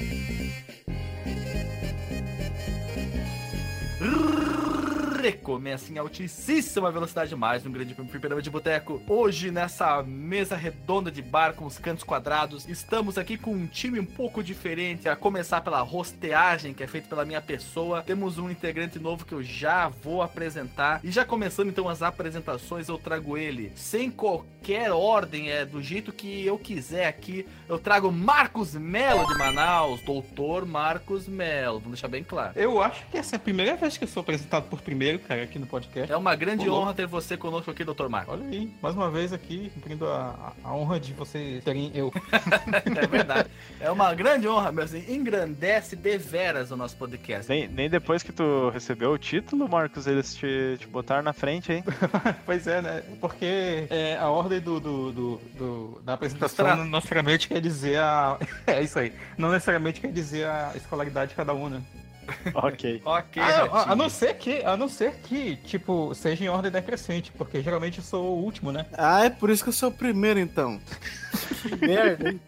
Recomeça em altíssima velocidade mais um grande fliperama de boteco. Hoje, nessa mesa redonda de bar com os cantos quadrados, estamos aqui com um time um pouco diferente, a começar pela rosteagem, que é feita pela minha pessoa. Temos um integrante novo que eu já vou apresentar. E já começando então as apresentações, eu trago ele sem qualquer ordem, do jeito que eu quiser aqui. Eu trago Marcos Melo de Manaus, doutor Marcos Melo, vamos deixar bem claro. Eu acho que essa é a primeira vez que eu sou apresentado por primeiro, cara, aqui no podcast. É uma grande honra ter você conosco aqui, doutor Marcos. Olha aí, mais uma vez aqui, cumprindo a honra de vocês terem eu. É verdade. É uma grande honra, meu, assim, engrandece deveras o nosso podcast. Nem depois que tu recebeu o título, Marcos, eles te botaram na frente, hein? Pois é, né? Porque a ordem da apresentação não necessariamente quer dizer É isso aí. Não necessariamente quer dizer a escolaridade de cada um, né? Ok. A não ser que, tipo, seja em ordem decrescente, porque geralmente eu sou o último, né? Ah, é por isso que eu sou o primeiro, então. Que merda, hein?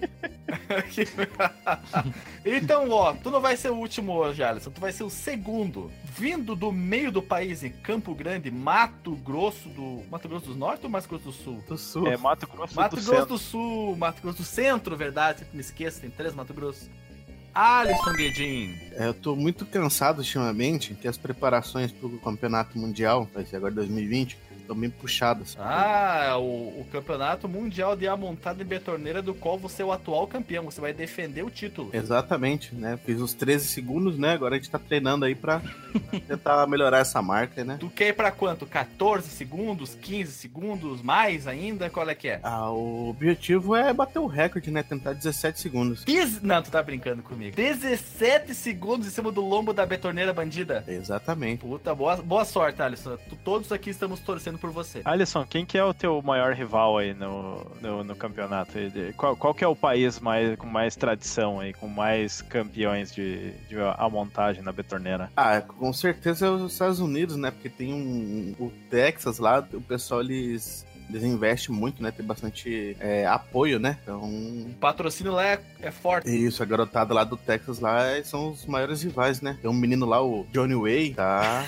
Então, tu não vai ser o último hoje, Alisson, tu vai ser o segundo. Vindo do meio do país, em Campo Grande, Mato Grosso do Norte ou Mato Grosso do Sul? Do Sul. É Mato Grosso do Sul, Mato Grosso do Centro, verdade, sempre me esqueço, tem 3 Mato Grosso. Alisson Guedin. Eu tô muito cansado ultimamente, que as preparações pro Campeonato Mundial, vai ser agora 2020, estão bem puxadas. O Campeonato Mundial de Amontada em Betorneira, do qual você é o atual campeão, você vai defender o título. Exatamente, né? Fiz os 13 segundos, né? Agora a gente tá treinando aí pra tentar melhorar essa marca, né? Tu quer ir pra quanto? 14 segundos? 15 segundos? Mais ainda? Qual é que é? O objetivo é bater o recorde, né? Tentar 17 segundos. Não, tu tá brincando comigo. 17 segundos em cima do lombo da betorneira bandida? Exatamente. Puta, boa sorte, Alisson. Todos aqui estamos torcendo por você. Alisson, quem que é o teu maior rival aí no campeonato? Qual que é o país com mais tradição aí, com mais campeões de amontagem na betorneira? Com certeza é os Estados Unidos, né? Porque tem o Texas lá, o pessoal eles investem muito, né? Tem bastante apoio, né? Então... O patrocínio lá é forte. Isso, a garotada lá do Texas lá são os maiores rivais, né? Tem um menino lá, o Johnny Way, tá?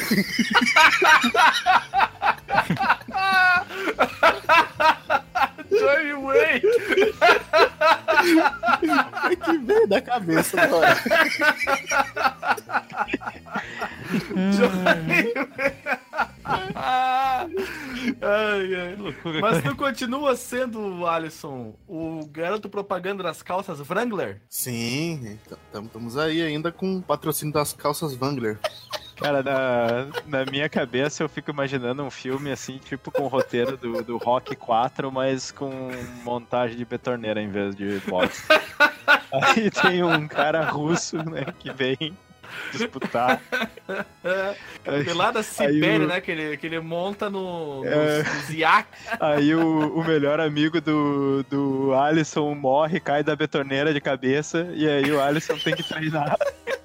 Johnny Way! Foi que veio da cabeça agora. Johnny Way! Ai. Mas tu continua sendo, Alisson, o garoto propaganda das calças Wrangler? Sim, estamos aí ainda com o patrocínio das calças Wrangler. Cara, na minha cabeça eu fico imaginando um filme assim, tipo com o roteiro do Rock 4, mas com montagem de betorneira em vez de boxe. Aí tem um cara russo, né, que vem disputar. Lá da Sibéria, né? Que ele monta nos iaques. Aí o melhor amigo do Alisson morre, cai da betorneira de cabeça, e aí o Alisson tem que treinar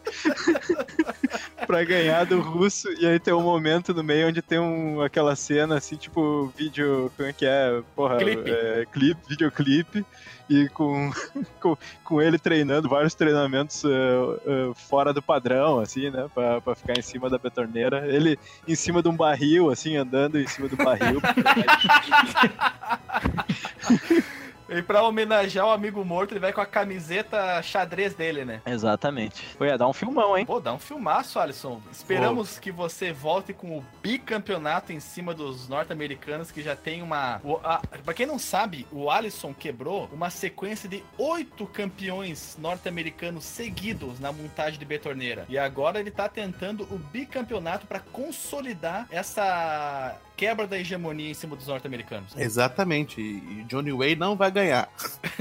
pra ganhar do russo, e aí tem um momento no meio onde tem aquela cena assim, tipo vídeo, como é que é? Porra, videoclipe, e com ele treinando vários treinamentos fora do padrão, assim, né, pra ficar em cima da betorneira, ele em cima de um barril, assim, andando em cima do barril. E pra homenagear o amigo morto, ele vai com a camiseta xadrez dele, né? Exatamente. Ia dar um filmão, hein? Pô, dá um filmaço, Alisson. Esperamos que você volte com o bicampeonato em cima dos norte-americanos, que já tem uma... Pra quem não sabe, o Alisson quebrou uma sequência de 8 campeões norte-americanos seguidos na montagem de betorneira. E agora ele tá tentando o bicampeonato pra consolidar essa quebra da hegemonia em cima dos norte-americanos. Exatamente. E Johnny Way não vai ganhar.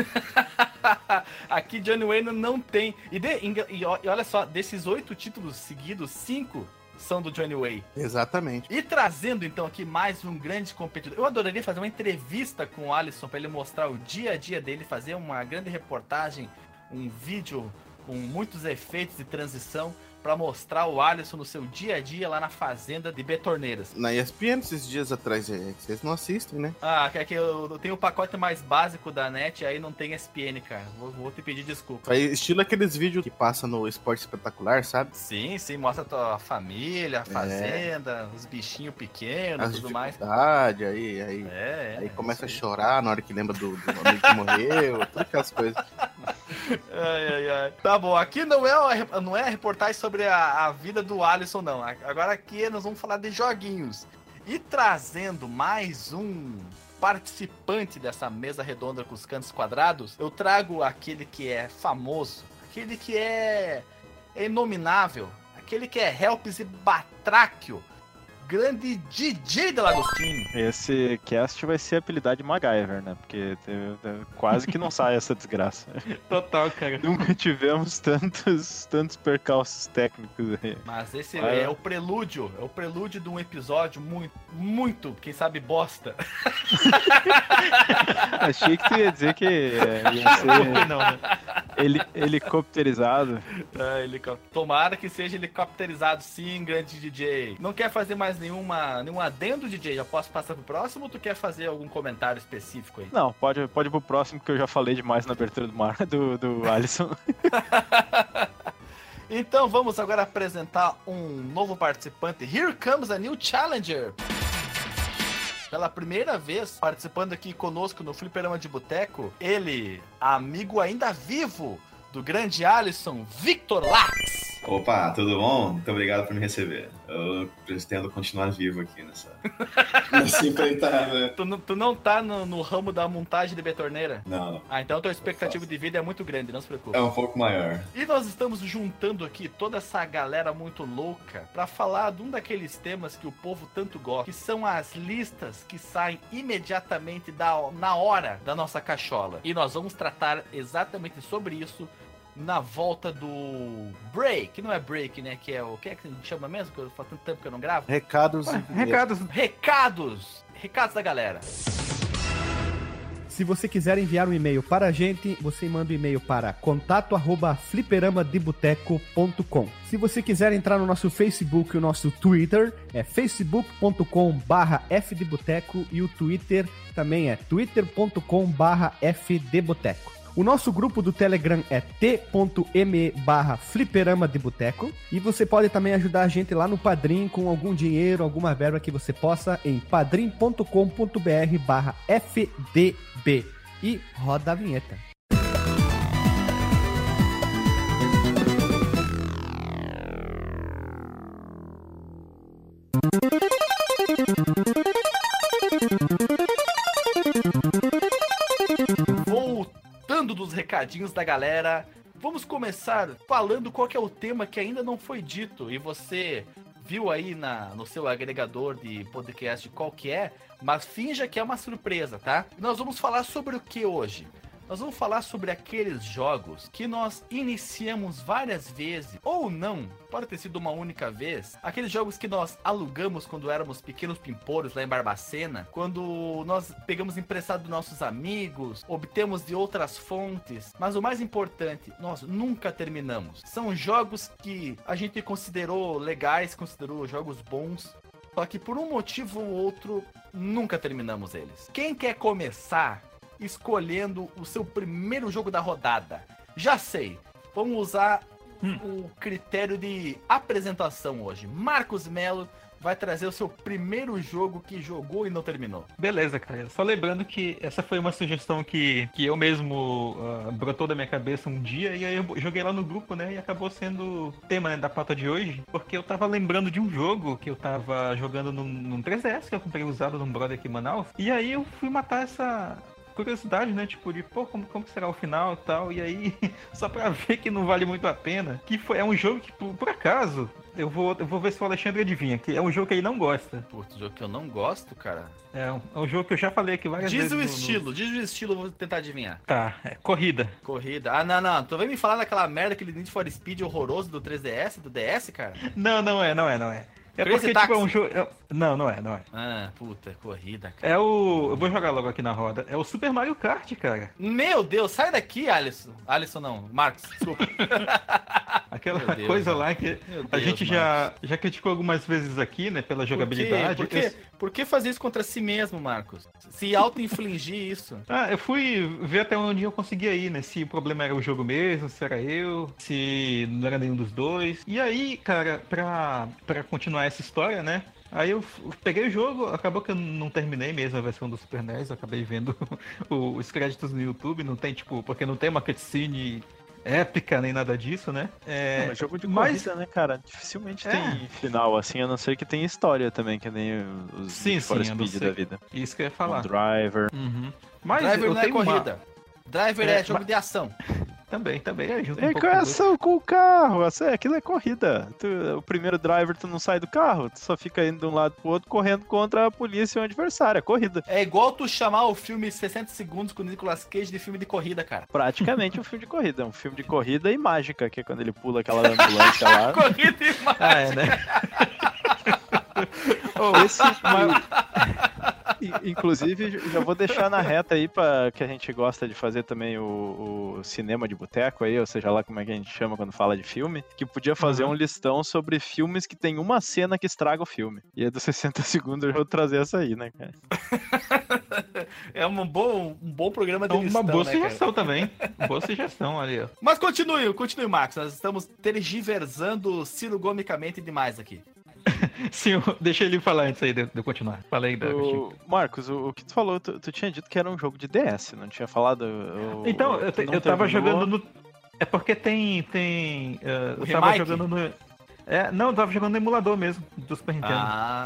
Aqui Johnny Wayne não tem. E olha só, desses 8 títulos seguidos, 5 são do Johnny Way. Exatamente. E trazendo então aqui mais um grande competidor. Eu adoraria fazer uma entrevista com o Alisson para ele mostrar o dia a dia dele, fazer uma grande reportagem, um vídeo com muitos efeitos de transição. pra mostrar o Alisson no seu dia a dia lá na fazenda de Betorneiras. Na ESPN, esses dias atrás, vocês não assistem, né? Ah, que eu tenho o pacote mais básico da net, aí não tem ESPN, cara. Vou te pedir desculpa. Estilo aqueles vídeos que passa no Esporte Espetacular, sabe? Sim, mostra a tua família, a fazenda, os bichinhos pequenos e tudo mais. Aí começa a chorar na hora que lembra do amigo que morreu, todas aquelas coisas. Ai. Tá bom, aqui não é a reportagem sobre a vida do Alisson, não. Agora aqui nós vamos falar de joguinhos. E trazendo mais um participante dessa mesa redonda com os cantos quadrados, eu trago aquele que é famoso, aquele que é inominável, aquele que é Helps e Batráquio, grande DJ da Lagostinho. Esse cast vai ser apelidado de MacGyver, né? Porque quase que não sai essa desgraça. Total, cara. Nunca tivemos tantos percalços técnicos aí. Mas esse é o prelúdio de um episódio muito, quem sabe, bosta. Achei que tu ia dizer que ia ser não, né? helicopterizado. Tomara que seja helicopterizado, sim, grande DJ. Não quer fazer mais nenhum adendo, DJ? Já posso passar pro próximo ou tu quer fazer algum comentário específico aí? Não, pode ir pro próximo, que eu já falei demais na abertura do Alisson. Então vamos agora apresentar um novo participante. Here comes a new challenger. Pela primeira vez participando aqui conosco no Fliperama de Boteco, ele, amigo ainda vivo do grande Alisson, Victor Lax. Opa, tudo bom? Muito obrigado por me receber. Eu pretendo continuar vivo aqui nessa empreitada. Tu não tá no ramo da montagem de betorneira? Não. Ah, então a tua expectativa de vida é muito grande, não se preocupe. É um pouco maior. E nós estamos juntando aqui toda essa galera muito louca pra falar de um daqueles temas que o povo tanto gosta, que são as listas que saem imediatamente na hora da nossa cachola. E nós vamos tratar exatamente sobre isso na volta do break, não é break, né? Que é o que é que a gente chama mesmo? Que eu faz tanto tempo que eu não gravo. Recados da galera. Se você quiser enviar um e-mail para a gente, você manda um e-mail para contato@fliperamadeboteco.com. Se você quiser entrar no nosso Facebook e o nosso Twitter, é facebook.com/fdboteco e o Twitter também é twitter.com/fdboteco. O nosso grupo do Telegram é t.me/fliperamadeboteco. E você pode também ajudar a gente lá no Padrim com algum dinheiro, alguma verba que você possa em padrim.com.br/fdb. E roda a vinheta. Dos recadinhos da galera, vamos começar falando qual que é o tema que ainda não foi dito e você viu aí no seu agregador de podcast qual que é, mas finja que é uma surpresa, tá? Nós vamos falar sobre o que hoje? Nós vamos falar sobre aqueles jogos que nós iniciamos várias vezes, ou não, pode ter sido uma única vez. Aqueles jogos que nós alugamos quando éramos pequenos pimpolhos lá em Barbacena, quando nós pegamos emprestado dos nossos amigos, obtemos de outras fontes. Mas o mais importante, nós nunca terminamos. São jogos que a gente considerou legais, considerou jogos bons, só que por um motivo ou outro, nunca terminamos eles. Quem quer começar escolhendo o seu primeiro jogo da rodada? Já sei, vamos usar o critério de apresentação hoje. Marcos Melo vai trazer o seu primeiro jogo que jogou e não terminou. Beleza, cara. Só lembrando que essa foi uma sugestão que eu mesmo brotou da minha cabeça um dia, e aí eu joguei lá no grupo, né, e acabou sendo tema, né, da pauta de hoje, porque eu tava lembrando de um jogo que eu tava jogando num 3DS, que eu comprei usado num brother aqui em Manaus, e aí eu fui matar essa curiosidade, né, tipo, de, pô, como que será o final e tal, e aí, só pra ver que não vale muito a pena, é um jogo que, por acaso, eu vou ver se o Alexandre adivinha, que é um jogo que ele não gosta. Putz, jogo que eu não gosto, cara? É um jogo que eu já falei aqui várias vezes. Diz o estilo, eu vou tentar adivinhar. Tá, corrida. Corrida. Ah, não, tu vai me falar daquela merda, aquele Need for Speed horroroso do 3DS, do DS, cara? Não é. É Crazy porque, Taxi. tipo, é um jogo... Não é. Ah, puta, corrida, cara. Eu vou jogar logo aqui na roda. É o Super Mario Kart, cara. Meu Deus, sai daqui, Alisson. Alisson não, Marcos, desculpa. Aquela Meu Deus, coisa Marcos. lá que Meu a Deus, gente já criticou algumas vezes aqui, né? Pela jogabilidade. Por que fazer isso contra si mesmo, Marcos? Se auto-infligir isso. Eu fui ver até onde eu conseguia ir, né? Se o problema era o jogo mesmo, se era eu, se não era nenhum dos dois. E aí, cara, pra continuar essa história, né? Aí eu peguei o jogo, acabou que eu não terminei mesmo a versão do Super NES, eu acabei vendo os créditos no YouTube, não tem, tipo, porque não tem uma cutscene épica nem nada disso, né? Não, mas jogo de corrida, né, cara? Dificilmente tem final, assim, a não ser que tem história também, que nem os sim, For sim, Speed da vida. Isso que eu ia falar. Um Driver. Uhum. Mas Driver eu não é tenho corrida. Driver é jogo de ação. Também, é junto É um pouco com dos ação com o carro, aquilo é corrida. O primeiro driver tu não sai do carro, tu só fica indo de um lado pro outro correndo contra a polícia e o adversário, é corrida. É igual tu chamar o filme 60 segundos com o Nicolas Cage de filme de corrida, cara. Praticamente um filme de corrida, um filme de corrida e mágica, que é quando ele pula aquela ambulância lá. Corrida e mágica. né? Inclusive, já vou deixar na reta aí para que a gente gosta de fazer também o cinema de boteco aí, ou seja lá como é que a gente chama quando fala de filme, que podia fazer um listão sobre filmes que tem uma cena que estraga o filme. E é dos 60 segundos eu vou trazer essa aí, né, cara? É um bom programa de listão, uma boa né, sugestão também. Boa sugestão ali, ó. Mas continue, Marcos. Nós estamos tergiversando cirugomicamente demais aqui. Sim, deixa ele falar antes aí de eu continuar. Fala aí, Marcos, o que tu falou, tu tinha dito que era um jogo de DS, não tinha falado? Então, eu tava jogando no... É porque tem eu tava jogando no... Não, eu tava jogando no emulador mesmo, do Super Nintendo.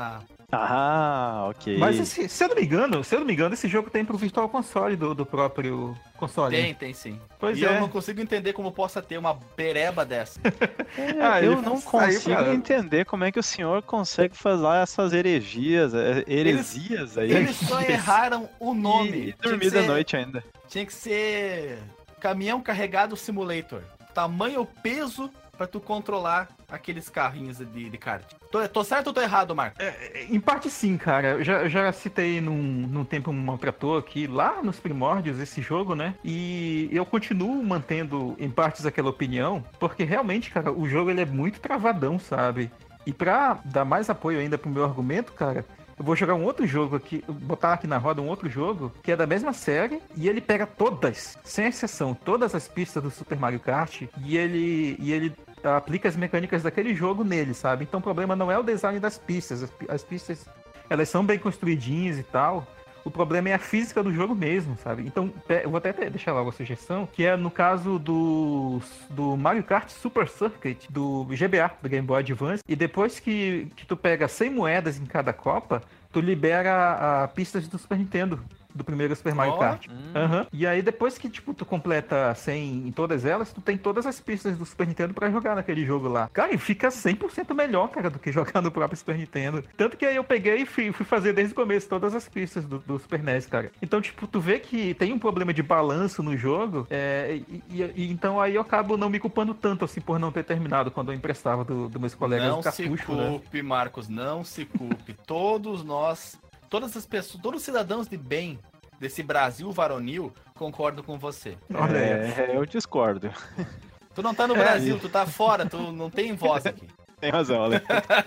Ok. Mas se eu não me engano, esse jogo tem pro Virtual Console do próprio console. Tem sim. Pois eu não consigo entender como possa ter uma pereba dessa. Eu não consigo entender como é que o senhor consegue fazer essas heresias aí. Eles só erraram o nome. E dormir da noite ainda. Tinha que ser Caminhão Carregado Simulator. Tamanho peso pra tu controlar aqueles carrinhos de kart. Tô certo ou tô errado, Marco? Em parte sim, cara. Eu já citei num tempo um maltrator aqui, lá nos primórdios, esse jogo, né? E eu continuo mantendo em partes aquela opinião, porque realmente, cara, o jogo ele é muito travadão, sabe? E pra dar mais apoio ainda pro meu argumento, cara, eu vou jogar um outro jogo aqui, botar aqui na roda um outro jogo, que é da mesma série, e ele pega todas, sem exceção, todas as pistas do Super Mario Kart, e ele aplica as mecânicas daquele jogo nele, sabe? Então o problema não é o design das pistas, as pistas, elas são bem construidinhas e tal, o problema é a física do jogo mesmo, sabe? Então, eu vou até deixar logo a sugestão, que é no caso do Mario Kart Super Circuit, do GBA, do Game Boy Advance, e depois que tu pega 100 moedas em cada copa, tu libera pistas do Super Nintendo, do primeiro Super Mario Kart. E aí depois que tipo tu completa 100 em todas elas, tu tem todas as pistas do Super Nintendo pra jogar naquele jogo lá. Cara, e fica 100% melhor, cara, do que jogar no próprio Super Nintendo. Tanto que aí eu peguei e fui fazer desde o começo todas as pistas do Super NES, cara. Então, tipo, tu vê que tem um problema de balanço no jogo, então aí eu acabo não me culpando tanto, assim, por não ter terminado quando eu emprestava do meus colegas do cartucho, Não se culpe, né? Marcos, não se culpe. Todos nós, todas as pessoas, todos os cidadãos de bem desse Brasil varonil concordam com você. Eu discordo. Tu não tá no Brasil, tu tá fora, tu não tem voz aqui. Tem razão, Ale.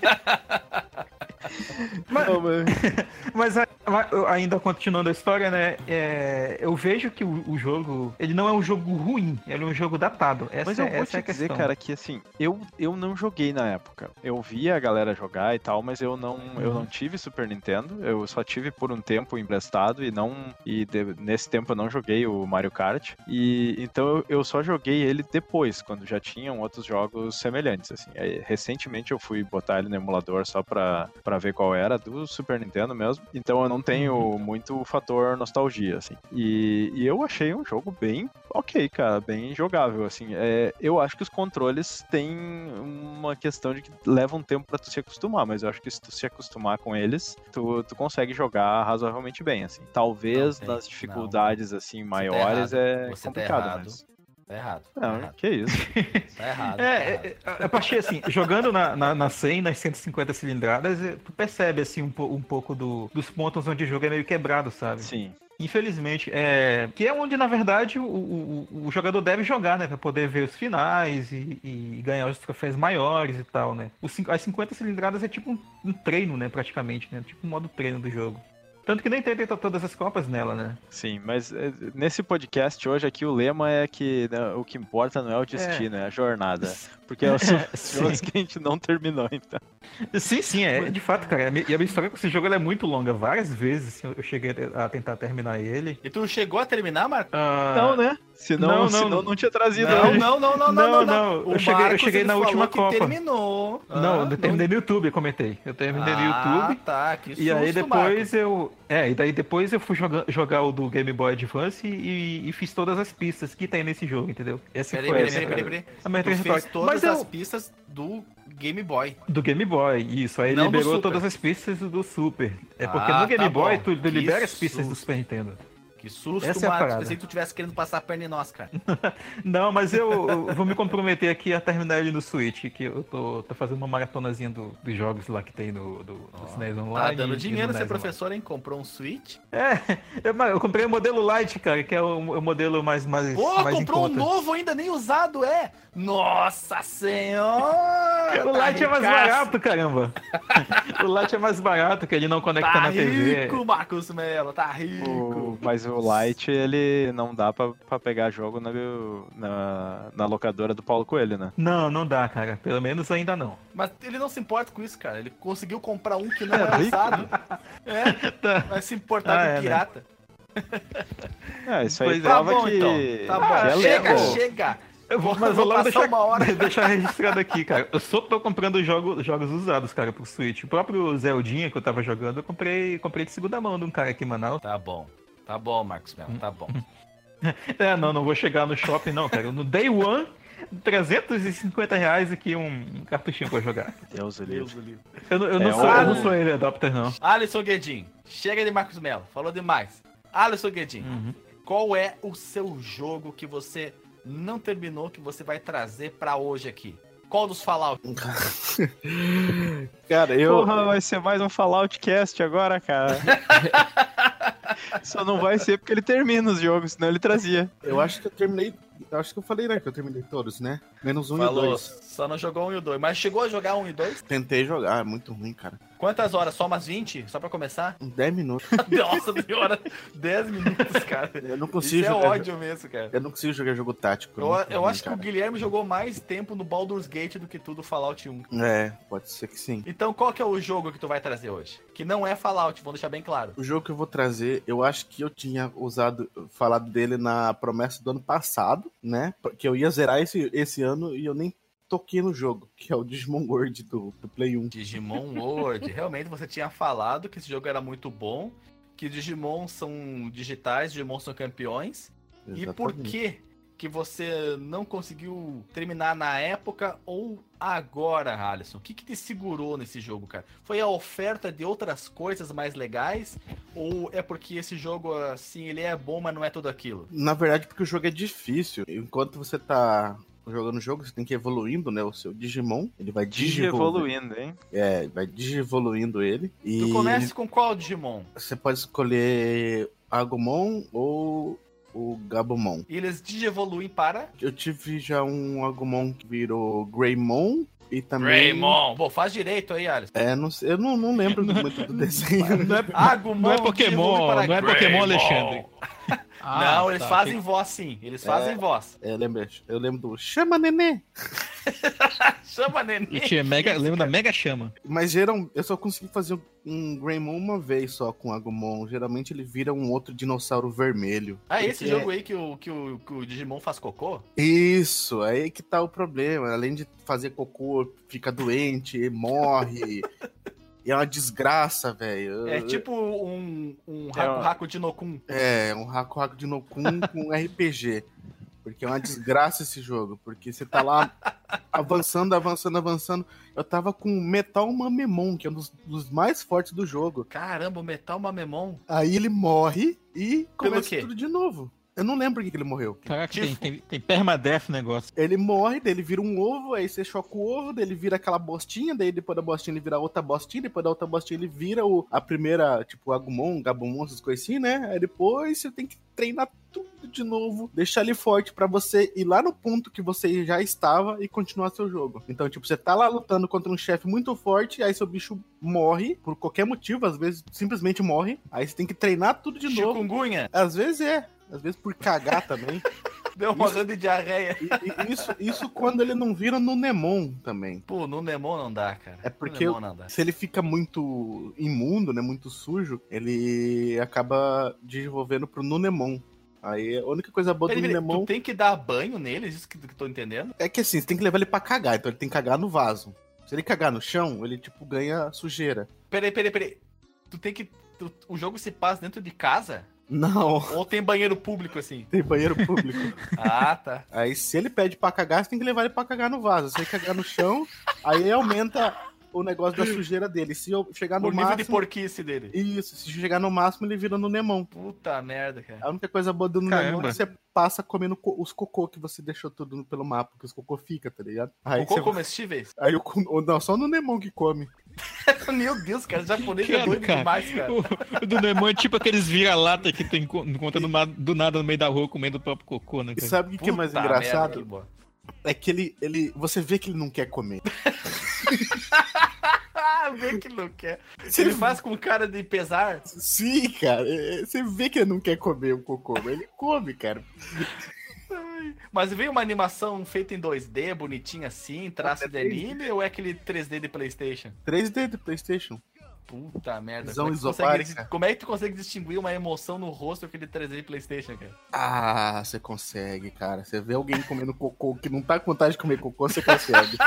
Mas ainda continuando a história, né? Eu vejo que o jogo, ele não é um jogo ruim, ele é um jogo datado. Mas eu vou te dizer, cara, que assim, eu não joguei na época. Eu via a galera jogar e tal, mas eu não tive Super Nintendo. Eu só tive por um tempo emprestado nesse tempo eu não joguei o Mario Kart. E então eu só joguei ele depois, quando já tinham outros jogos semelhantes, assim. Recentemente eu fui botar ele no emulador só pra ver qual era, do Super Nintendo mesmo. Então eu não tenho muito fator nostalgia, assim. E eu achei um jogo bem ok, cara, bem jogável, assim. Eu acho que os controles têm uma questão de que leva um tempo pra tu se acostumar, mas eu acho que se tu se acostumar com eles, tu consegue jogar razoavelmente bem, assim. Talvez nas dificuldades, assim, maiores Você complicado, tá errado. mas... Tá errado. Não, que isso. Tá errado. A partir, assim, jogando na 100, nas 150 cilindradas, tu percebe, assim, um pouco dos pontos onde o jogo é meio quebrado, sabe? Sim. Infelizmente. Que é onde, na verdade, o jogador deve jogar, né? Pra poder ver os finais e ganhar os troféus maiores e tal, né? As 50 cilindradas é tipo um treino, né? Praticamente, né? Tipo um modo treino do jogo. Tanto que nem tem todas as copas nela, né? Sim, mas nesse podcast hoje aqui o lema é que né, o que importa não é o destino, é a jornada. Porque são jogos que a gente não terminou, então. Sim, de fato, cara. E a minha história com esse jogo ela é muito longa. Várias vezes eu cheguei a tentar terminar ele. E tu chegou a terminar, Marco? Não, né? Senão não tinha trazido. Não. Eu cheguei na última Copa. Terminou. Eu terminei no YouTube, eu comentei. Eu terminei no YouTube. Tá, que susto, e aí depois Marco. depois eu fui jogar o do Game Boy Advance e fiz todas as pistas que tem nesse jogo, entendeu? Peraí. Tu fez todas as pistas do Game Boy. Do Game Boy, isso. Aí Não liberou todas as pistas do Super. É porque no Game Boy tu libera as pistas do Super Nintendo. Que susto, Essa é a Marcos. parada. Pensei que tu tivesse querendo passar a perna em nós, cara. Não, mas eu vou me comprometer aqui a terminar ele no Switch, que eu tô fazendo uma maratonazinha dos jogos lá que tem do SNES Online. Tá dando dinheiro ser professor, hein? Comprou um Switch. Eu comprei o modelo Lite, cara, que é o modelo mais comprou em conta. Um novo ainda, nem usado, Nossa Senhora! O Lite é mais barato, caramba. O Lite é mais barato, que ele não conecta na TV. Tá rico, Marcos Mello, tá rico. Mas o Lite, ele não dá pra pegar jogo na locadora do Paulo Coelho, né? Não dá, cara. Pelo menos ainda não. Mas ele não se importa com isso, cara. Ele conseguiu comprar um que não é usado. Vai se importar com pirata. Isso aí Pois prova tá bom, que... Então. Tá bom, chega. Eu vou logo deixar registrado aqui, cara. Eu só tô comprando jogos usados, cara, pro Switch. O próprio Zeldinha que eu tava jogando, eu comprei de segunda mão de um cara aqui em Manaus. Tá bom, Marcos Mello, tá bom. Não vou chegar no shopping não, cara. No Day One, R$350 aqui um cartuchinho pra jogar. Deus o livre. Eu não sou ele adopter, não. Alisson Guedin, chega de Marcos Mello, falou demais. Alisson Guedin, qual é o seu jogo que você não terminou, que você vai trazer pra hoje aqui? Qual dos Fallout? Cara, Porra, vai ser mais um Fallout Cast agora, cara. Só não vai ser porque ele termina os jogos, senão ele trazia. Eu acho que eu terminei... Eu acho que eu falei, né, que eu terminei todos, né? Menos 1 e 2. Só não jogou 1 e 2. Mas chegou a jogar 1 e 2? Tentei jogar, é muito ruim, cara. Quantas horas? Só umas 20? Só pra começar? 10 minutos. Nossa senhora, 10 minutos, cara. Eu não consigo Isso jogar. É ódio mesmo, cara. Eu não consigo jogar jogo tático. Eu acho que o Guilherme jogou mais tempo no Baldur's Gate do que tu do Fallout 1. Pode ser que sim. Então qual que é o jogo que tu vai trazer hoje? Que não é Fallout, vamos deixar bem claro. O jogo que eu vou trazer, eu acho que eu tinha falado dele na promessa do ano passado, né? Que eu ia zerar esse ano e eu nem toquei no jogo, que é o Digimon World do Play 1. Digimon World. Realmente você tinha falado que esse jogo era muito bom, que Digimon são digitais, Digimon são campeões. Exatamente. E por que você não conseguiu terminar na época ou agora, Alisson? O que te segurou nesse jogo, cara? Foi a oferta de outras coisas mais legais? Ou é porque esse jogo, assim, ele é bom, mas não é tudo aquilo? Na verdade, porque o jogo é difícil. Enquanto você tá jogando o jogo, você tem que ir evoluindo, né? O seu Digimon. Ele vai digievoluindo, hein? Vai digievoluindo ele. E tu começa com qual Digimon? Você pode escolher Agumon ou o Gabumon. E eles digievoluem para? Eu tive já um Agumon que virou Greymon. E também... Greymon! Bom, faz direito aí, Alisson. Não sei, eu não lembro muito do desenho. Agumon não é Pokémon, não é Pokémon, Alexandre. Não, eles fazem voz sim. Eles fazem voz. Eu lembro do Chama Nenê. Chama Nenê. Eu lembro da Mega Chama. Mas eu só consegui fazer um Greymon uma vez só com o Agumon. Geralmente ele vira um outro dinossauro vermelho. Esse jogo aí que o Digimon faz cocô? Isso, aí que tá o problema. Além de fazer cocô, fica doente, morre. E é uma desgraça, velho. É tipo um Haku de Nokun. Um Haku de Nokun com RPG. Porque é uma desgraça esse jogo. Porque você tá lá avançando. Eu tava com Metal Mamemon, que é um dos mais fortes do jogo. Caramba, o Metal Mamemon. Aí ele morre e começa tudo de novo. Eu não lembro por que ele morreu. Caraca, tem permadeath o negócio. Ele morre, daí ele vira um ovo, aí você choca o ovo, daí ele vira aquela bostinha, daí depois da bostinha ele vira outra bostinha, depois da outra bostinha ele vira a primeira, tipo, Agumon, Gabumon, essas coisas assim, né? Aí depois você tem que treinar tudo de novo, deixar ele forte pra você ir lá no ponto que você já estava e continuar seu jogo. Então, tipo, você tá lá lutando contra um chefe muito forte, aí seu bicho morre, por qualquer motivo, às vezes simplesmente morre, aí você tem que treinar tudo de novo. Chikungunya. Às vezes por cagar também. Deu uma rã de diarreia. Isso quando ele não vira no Nemon também. Pô, no Nemon não dá, cara. É porque no Nemon não dá. se ele fica muito imundo, né, muito sujo, ele acaba desenvolvendo pro Nunemon. Aí a única coisa boa do Nunemon... Tu tem que dar banho neles, isso que eu tô entendendo? É que assim, você tem que levar ele pra cagar, então ele tem que cagar no vaso. Se ele cagar no chão, ele tipo ganha sujeira. Peraí. Tu tem que... O jogo se passa dentro de casa? Não. Ou tem banheiro público, assim? Tem banheiro público. Ah, tá. Aí se ele pede pra cagar, você tem que levar ele pra cagar no vaso. Se ele cagar no chão, aí aumenta o negócio da sujeira dele. Se eu chegar no O nível máximo... de porquice dele. Isso, se chegar no máximo, ele vira no Nemon. Puta merda, cara. A única coisa boa do Nemon é que você passa comendo os cocô que você deixou tudo pelo mapa, que os cocô fica, tá ligado? Aí Cocô você... comestíveis? Aí não, só no Nemon que come. Meu Deus, cara, japonês é doido demais, cara. O do Nemon é tipo aqueles vira-lata que tu encontra do nada no meio da rua comendo o próprio cocô, né? E sabe o que é mais engraçado? Merda, é que ele... Você vê que ele não quer comer. Vê que não quer. Ele faz com cara de pesar. Sim, cara. Você vê que ele não quer comer o cocô, mas ele come, cara. Mas veio uma animação feita em 2D, bonitinha assim, traço de anime, ou é aquele 3D de PlayStation? 3D de PlayStation. Puta merda. Visão Como é que tu consegue distinguir uma emoção no rosto aquele 3D de PlayStation, cara? Ah, você consegue, cara. Você vê alguém comendo cocô que não tá com vontade de comer cocô, você consegue.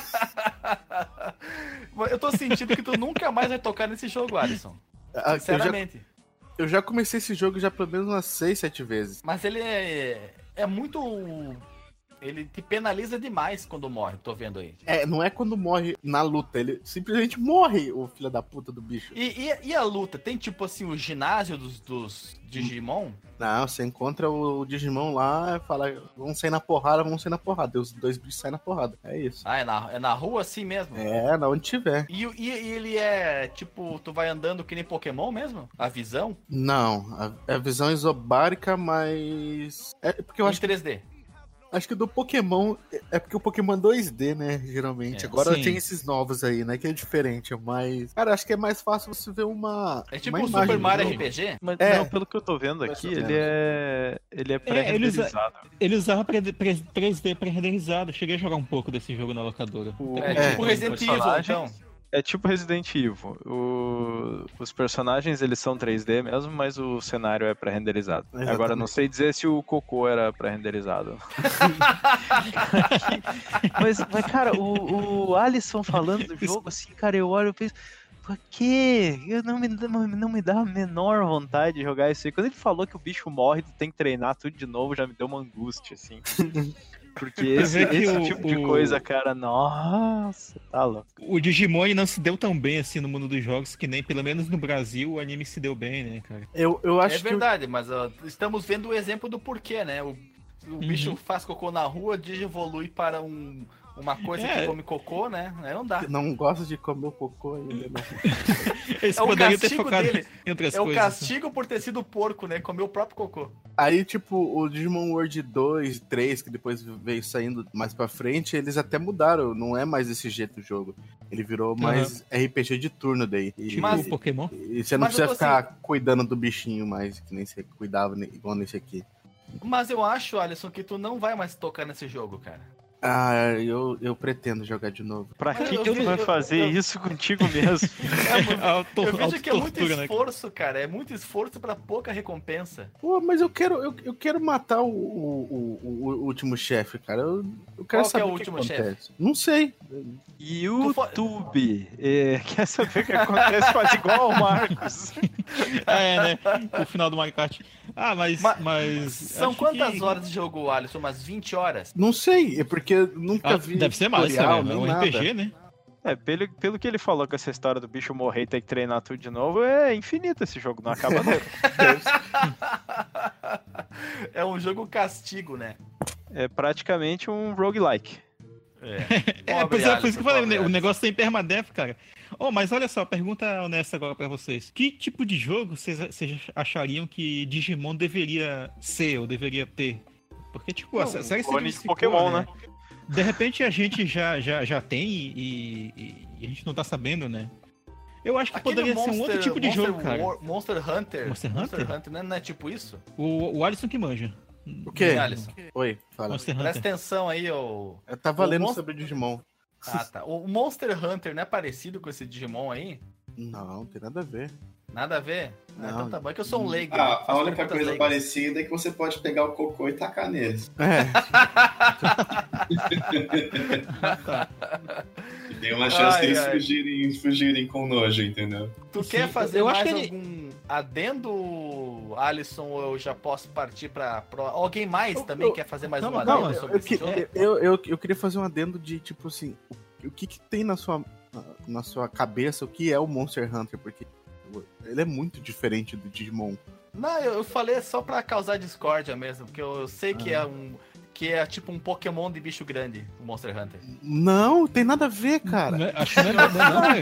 Eu tô sentindo que tu nunca mais vai tocar nesse jogo, Alisson. Sinceramente. Eu já comecei esse jogo já pelo menos umas 6, 7 vezes. Mas ele é muito... Ele te penaliza demais quando morre, tô vendo aí. Não é quando morre na luta, ele simplesmente morre, o filho da puta do bicho. E a luta? Tem tipo assim o ginásio dos Digimon? Não, você encontra o Digimon lá e fala, vamos sair na porrada. E os dois bichos saem na porrada. É isso. Ah, é na rua assim mesmo? É, na onde tiver. E ele é tipo, tu vai andando que nem Pokémon mesmo? A visão? Não, a visão isobárica, mas... É porque eu acho 3D. Acho que do Pokémon, é porque o Pokémon é 2D, né, geralmente. Agora sim. tem esses novos aí, né, que é diferente, mas... Cara, acho que é mais fácil você ver uma... É tipo uma o imagem Super Mario do jogo. RPG? Mas É. não, pelo que eu tô vendo aqui, Mais ou ele é pré-renderizado. Ele usava 3D pré-renderizado. Cheguei a jogar um pouco desse jogo na locadora. É tipo Resident Evil, então. É tipo Resident Evil. Os personagens, eles são 3D mesmo, mas o cenário é pré-renderizado. Exatamente. Agora, não sei dizer se o cocô era pré-renderizado. mas, cara, o Alisson falando do jogo, assim, cara, eu olho e penso... Por quê? Não me dá a menor vontade de jogar isso aí. Quando ele falou que o bicho morre, tu tem que treinar tudo de novo, já me deu uma angústia, assim. Porque esse tipo de coisa, cara, nossa, tá louco. O Digimon não se deu tão bem assim no mundo dos jogos, que nem, pelo menos no Brasil, o anime se deu bem, né, cara? Eu acho É verdade, mas estamos vendo o exemplo do porquê, né? O bicho faz cocô na rua, desevolui para uma coisa que come cocô, né? Aí não dá. que não gosta de comer o cocô ainda, né? Eles É o poderiam ter castigo focado dele. em outras É o coisas. castigo por ter sido porco, né? Comer o próprio cocô. Aí, tipo, o Digimon World 2, 3, que depois veio saindo mais pra frente, eles até mudaram. Não é mais desse jeito o jogo. Ele virou mais RPG de turno daí. Tipo Mas- o Pokémon. E você não Mas eu precisa tô ficar cuidando do bichinho mais, que nem você cuidava igual nesse aqui. Mas eu acho, Alisson, que tu não vai mais tocar nesse jogo, cara. Ah, eu pretendo jogar de novo. Pra Mas que eu tu vi- vai eu- fazer eu- isso contigo mesmo? Eu vejo que é muito Autotortura, né? esforço, cara. É muito esforço pra pouca recompensa. Pô, mas eu quero matar o último chefe, cara. Eu quero Qual que é saber o o que último acontece. Não sei. YouTube. Quer saber o que acontece? Faz igual ao Marcos. Né? O final do Mario Kart. Mas São acho quantas que- horas de jogo, Alisson? Umas 20 horas? Não sei, é porque eu nunca vi. Deve ser mais, tutorial, cara. É nem um nada. RPG, né? Pelo que ele falou com essa história do bicho morrer e ter que treinar tudo de novo, é infinito esse jogo, não acaba nunca. É um jogo castigo, né? É praticamente um roguelike. Pois é, por isso que eu falei, o negócio tem permadeath, cara. Mas olha só, pergunta honesta agora pra vocês. Que tipo de jogo vocês achariam que Digimon deveria ser ou deveria ter? Porque, tipo, a série se clone de Pokémon, né? De repente a gente já tem e a gente não tá sabendo, né? Eu acho que poderia ser um outro tipo de jogo, cara. Monster Hunter? Monster Hunter? Não é tipo isso? O Alisson que manja. O quê? Alisson. Oi, fala. Monster Hunter. Presta atenção aí, ô... Eu tava lendo sobre Digimon. Ah, tá. O Monster Hunter não é parecido com esse Digimon aí? Não tem nada a ver. Nada a ver? Não. Então tá bom, é que eu sou um leigo. A única coisa parecida é que você pode pegar o cocô e tacar neles. E tem uma chance deles fugirem com nojo, entendeu? Tu quer fazer mais algum adendo, Alisson, ou eu já posso partir pra... Alguém mais também quer fazer mais um adendo sobre esse jogo? Eu queria fazer um adendo de, tipo assim, o que tem na sua cabeça, o que é o Monster Hunter, porque ele é muito diferente do Digimon. Não, eu falei só pra causar discórdia mesmo, porque eu sei que é tipo um Pokémon de bicho grande, o Monster Hunter. Não, tem nada a ver, cara. Acho que não é.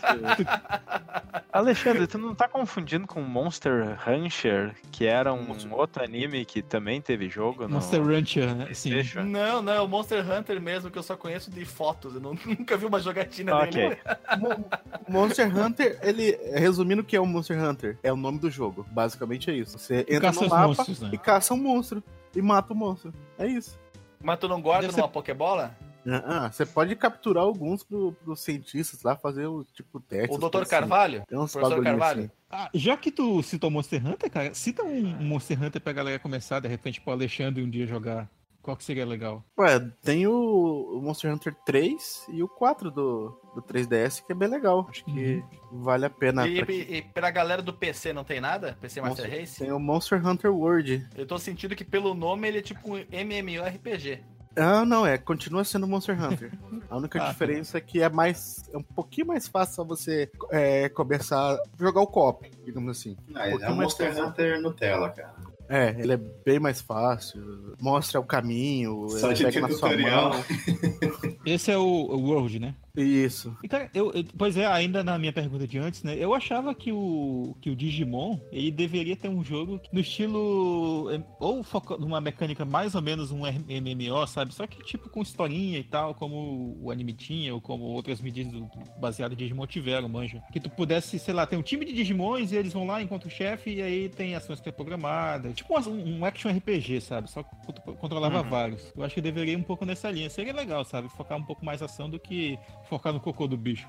Alexandre, tu não tá confundindo com Monster Rancher, que era um outro anime que também teve jogo? Monster Rancher, né? Sim. Não, é o Monster Hunter mesmo, que eu só conheço de fotos, eu nunca vi uma jogatina dele. Monster Hunter, ele, resumindo o que é o Monster Hunter, é o nome do jogo, basicamente é isso. Você entra no mapa monstros, né? E caça um monstro. E mata o monstro. É isso. Mas tu não guarda numa Pokébola? Você pode capturar alguns pros cientistas lá, fazer o tipo teste. O Dr. Carvalho? Tem uns Professor Carvalho? assim. Já que tu citou Monster Hunter, cara, cita um Monster Hunter pra galera começar, de repente, pro Alexandre um dia jogar. Qual que seria legal? Tem o Monster Hunter 3 e o 4 do 3DS, que é bem legal. Acho que vale a pena. E pra galera do PC não tem nada? PC Master Race? Tem o Monster Hunter World. Eu tô sentindo que pelo nome ele é tipo um MMORPG. Não, continua sendo Monster Hunter. A única diferença é que é um pouquinho mais fácil você começar a jogar o co-op, digamos assim. É um Monster Hunter Nutella, cara. Ele é bem mais fácil, mostra o caminho, só de pega na sua mão. Esse é o World, né? Isso. E, cara, pois é, ainda na minha pergunta de antes, né? Eu achava que o Digimon, ele deveria ter um jogo no estilo... Ou numa mecânica mais ou menos um MMO, sabe? Só que tipo com historinha e tal, como o anime tinha, ou como outras medidas baseadas em Digimon tiveram, manja. Que tu pudesse, sei lá, ter um time de Digimons e eles vão lá, encontram o chefe, e aí tem ações pré-programadas. Tipo um action RPG, sabe? Só que tu controlava vários. Eu acho que deveria ir um pouco nessa linha. Seria legal, sabe? Focar um pouco mais ação do que focar no cocô do bicho.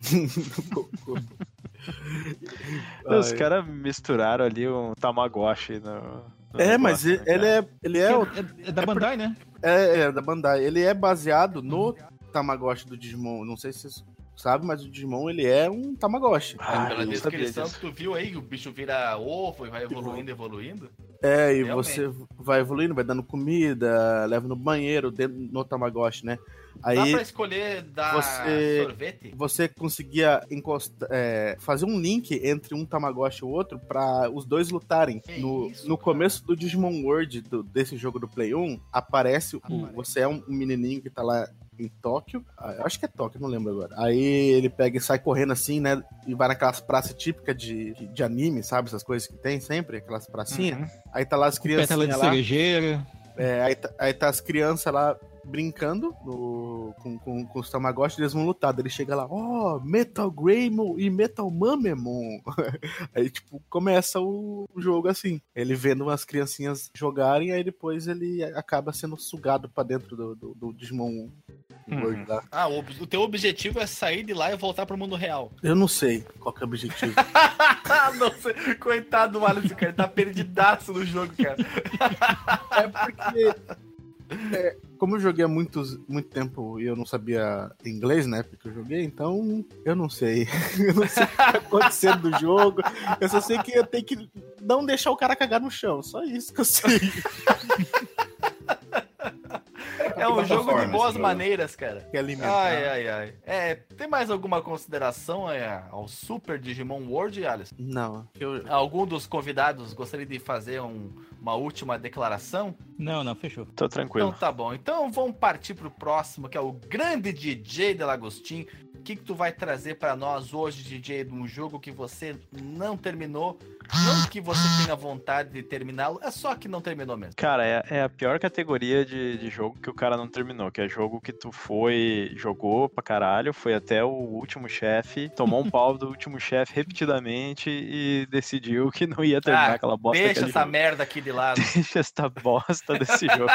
Os caras misturaram ali um Tamagotchi no mas negócio, ele é da Bandai, né? É da Bandai. Ele é baseado no Tamagotchi do Digimon. Não sei se vocês sabem, mas o Digimon, ele é um Tamagotchi. Pela descrição que tu viu aí, o bicho vira ovo e vai evoluindo. E você vai evoluindo, vai dando comida, leva no banheiro, no Tamagotchi, né? Aí dá pra escolher dar sorvete? Você conseguia fazer um link entre um Tamagotchi e o outro pra os dois lutarem. No começo do Digimon World, desse jogo do Play 1, aparece, você é um menininho que tá lá em Tóquio, acho que é Tóquio, não lembro agora. Aí ele pega e sai correndo assim, né, e vai naquelas praças típicas de anime, sabe, essas coisas que tem sempre, aquelas pracinhas. Aí tá lá as crianças pétala de cerejeira. Aí tá as crianças lá brincando com os Tamagotchi, eles vão lutar. Daí ele chega lá, Metal Greymon e Metal Mamemon. Aí, tipo, começa o jogo assim. Ele vendo as criancinhas jogarem, aí depois ele acaba sendo sugado pra dentro do Digimon World lá. O teu objetivo é sair de lá e voltar pro mundo real. Eu não sei qual que é o objetivo. Não sei. Coitado do Alisson, cara. Ele tá perdidaço no jogo, cara. É porque... como eu joguei há muito tempo e eu não sabia inglês, né? Porque eu joguei, então eu não sei. Eu não sei o que tá acontecendo no jogo. Eu só sei que eu tenho que não deixar o cara cagar no chão. Só isso que eu sei. É um jogo de plataforma boas esse jogo? maneiras, cara. Que alimentar. Ai. Tem mais alguma consideração ao Super Digimon World, Alisson? Não, Algum dos convidados gostaria de fazer uma última declaração? Não, fechou. Tô tranquilo. Então tá bom. Então vamos partir pro próximo, que é o grande DJ Delagostin. O que tu vai trazer pra nós hoje, DJ, de um jogo que você não terminou? Não que você tenha vontade de terminá-lo, é só que não terminou mesmo. Cara, é a pior categoria de jogo que o cara não terminou, que é jogo que tu jogou pra caralho, foi até o último chefe, tomou um pau do último chefe repetidamente e decidiu que não ia terminar aquela bosta. Deixa essa merda aqui de lado. Deixa essa bosta desse jogo.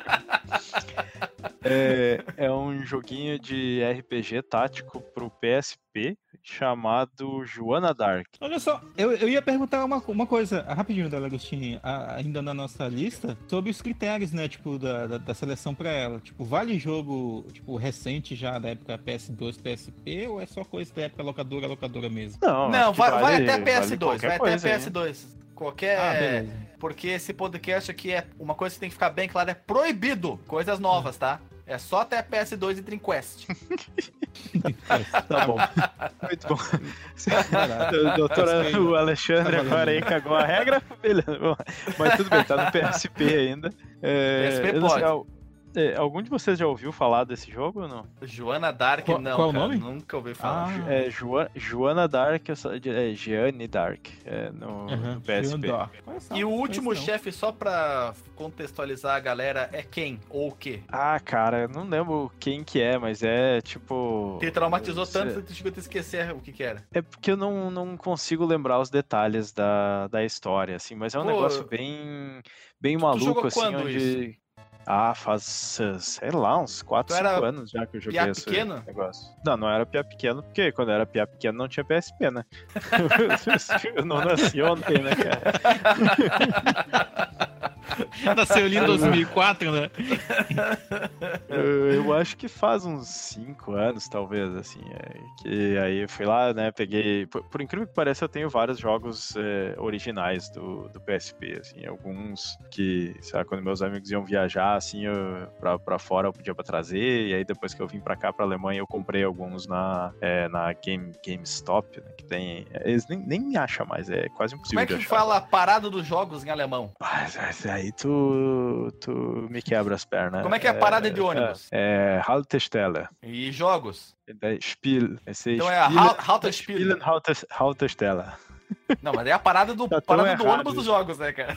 É um joguinho de RPG tático pro PSP chamado Joana Dark. Olha só, eu ia perguntar uma coisa rapidinho, Delagostin, ainda na nossa lista, sobre os critérios, né, tipo, da seleção pra ela. Tipo, vale jogo, tipo, recente já, da época PS2, PSP, ou é só coisa da época locadora mesmo? Não, vai até PS2, vale vai coisa, até hein? PS2. Qualquer... beleza. Porque esse podcast aqui é uma coisa que tem que ficar bem claro, é proibido coisas novas, tá? É só até PS2 e Dreamcast. Tá bom. Muito bom. Doutora, o Alexandre agora aí cagou a regra. Beleza. Mas tudo bem, tá no PSP ainda. PSP eu não sei, pode. Algum de vocês já ouviu falar desse jogo ou não? Joana Dark, não, qual o cara, nome? nunca ouvi falar. Joana Dark, Jeanne Dark, no PSP. E o último chefe, só pra contextualizar a galera, é quem? Ou o quê? Ah, cara, eu não lembro quem que é, mas é tipo... Te traumatizou tanto que tu chegou a esquecer o que era. É porque eu não consigo lembrar os detalhes da história, assim, mas é um negócio bem maluco, jogou assim, quando onde... Ah, faz, sei lá, uns 4, 5 anos já que eu joguei esse negócio. Não era piá pequeno, porque quando eu era piá pequeno não tinha PSP, né? Eu não nasci ontem, né, cara? Nasceu ali em 2004, né? Eu acho que faz uns 5 anos, talvez, assim. Que aí eu fui lá, né, peguei... Por incrível que pareça, eu tenho vários jogos originais do PSP, assim. Alguns que, sei lá, quando meus amigos iam viajar, assim, pra fora eu podia trazer. E aí depois que eu vim pra cá, pra Alemanha, eu comprei alguns na GameStop, né, que tem... Eles nem me acham mais, é quase impossível. Como é que fala a parada dos jogos em alemão? Mas aí tu me quebra as pernas. Como é que é a parada de ônibus? Haltestelle. E jogos? Spiel. Então é Haltestelle. Haltestelle. Não, mas é a parada do ônibus dos jogos, né, cara?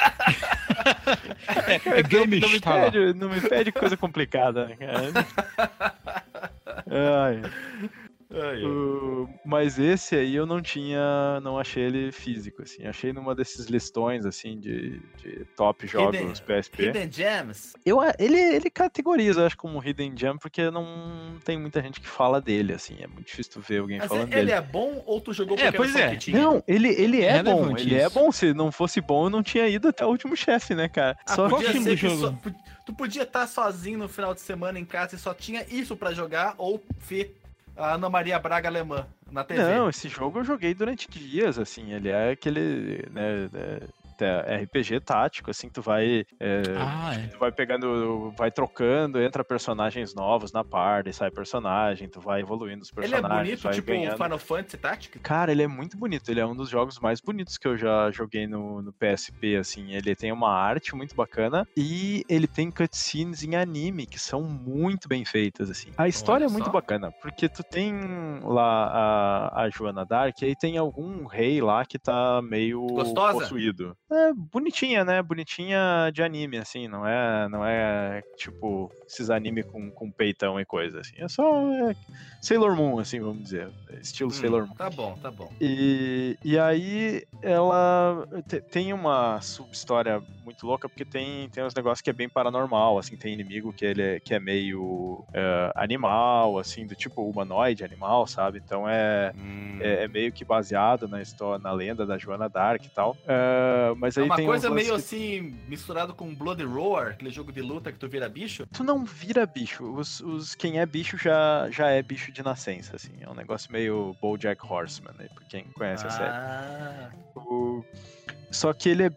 Não me pede coisa complicada, né, cara? Ai. Mas esse aí eu não achei ele físico, assim. Achei numa desses listões, assim, de top jogos PSP. Hidden Gems? Ele categoriza, acho, como Hidden Gem, porque não tem muita gente que fala dele, assim. É muito difícil tu ver alguém falando dele. Ele é bom ou tu jogou porque pois era só que tinha? Não, ele é bom. Isso. Ele é bom. Se não fosse bom, eu não tinha ido até o último chefe, né, cara? Só podia ser jogo. Tu podia estar sozinho no final de semana em casa e só tinha isso pra jogar ou ver a Ana Maria Braga alemã na TV. Não, esse jogo eu joguei durante dias, assim, ele é aquele, né, RPG tático, assim, tu vai tu vai pegando, vai trocando, entra personagens novos na party, sai personagem, tu vai evoluindo os personagens. Ele é bonito, vai tipo ganhando. Final Fantasy Tactics? Cara, ele é muito bonito, ele é um dos jogos mais bonitos que eu já joguei no PSP, assim, ele tem uma arte muito bacana e ele tem cutscenes em anime que são muito bem feitas, assim. A história é muito bacana, porque tu tem lá a Joana Dark e aí tem algum rei lá que tá meio possuído. É bonitinha, né? Bonitinha de anime, assim, não é tipo esses anime com peitão e coisa, assim. É só Sailor Moon, assim, vamos dizer. Estilo Sailor Moon. Tá bom. E aí ela tem uma sub-história muito louca, porque tem uns negócios que é bem paranormal, assim, tem inimigo que é meio animal, assim, do tipo humanoide animal, sabe? Então é meio que baseado na história, na lenda da Joana Dark e tal. Mas aí uma tem coisa meio assim, misturado com Blood Roar, aquele jogo de luta que tu vira bicho? Tu não vira bicho. Quem é bicho já é bicho de nascença, assim. É um negócio meio BoJack Horseman, né? Por quem conhece a série. Só que ele é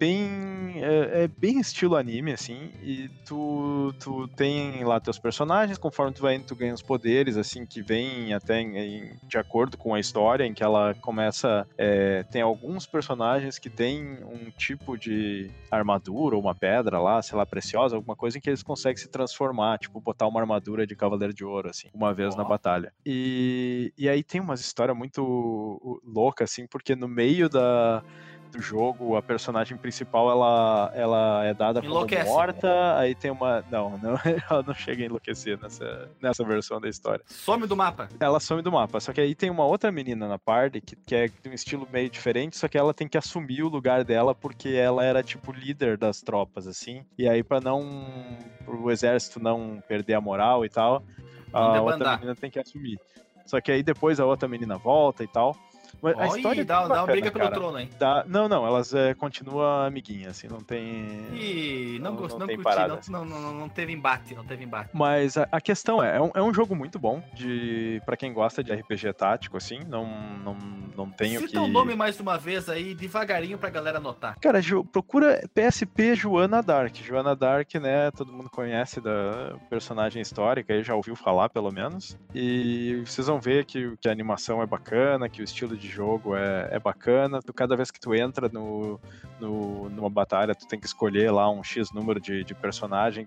bem estilo anime, assim, e tu tem lá teus personagens, conforme tu vai indo, tu ganha os poderes, assim, que vem até de acordo com a história, em que ela começa, tem alguns personagens que tem um tipo de armadura ou uma pedra lá, sei lá, preciosa, alguma coisa em que eles conseguem se transformar, tipo, botar uma armadura de Cavaleiro de Ouro, assim, uma vez na batalha. E aí tem umas histórias muito loucas, assim, porque no meio do jogo, a personagem principal, ela é dada como morta, aí tem uma... Não, ela não chega a enlouquecer nessa versão da história. Some do mapa. Ela some do mapa, só que aí tem uma outra menina na party, que é de um estilo meio diferente, só que ela tem que assumir o lugar dela, porque ela era, tipo, líder das tropas, assim, e aí pro exército não perder a moral e tal, a outra menina tem que assumir. Só que aí depois a outra menina volta e tal. Mas a história dá bacana, uma briga pelo cara. trono, hein? Não, elas continuam amiguinhas, assim, não tem... Ih, não tem curti, parada. não teve embate, Mas a questão é um jogo muito bom pra quem gosta de RPG tático, assim, não tem o que... Cita o nome mais uma vez aí, devagarinho pra galera anotar. Cara, procura PSP Joana Dark. Joana Dark, né, todo mundo conhece da personagem histórica, aí já ouviu falar, pelo menos. E vocês vão ver que a animação é bacana, que o estilo de jogo é bacana. Cada vez que tu entra numa batalha, tu tem que escolher lá um X número de personagem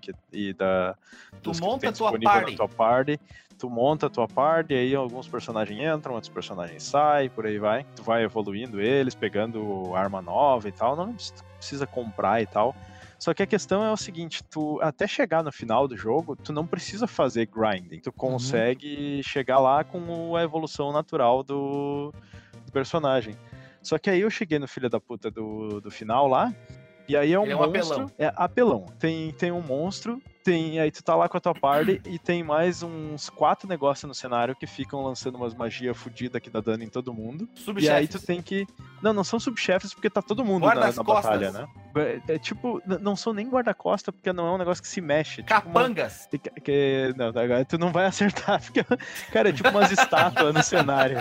Tu monta a tua party. Tu monta a tua party, aí alguns personagens entram, outros personagens saem, por aí vai. Tu vai evoluindo eles, pegando arma nova e tal. Não precisa comprar e tal. Só que a questão é o seguinte, tu até chegar no final do jogo, tu não precisa fazer grinding. Tu consegue chegar lá com a evolução natural do personagem. Só que aí eu cheguei no filho da puta do final lá, e aí é um monstro. É apelão. Tem um monstro, aí tu tá lá com a tua party e tem mais uns 4 negócios no cenário que ficam lançando umas magias fodidas que dá dano em todo mundo. Subchefes. E aí tu tem que... Não são subchefes porque tá todo mundo na batalha, né? É tipo, não são nem guarda-costa porque não é um negócio que se mexe. Capangas! Tipo não, agora tu não vai acertar porque, cara, é tipo umas estátuas no cenário.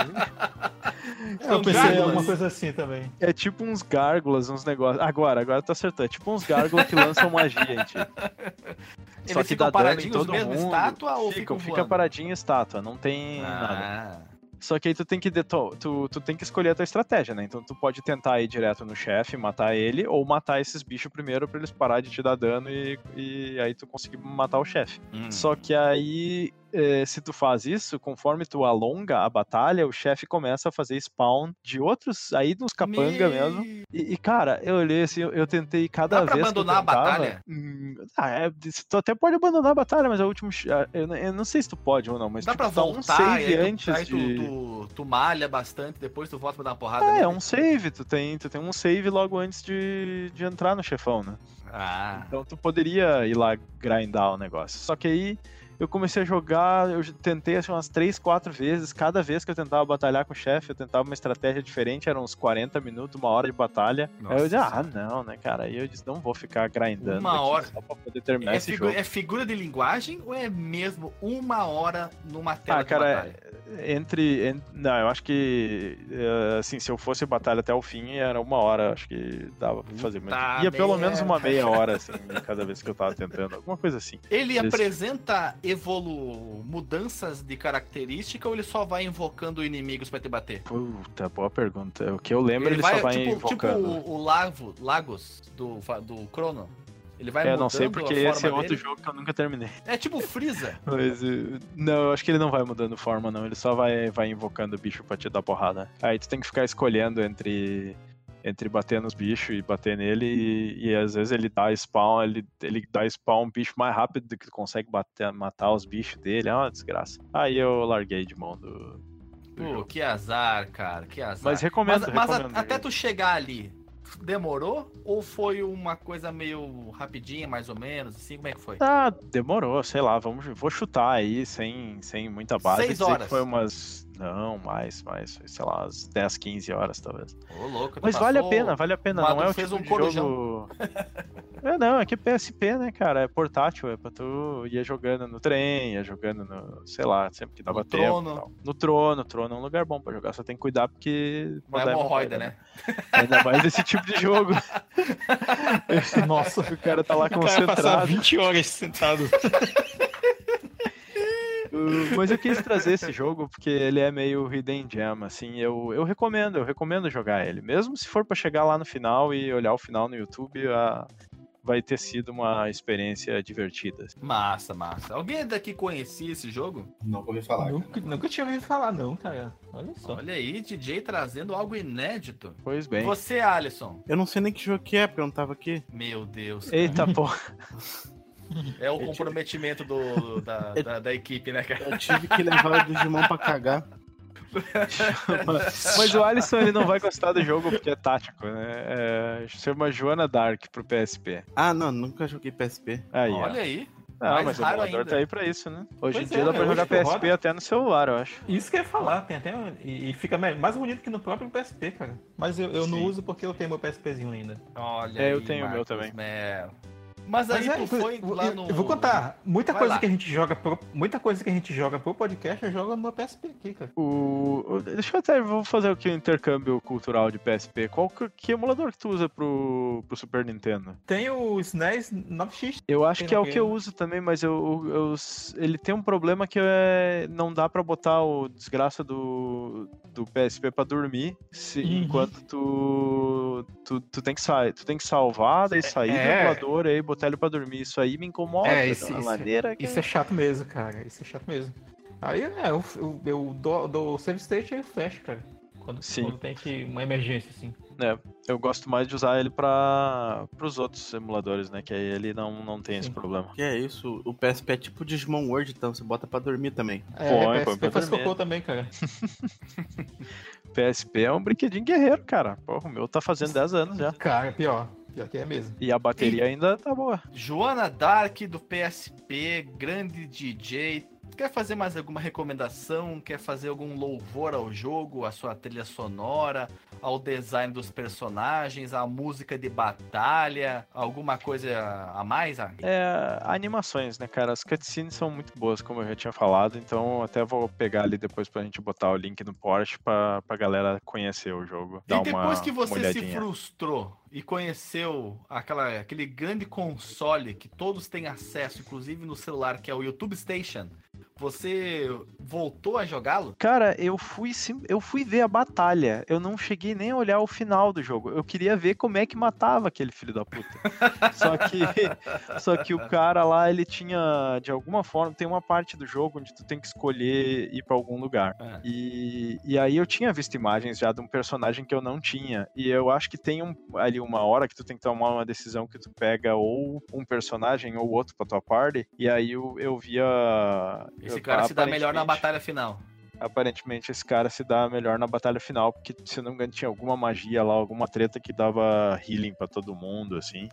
Eu pensei em alguma coisa assim também. É tipo uns gárgulas, uns negócios... Agora tu acertou. É tipo uns gárgulas que lançam magia, gente. Só que dá paradinhos mesmo, estátua ou fica paradinho estátua, não tem nada. Só que aí tu tem que escolher a tua estratégia, né? Então tu pode tentar ir direto no chefe, matar ele, ou matar esses bichos primeiro pra eles parar de te dar dano e aí tu conseguir matar o chefe. Só que aí, se tu faz isso, conforme tu alonga a batalha, o chefe começa a fazer spawn de outros, aí nos capanga mesmo. E cara, eu olhei assim, eu tentei cada vez que eu tentava... abandonar a batalha? Tu até pode abandonar a batalha, mas é o último... Eu não sei se tu pode ou não, mas dá tipo, pra voltar, um save antes tu malha bastante, depois tu volta pra dar uma porrada. É um save, tu tem um save logo antes de entrar no chefão, né? Então tu poderia ir lá grindar o negócio. Só que aí eu comecei a jogar, eu tentei assim, umas 3, 4 vezes, cada vez que eu tentava batalhar com o chefe, eu tentava uma estratégia diferente, eram uns 40 minutos, 1 hora de batalha. Aí eu disse, não, né, cara, aí eu disse, não vou ficar grindando 1 hora só pra poder terminar esse jogo. É figura de linguagem ou é mesmo 1 hora numa tela de batalha? Não, eu acho que, assim, se eu fosse batalha até o fim, era 1 hora, acho que dava pra fazer. Ia pelo menos uma meia hora, assim, cada vez que eu tava tentando, alguma coisa assim. Ele apresenta mudanças de característica ou ele só vai invocando inimigos pra te bater? Puta, boa pergunta. O que eu lembro, ele só vai invocando. Tipo o Lagos do Chrono. Ele vai mudando. Não sei, porque esse é outro jogo que eu nunca terminei. É tipo Freeza. Mas, não, eu acho que ele não vai mudando forma, não. Ele só vai invocando o bicho pra te dar porrada. Aí tu tem que ficar escolhendo entre bater nos bichos e bater nele, e às vezes ele dá spawn, ele dá spawn um bicho mais rápido do que tu consegue matar os bichos dele, é uma desgraça. Aí eu larguei de mão do jogo. Que azar, cara, que azar. Mas recomendo. Mas até tu chegar ali, demorou? Ou foi uma coisa meio rapidinha, mais ou menos, assim, como é que foi? Demorou, sei lá, vou chutar aí, sem muita base. 6 horas? Foi umas... Não, mais, sei lá, umas 10, 15 horas, talvez. Ô, louco. Mas vale a pena, não é o fez tipo um de corujão. jogo... Não, aqui é PSP, né, cara? É portátil, é pra tu ir jogando no trem, ia jogando no, sei lá, sempre que dava No tempo. trono. Tal. No trono é um lugar bom pra jogar, só tem que cuidar porque... Não é hemorroida, né? Ainda mais desse tipo de jogo. Nossa, O cara tá lá o cara concentrado. passar 20 horas sentado. Mas eu quis trazer esse jogo porque ele é meio hidden gem, assim, eu recomendo jogar ele. Mesmo se for pra chegar lá no final e olhar o final no YouTube, vai ter sido uma experiência divertida. Massa. Alguém daqui conhecia esse jogo? Nunca ouvi falar. Nunca tinha ouvido falar, não, cara. Olha só. Olha aí, DJ trazendo algo inédito. Pois bem. Você, Alisson. Eu não sei nem que jogo que é, porque eu não tava aqui. Meu Deus. Cara. Eita porra. É o comprometimento da equipe, né, cara? Eu tive que levar o Digimon pra cagar. Mas o Alisson ele não vai gostar do jogo porque é tático, né? Chama Joana Dark pro PSP. Ah, não, nunca joguei PSP. Aí, Olha aí. mas mais o raro emulador ainda. tá aí pra isso, né? Hoje em Pois dia é, dá pra hoje jogar que PSP roda. até no celular, eu acho. Isso que eu ia falar, tem até. E fica mais bonito que no próprio PSP, cara. Mas eu não Sim. uso porque eu tenho meu PSPzinho ainda. Olha É, aí, eu tenho o meu Marcos também. Melo. Mas aí tu foi lá no... Eu vou contar, muita Vai coisa lá. que a gente joga pro podcast, eu jogo no meu PSP aqui, cara. Deixa eu até vou fazer aqui um intercâmbio cultural de PSP. Que emulador que tu usa pro Super Nintendo? Tem o SNES 9X. Eu acho Tem que é o naquele. que eu uso também, mas ele tem um problema que não dá pra botar o desgraça do PSP pra dormir enquanto tu tem que salvar, daí sair do emulador e aí botar ele pra dormir. Isso aí me incomoda de uma maneira que... Isso é chato mesmo, cara. Isso é chato mesmo. Aí eu dou save state e ele fecha, cara. Quando tem uma emergência, assim. Eu gosto mais de usar ele pros outros emuladores, né? Que aí ele não tem esse problema. Que é isso? O PSP é tipo Digimon World, então você bota pra dormir também. PSP faz cocô também, cara. PSP é um brinquedinho guerreiro, cara. Porra, o meu tá fazendo 10 anos já. Cara, pior que é mesmo. E a bateria ainda tá boa. Joana Dark do PSP, grande DJ. Quer fazer mais alguma recomendação? Quer fazer algum louvor ao jogo, à sua trilha sonora, ao design dos personagens, à música de batalha? Alguma coisa a mais? Animações, né, cara? As cutscenes são muito boas, como eu já tinha falado, então até vou pegar ali depois pra gente botar o link no Porsche pra galera conhecer o jogo. E depois que uma você se olhadinha. frustrou e conheceu aquele grande console que todos têm acesso, inclusive no celular, que é o YouTube Station, você voltou a jogá-lo? Cara, eu fui ver a batalha. Eu não cheguei nem a olhar o final do jogo. Eu queria ver como é que matava aquele filho da puta. Só que o cara lá, ele tinha, de alguma forma, tem uma parte do jogo onde tu tem que escolher ir pra algum lugar. E aí eu tinha visto imagens já de um personagem que eu não tinha. E eu acho que tem ali uma hora que tu tem que tomar uma decisão que tu pega ou um personagem ou outro pra tua party. E aí eu via... Esse cara se dá melhor na batalha final. Aparentemente esse cara se dá melhor na batalha final, porque se não me engano tinha alguma magia lá, alguma treta que dava healing pra todo mundo, assim.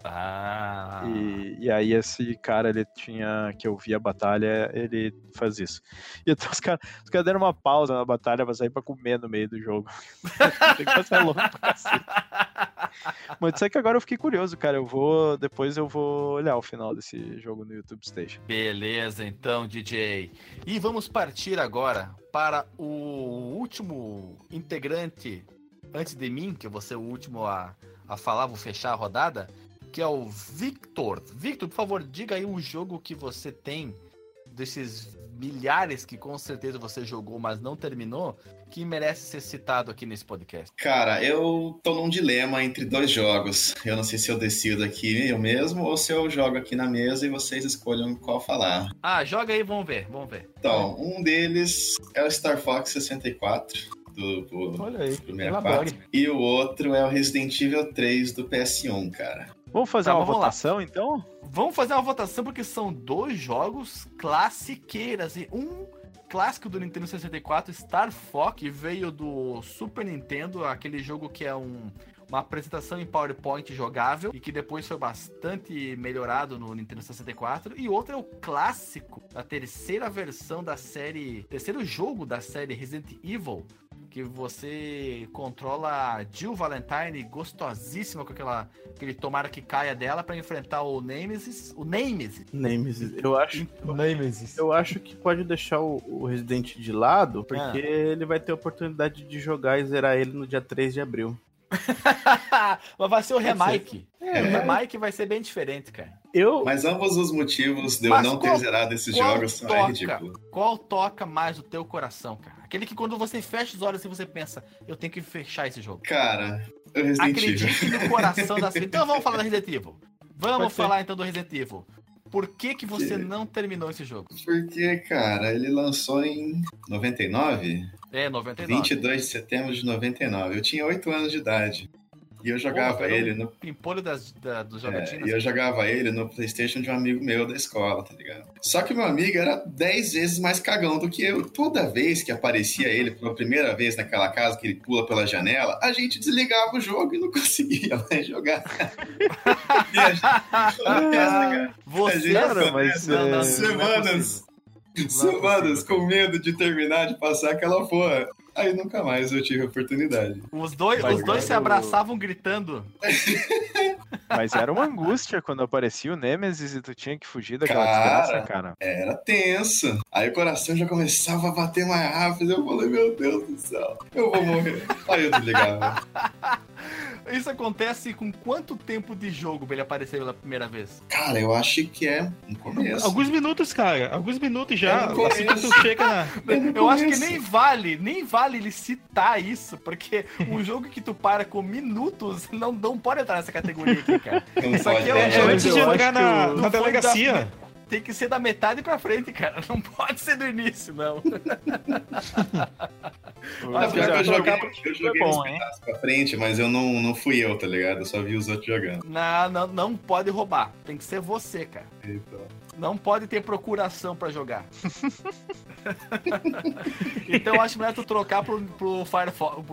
E aí esse cara, ele tinha, que eu vi a batalha, ele faz isso. E então os caras deram uma pausa na batalha pra sair pra comer no meio do jogo. É louco pra cacete. Mas sabe que agora eu fiquei curioso, cara. Depois eu vou olhar o final desse jogo no YouTube Station. Beleza, então, DJ. E vamos partir agora para o último integrante antes de mim, que eu vou ser o último a falar, vou fechar a rodada, que é o Victor. Victor, por favor, diga aí o jogo que você tem desses milhares que com certeza você jogou, mas não terminou, que merece ser citado aqui nesse podcast. Cara, eu tô num dilema entre dois jogos. Eu não sei se eu decido aqui eu mesmo ou se eu jogo aqui na mesa e vocês escolham qual falar. Joga aí, vamos ver. Então, um deles é o Star Fox 64. Olha aí, do 64. E o outro é o Resident Evil 3 do PS1, cara. Vamos fazer uma votação, então? Vamos fazer uma votação porque são dois jogos classiqueiras. E um clássico do Nintendo 64, Star Fox, que veio do Super Nintendo, aquele jogo que é uma apresentação em PowerPoint jogável e que depois foi bastante melhorado no Nintendo 64. E outro é o clássico, a terceira versão da série, terceiro jogo da série Resident Evil, que você controla a Jill Valentine gostosíssima com aquele tomara que caia dela pra enfrentar o Nemesis. O Nemesis. Nemesis. Nemesis. Eu acho que pode deixar o Resident de lado, porque ele vai ter a oportunidade de jogar e zerar ele no dia 3 de abril. Mas vai ser o remake. O remake vai ser bem diferente, cara. Mas ambos os motivos de eu não ter zerado esses jogos são ridículos. Qual toca mais o teu coração, cara? Aquele que quando você fecha os olhos e você pensa, eu tenho que fechar esse jogo. Cara, o Resident Evil. Acredite no coração da sua... Então vamos falar do Resident Evil. Vamos falar então do Resident Evil. Por que você não terminou esse jogo? Porque, cara, ele lançou em 99? 99. 22 de setembro de 99. Eu tinha 8 anos de idade. E eu jogava ele no... pimpolho dos jogatinas. E eu jogava ele no PlayStation de um amigo meu da escola, tá ligado? Só que meu amigo era 10 vezes mais cagão do que eu. Toda vez que aparecia ele pela primeira vez naquela casa, que ele pula pela janela, a gente desligava o jogo e não conseguia mais jogar. E a gente semanas com medo de terminar de passar aquela porra. Aí nunca mais eu tive a oportunidade. Os dois se abraçavam gritando. Mas era uma angústia quando aparecia o Nemesis e tu tinha que fugir daquela desgraça, cara. Era tenso. Aí o coração já começava a bater mais rápido. Eu falei, meu Deus do céu, eu vou morrer. Aí eu desligava. Isso acontece com quanto tempo de jogo pra ele aparecer pela primeira vez? Cara, eu acho que é no começo. Alguns minutos, cara. Alguns minutos já. Assim que tu chega na... Eu acho que nem vale ele citar isso, porque um jogo que tu para com minutos não pode entrar nessa categoria aqui, cara. Isso aqui é antes de entrar na delegacia. Tem que ser da metade pra frente, cara. Não pode ser do início, não. Eu joguei bom, pra frente, mas eu não fui eu, tá ligado? Eu só vi os outros jogando. Não pode roubar. Tem que ser você, cara. Então. Não pode ter procuração pra jogar. Então eu acho melhor tu trocar pro Firefox.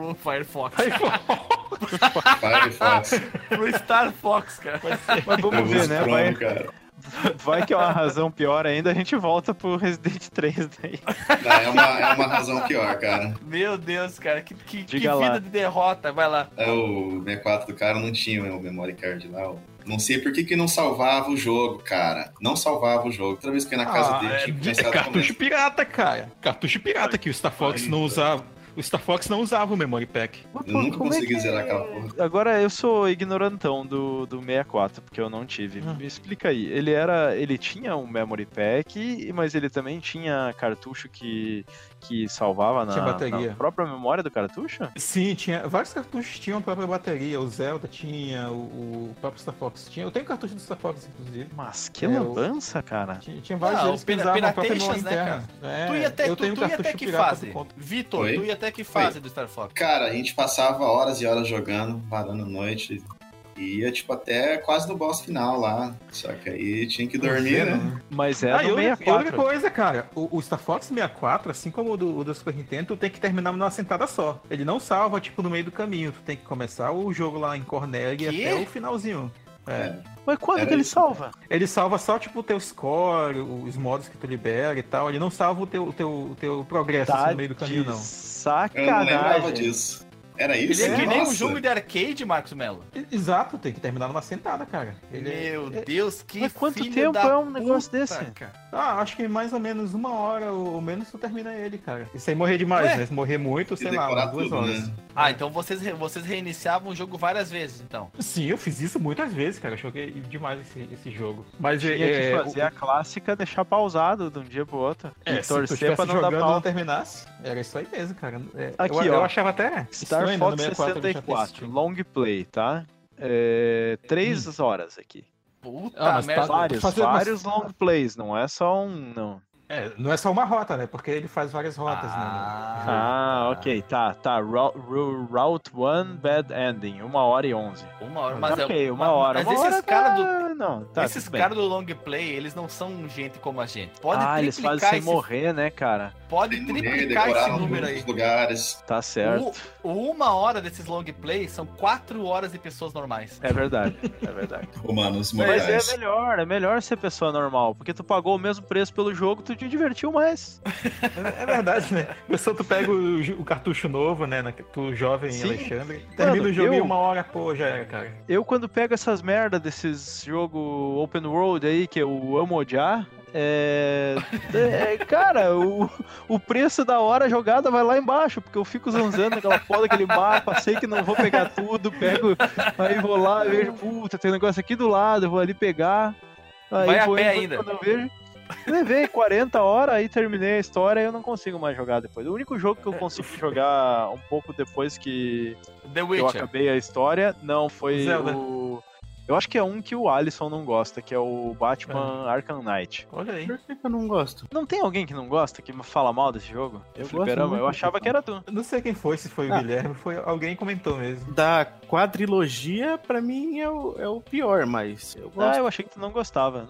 Pro Star Fox, cara. Mas vamos ver, né? Cara. Vai que é uma razão pior ainda, a gente volta pro Resident 3 daí. É uma razão pior, cara. Meu Deus, cara, que vida de derrota, vai lá. O 64 do cara não tinha o memory card lá. Não sei por que não salvava o jogo, cara. Não salvava o jogo. Toda vez que ia na casa dele, tinha que começar cartucho pirata, cara. Cartucho pirata que o Star Fox não usava. O Star Fox não usava o Memory Pack. Eu nunca consegui zerar aquela porra. Agora eu sou ignorantão do 64, porque eu não tive. Me explica aí. Ele tinha um Memory Pack, mas ele também tinha cartucho que salvava na própria memória do cartucho? Sim, tinha. Vários cartuchos tinham a própria bateria. O Zelda tinha, o próprio Star Fox tinha. Eu tenho cartucho do Star Fox, inclusive. Mas que lambança, cara. Tinha vários deles que usavam a própria memória interna. Tu ia até que fase? Vitor, tu ia até que fase do Star Fox? Cara, a gente passava horas e horas jogando, parando a noite. E ia, até quase no boss final lá. Só que aí tinha que dormir, né? Mas é no 64. E outra coisa, cara. O Star Fox 64, assim como o do Super Nintendo, tu tem que terminar numa sentada só. Ele não salva, no meio do caminho. Tu tem que começar o jogo lá em Cornélia até o finalzinho. Mas quando que ele salva? Ele salva só, o teu score, os modos que tu libera e tal. Ele não salva o teu progresso no meio do caminho, não. Sacanagem. Eu não lembrava disso. Era isso? Ele é que nem um jogo de arcade, Marcos Mello. Exato, tem que terminar numa sentada, cara. Meu Deus, que Mas quanto tempo é um negócio desse? Cara. Acho que mais ou menos 1 hora ou menos tu termina ele, cara. E sem morrer demais, né? Se morrer muito, sei lá, umas 2 horas. Né? Então vocês reiniciavam o jogo várias vezes, então. Sim, eu fiz isso muitas vezes, cara. Eu joguei demais esse jogo. Mas tinha que fazer a clássica, deixar pausado de um dia pro outro. E torcer pra não dar pau. Não terminasse. Era isso aí mesmo, cara. Aqui, eu achava até Star Fox 64, long play, tá? 3 horas aqui. Puta merda. Vários long plays, não é só um, não. Não é só uma rota, né? Porque ele faz várias rotas, né? Ok, tá. Route 1, Bad Ending, 1h11. 1 hora, mas ok, 1 hora. Mas esses caras esses caras do long play, eles não são gente como a gente. Eles fazem sem morrer, né, cara? Pode triplicar esse número aí. Lugares. Tá certo. 1 hora desses long play são 4 horas de pessoas normais. É verdade. Humanos mortais. Mas é melhor ser pessoa normal, porque tu pagou o mesmo preço pelo jogo, tu te divertiu mais. É verdade, né? Pessoal, tu pega o cartucho novo, né? Tu jovem Sim. Alexandre, termina o jogo em 1 hora, pô, já era, cara. Eu, quando pego essas merda desses jogos open world aí, que eu amo odiar, cara, o preço da hora jogada vai lá embaixo, porque eu fico zanzando aquela foda, aquele mapa, sei que não vou pegar tudo, pego, aí vou lá, vejo, puta, tem um negócio aqui do lado, eu vou ali pegar, aí Vai a vou pé indo, ainda. quando eu vejo, levei 40 horas, aí terminei a história e eu não consigo mais jogar depois. O único jogo que eu consegui jogar um pouco depois que The eu Witcher. acabei a história, não, foi Zelda. Eu acho que é um que o Alisson não gosta, que é o Batman Arkham Knight. Olha aí. Por que eu não gosto? Não tem alguém que não gosta, que fala mal desse jogo? Eu Fliperama? gosto Eu muito achava desse que era tu. Eu não sei quem foi, se foi o Guilherme, foi alguém que comentou mesmo. Da quadrilogia, pra mim, é o pior, mas eu gosto. Eu achei que tu não gostava.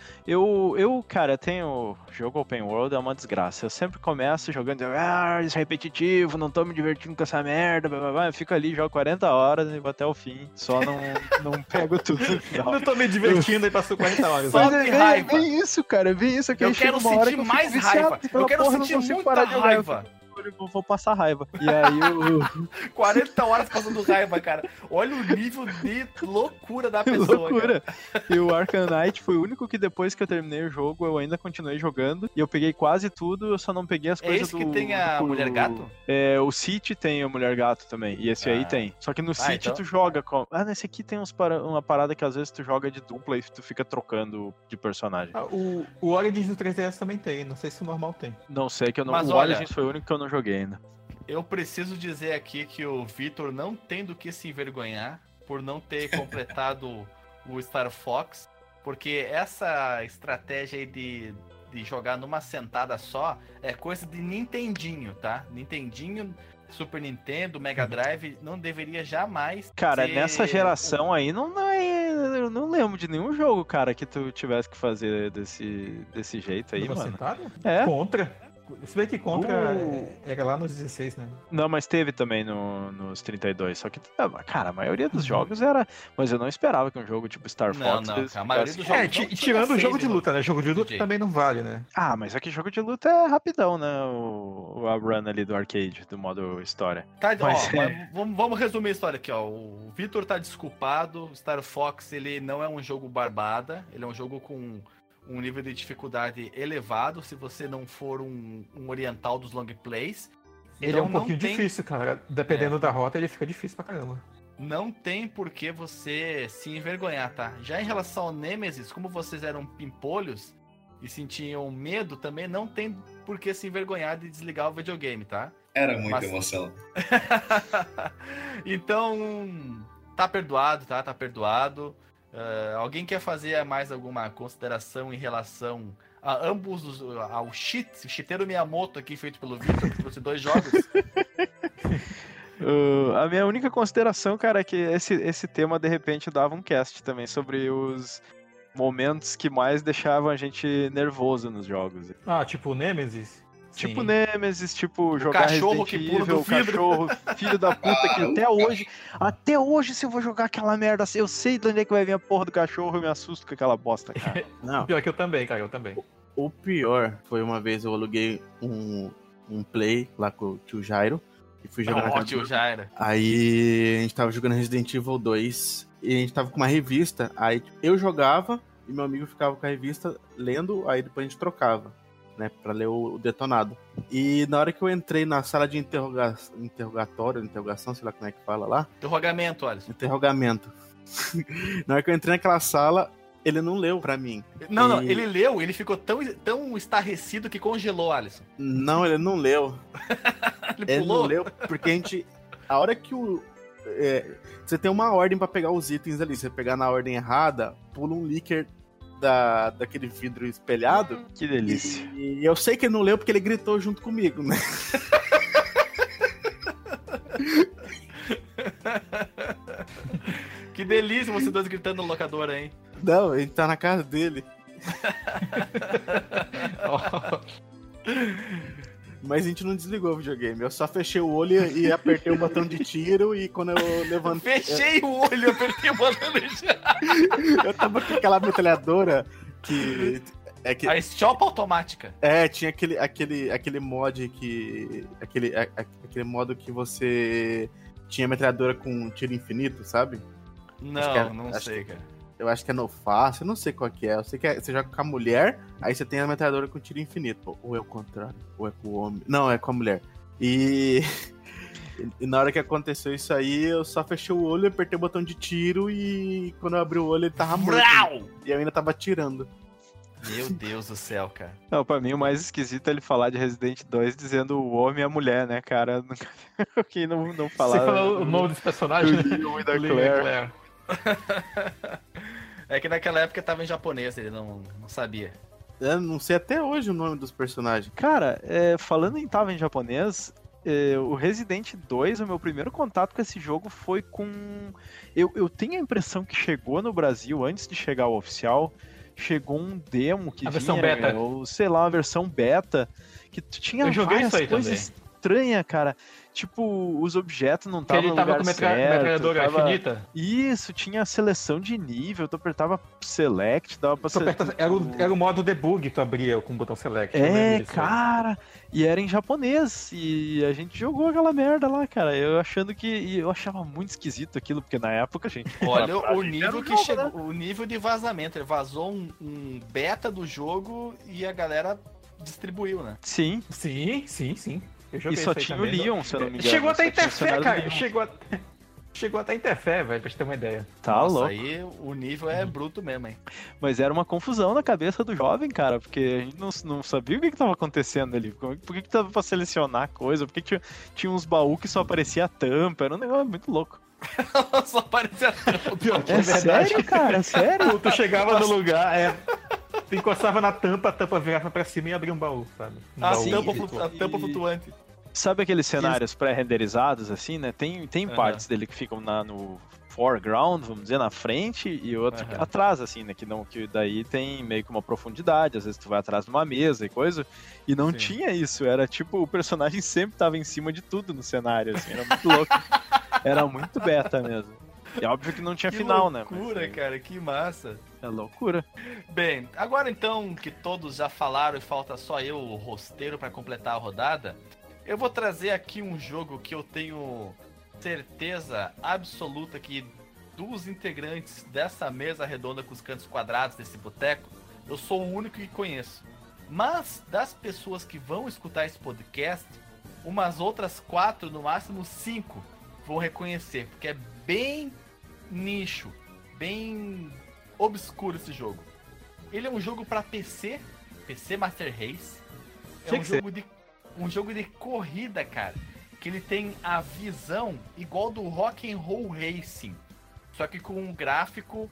Cara, tenho jogo open world, é uma desgraça. Eu sempre começo jogando, isso é repetitivo, não tô me divertindo com essa merda, blá, blá, blá. Eu fico ali, jogo 40 horas e vou até o fim. Só não pego tudo no final. Não tô me divertindo e passou 40 horas. Só Mas que é raiva. bem isso, cara. É bem isso. Que Eu aí chega quero uma hora sentir que eu fico mais viciado raiva. pela Eu quero porra, sentir não consigo muita parar de jogar. raiva. Eu vou passar raiva. E aí eu... 40 horas passando raiva, cara. Olha o nível de loucura da pessoa. Loucura. Cara. E o Arkham Knight foi o único que depois que eu terminei o jogo, eu ainda continuei jogando. E eu peguei quase tudo, eu só não peguei as É coisas esse que tem a Mulher Gato? O City tem a Mulher Gato também. E esse aí tem. Só que no City então. tu joga com... nesse aqui tem uma parada que às vezes tu joga de dupla e tu fica trocando de personagem. O Origins do 3DS também tem, não sei se o normal tem. Não sei, que eu não... Mas o olha- Origins foi o único que eu não joguei ainda. Eu preciso dizer aqui que o Vitor não tem do que se envergonhar por não ter completado o Star Fox, porque essa estratégia aí de jogar numa sentada só é coisa de Nintendinho, tá? Nintendinho, Super Nintendo, Mega Drive, não deveria jamais Cara, ser nessa geração aí, eu não lembro de nenhum jogo, cara, que tu tivesse que fazer desse jeito aí, Numa mano. sentada? É. Contra. Se bem que Contra era lá nos 16, né? Não, mas teve também nos 32. Só que, cara, a maioria dos jogos era. Mas eu não esperava que um jogo tipo Star Não, Fox. não, eles cara, a maioria ficassem- dos jogos- É, não tirando tinha o jogo 6 de luta, né? Jogo de luta DJ. também não vale, né? Ah, mas aqui jogo de luta é rapidão, né? A run ali do arcade, do modo história. Tá, Mas mas vamos resumir a história aqui, ó. O Vitor tá desculpado. O Star Fox, ele não é um jogo barbada. Ele é um jogo com um nível de dificuldade elevado. Se você não for um oriental dos long plays. Ele é um Então pouquinho difícil, cara. Dependendo da rota, ele fica difícil pra caramba. Não tem por que você se envergonhar, tá? Já em relação ao Nemesis, como vocês eram pimpolhos e sentiam medo, também não tem por que se envergonhar de desligar o videogame, tá? Era muita Mas- emoção. Então, tá perdoado, tá? Tá perdoado. Alguém quer fazer mais alguma consideração em relação a ambos, ao cheat? O Shiteiro Miyamoto aqui, feito pelo Victor, que trouxe 2 jogos. A minha única consideração, cara, é que esse tema de repente dava um cast também sobre os momentos que mais deixavam a gente nervoso nos jogos. Ah, tipo o Nemesis? Tipo Sim. Nemesis, tipo jogar cachorro Resident que pula Evil, do o vidro. cachorro, filho da puta, que até hoje se eu vou jogar aquela merda, eu sei de onde é que vai vir a porra do cachorro, eu me assusto com aquela bosta, cara. Não, Pior que eu também, cara, eu também. o pior foi uma vez eu aluguei um play lá com o tio Jairo e fui jogar na Ó, casa tio dele. Jaira. Aí a gente tava jogando Resident Evil 2 e a gente tava com uma revista, aí eu jogava e meu amigo ficava com a revista lendo, aí depois a gente trocava, né, pra ler o detonado. E na hora que eu entrei na sala de interrogação, sei lá como é que fala lá, Interrogamento, Alisson. interrogamento. Na hora que eu entrei naquela sala, ele não leu pra mim. Não, E- ele leu, ele ficou tão estarrecido que congelou, Alisson. Não, ele não leu. Ele Ele pulou. não leu porque a gente... A hora que você tem uma ordem pra pegar os itens ali. Se você pegar na ordem errada, pula um líquido daquele vidro espelhado. Que delícia. E eu sei que ele não leu porque ele gritou junto comigo, né? Que delícia vocês dois gritando no locador, hein? Não, a gente tá na casa dele. Mas a gente não desligou o videogame. Eu só fechei o olho e apertei o botão de tiro e quando eu levantei... Fechei o olho, apertei o botão de Eu tava com aquela metralhadora que É que, A estiopa automática. tinha aquele mod que. Aquele modo que você tinha metralhadora com tiro infinito, sabe? Não sei, cara. Eu acho que é no fácil, eu não sei qual que é. Eu sei que você joga com a mulher, aí você tem a metralhadora com tiro infinito. Ou é o contrário, ou é com o homem. Não, é com a mulher. E na hora que aconteceu isso aí, eu só fechei o olho, apertei o botão de tiro e quando eu abri o olho ele tava morto. Vrau! E eu ainda tava atirando. Meu Deus do céu, cara. Não, pra mim o mais esquisito é ele falar de Resident 2 dizendo o homem e a mulher, né, cara? Quem não falar. Você falou o nome dos personagens, do né? Leon e da Leon e Claire. É que naquela época tava em japonês, ele não sabia. Eu não sei até hoje o nome dos personagens. Cara, falando em tava em japonês, o Resident 2, o meu primeiro contato com esse jogo foi com... Eu tenho a impressão que chegou no Brasil, antes de chegar o oficial, chegou um demo que A vinha, versão beta. ou sei lá, uma versão beta, que tinha Eu joguei várias isso aí coisas também. estranhas, cara. Tipo, os objetos não Que estavam ele no tava lugar com certo. metralhadora infinita. Isso, tinha seleção de nível, tu apertava select, dava pra Era o modo debug que tu abria com o botão select. eu lembro disso aí. cara, e era em japonês, e a gente jogou aquela merda lá, cara, eu achava muito esquisito aquilo, porque na época a gente... Olha pra o gente nível era um que jogo, chegou, né? o nível de vazamento. Ele vazou um beta do jogo e a galera distribuiu, né? Sim, Sim. Eu joguei e só isso aí tinha também. o Leon, se eu não me engano. Chegou até só tinha o Interfé, cenário do cara. Leon. Chegou até Interfé, velho, pra você ter uma ideia. Tá Nossa, louco. aí o nível é bruto mesmo, hein? Mas era uma confusão na cabeça do jovem, cara, porque a gente não sabia o que tava acontecendo ali. Por que tava pra selecionar coisa? Por que tinha uns baús que só aparecia a tampa? Era um negócio muito louco. Só aparecia tampa. Pior que É sério, cara? Sério? Tu chegava no lugar, tu encostava na tampa, a tampa virava pra cima e abria um baú, sabe? Um A baú. tampa flutuante. Sabe aqueles cenários pré-renderizados, assim, né? Tem Aham. partes dele que ficam no foreground, vamos dizer, na frente, e outro Aham. atrás, assim, né? Que daí tem meio que uma profundidade, às vezes tu vai atrás de uma mesa e coisa, e não Sim. tinha isso, era tipo, o personagem sempre tava em cima de tudo no cenário, assim, era muito louco. Era muito beta mesmo. E óbvio que não tinha Que final, né? loucura, Mas, cara, que massa. é loucura. Bem, agora então que todos já falaram e falta só eu, o rosteiro, pra completar a rodada, eu vou trazer aqui um jogo que eu tenho certeza absoluta que dos integrantes dessa mesa redonda com os cantos quadrados desse boteco, eu sou o único que conheço. Mas das pessoas que vão escutar esse podcast, umas outras 4, no máximo 5, vão reconhecer, porque é bem nicho, bem obscuro esse jogo. Ele é um jogo para PC Master Race. É Tinha um que ser. jogo de corrida, cara, que ele tem a visão igual do Rock'n'Roll Racing, só que com um gráfico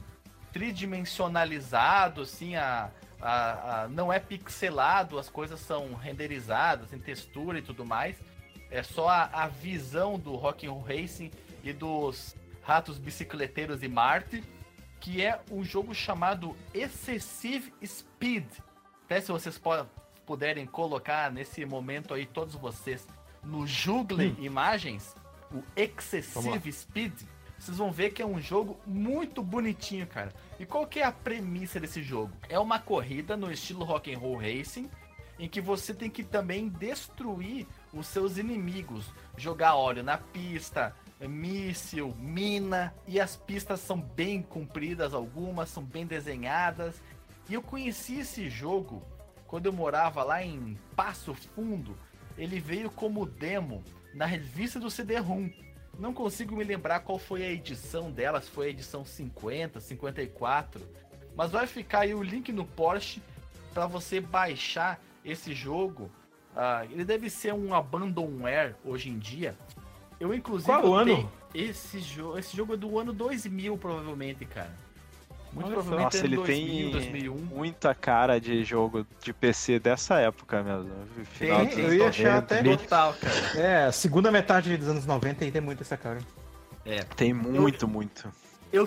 tridimensionalizado, assim, não é pixelado, as coisas são renderizadas, tem textura e tudo mais. É só a visão do Rock'n'Roll Racing e dos ratos bicicleteiros de Marte, que é um jogo chamado Excessive Speed. Até se vocês puderem colocar nesse momento aí, todos vocês, no Google Imagens, o Excessive Speed, vocês vão ver que é um jogo muito bonitinho, cara. E qual que é a premissa desse jogo? É uma corrida no estilo Rock'n'Roll Racing, em que você tem que também destruir os seus inimigos, jogar óleo na pista, míssil, mina, e as pistas são bem compridas, algumas são bem desenhadas. E eu conheci esse jogo quando eu morava lá em Passo Fundo. Ele veio como demo na revista do CD-ROM. Não consigo me lembrar qual foi a edição dela, se foi a edição 50, 54, mas vai ficar aí o link no Porsche para você baixar esse jogo. Ele deve ser um abandonware hoje em dia. Eu inclusive Qual ano? Esse jogo é do ano 2000 provavelmente, cara. Muito Olha só. provavelmente Nossa, é ele 2000, tem 2001. muita cara de jogo de PC dessa época mesmo. Final dos Tem, anos eu ia achar 90. até- Total, cara. É, segunda metade dos anos 90 aí tem muito essa cara. Tem muito. Eu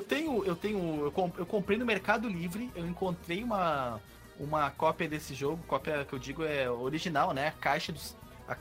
comprei no Mercado Livre, eu encontrei uma cópia desse jogo, cópia que eu digo é original, né? A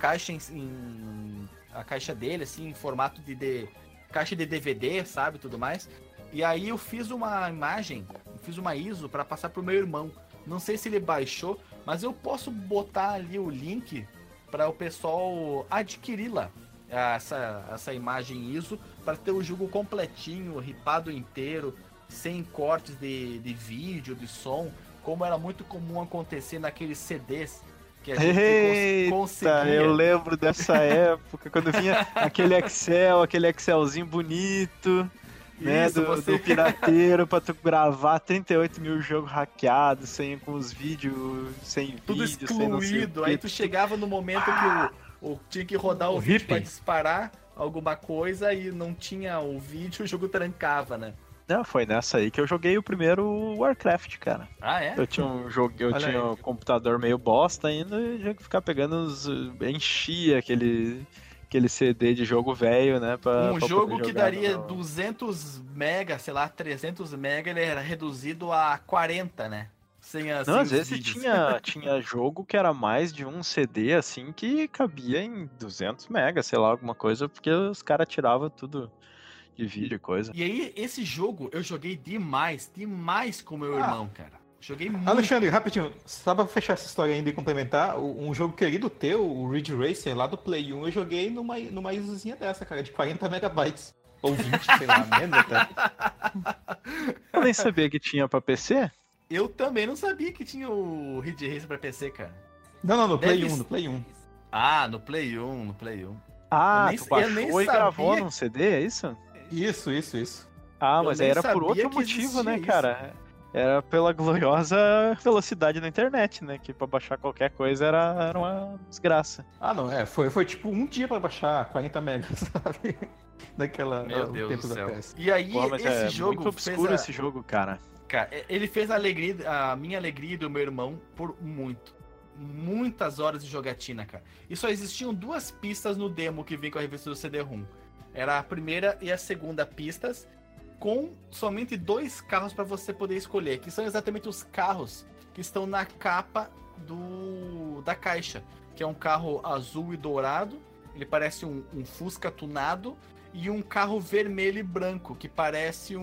caixa dele, assim, em formato de caixa de DVD, sabe, tudo mais. E aí eu fiz uma imagem, fiz uma ISO para passar pro meu irmão. Não sei se ele baixou, mas eu posso botar ali o link para o pessoal adquirir lá essa imagem ISO para ter o jogo completinho, ripado inteiro, sem cortes de vídeo, de som, como era muito comum acontecer naqueles CDs que a gente conseguia. Eu lembro dessa época, quando vinha aquele Excelzinho bonito, né, Isso, do pirateiro, pra tu gravar 38 mil jogos hackeados, com os vídeos, sem tudo vídeo, sem não sei o excluído. quê. Aí tu chegava no momento que tinha que rodar o vídeo pra disparar alguma coisa e não tinha o vídeo, o jogo trancava, né? Não, foi nessa aí que eu joguei o primeiro Warcraft, cara. Ah, é? Eu tinha um computador meio bosta ainda e tinha que ficar pegando enchia aquele CD de jogo velho, né? Pra jogo que daria 200 mega, sei lá, 300 mega, ele era reduzido a 40, né? Não, às vezes tinha jogo que era mais de um CD, assim, que cabia em 200 mega, sei lá, alguma coisa, porque os caras tiravam tudo de vídeo e coisa. E aí, esse jogo eu joguei demais com meu irmão, cara. Joguei muito. Alexandre, rapidinho, só pra fechar essa história ainda e complementar, um jogo querido teu, o Ridge Racer, lá do Play 1, eu joguei numa ISOzinha dessa, cara, de 40 megabytes. Ou 20, sei lá, menos até. Eu nem sabia que tinha pra PC. Eu também não sabia que tinha o Ridge Racer pra PC, cara. Não, no Play 1, no Play 1. Ah, no Play 1. Ah, tu baixou e gravou num CD, é isso? Isso. Ah, mas aí era por outro motivo, né, cara? Era pela gloriosa velocidade da internet, né? Que pra baixar qualquer coisa era uma desgraça. Ah, não, foi tipo um dia pra baixar 40 megas, sabe? Naquela Meu Deus tempo do céu. da PS. E aí, esse jogo muito obscuro esse jogo, cara. Cara, ele fez a minha alegria e do meu irmão por muitas horas de jogatina, cara. E só existiam 2 pistas no demo que vem com a revista do CD-ROM. Era a primeira e a segunda pistas, com somente 2 carros para você poder escolher, que são exatamente os carros que estão na capa da caixa, que é um carro azul e dourado, ele parece um Fusca tunado, e um carro vermelho e branco, que parece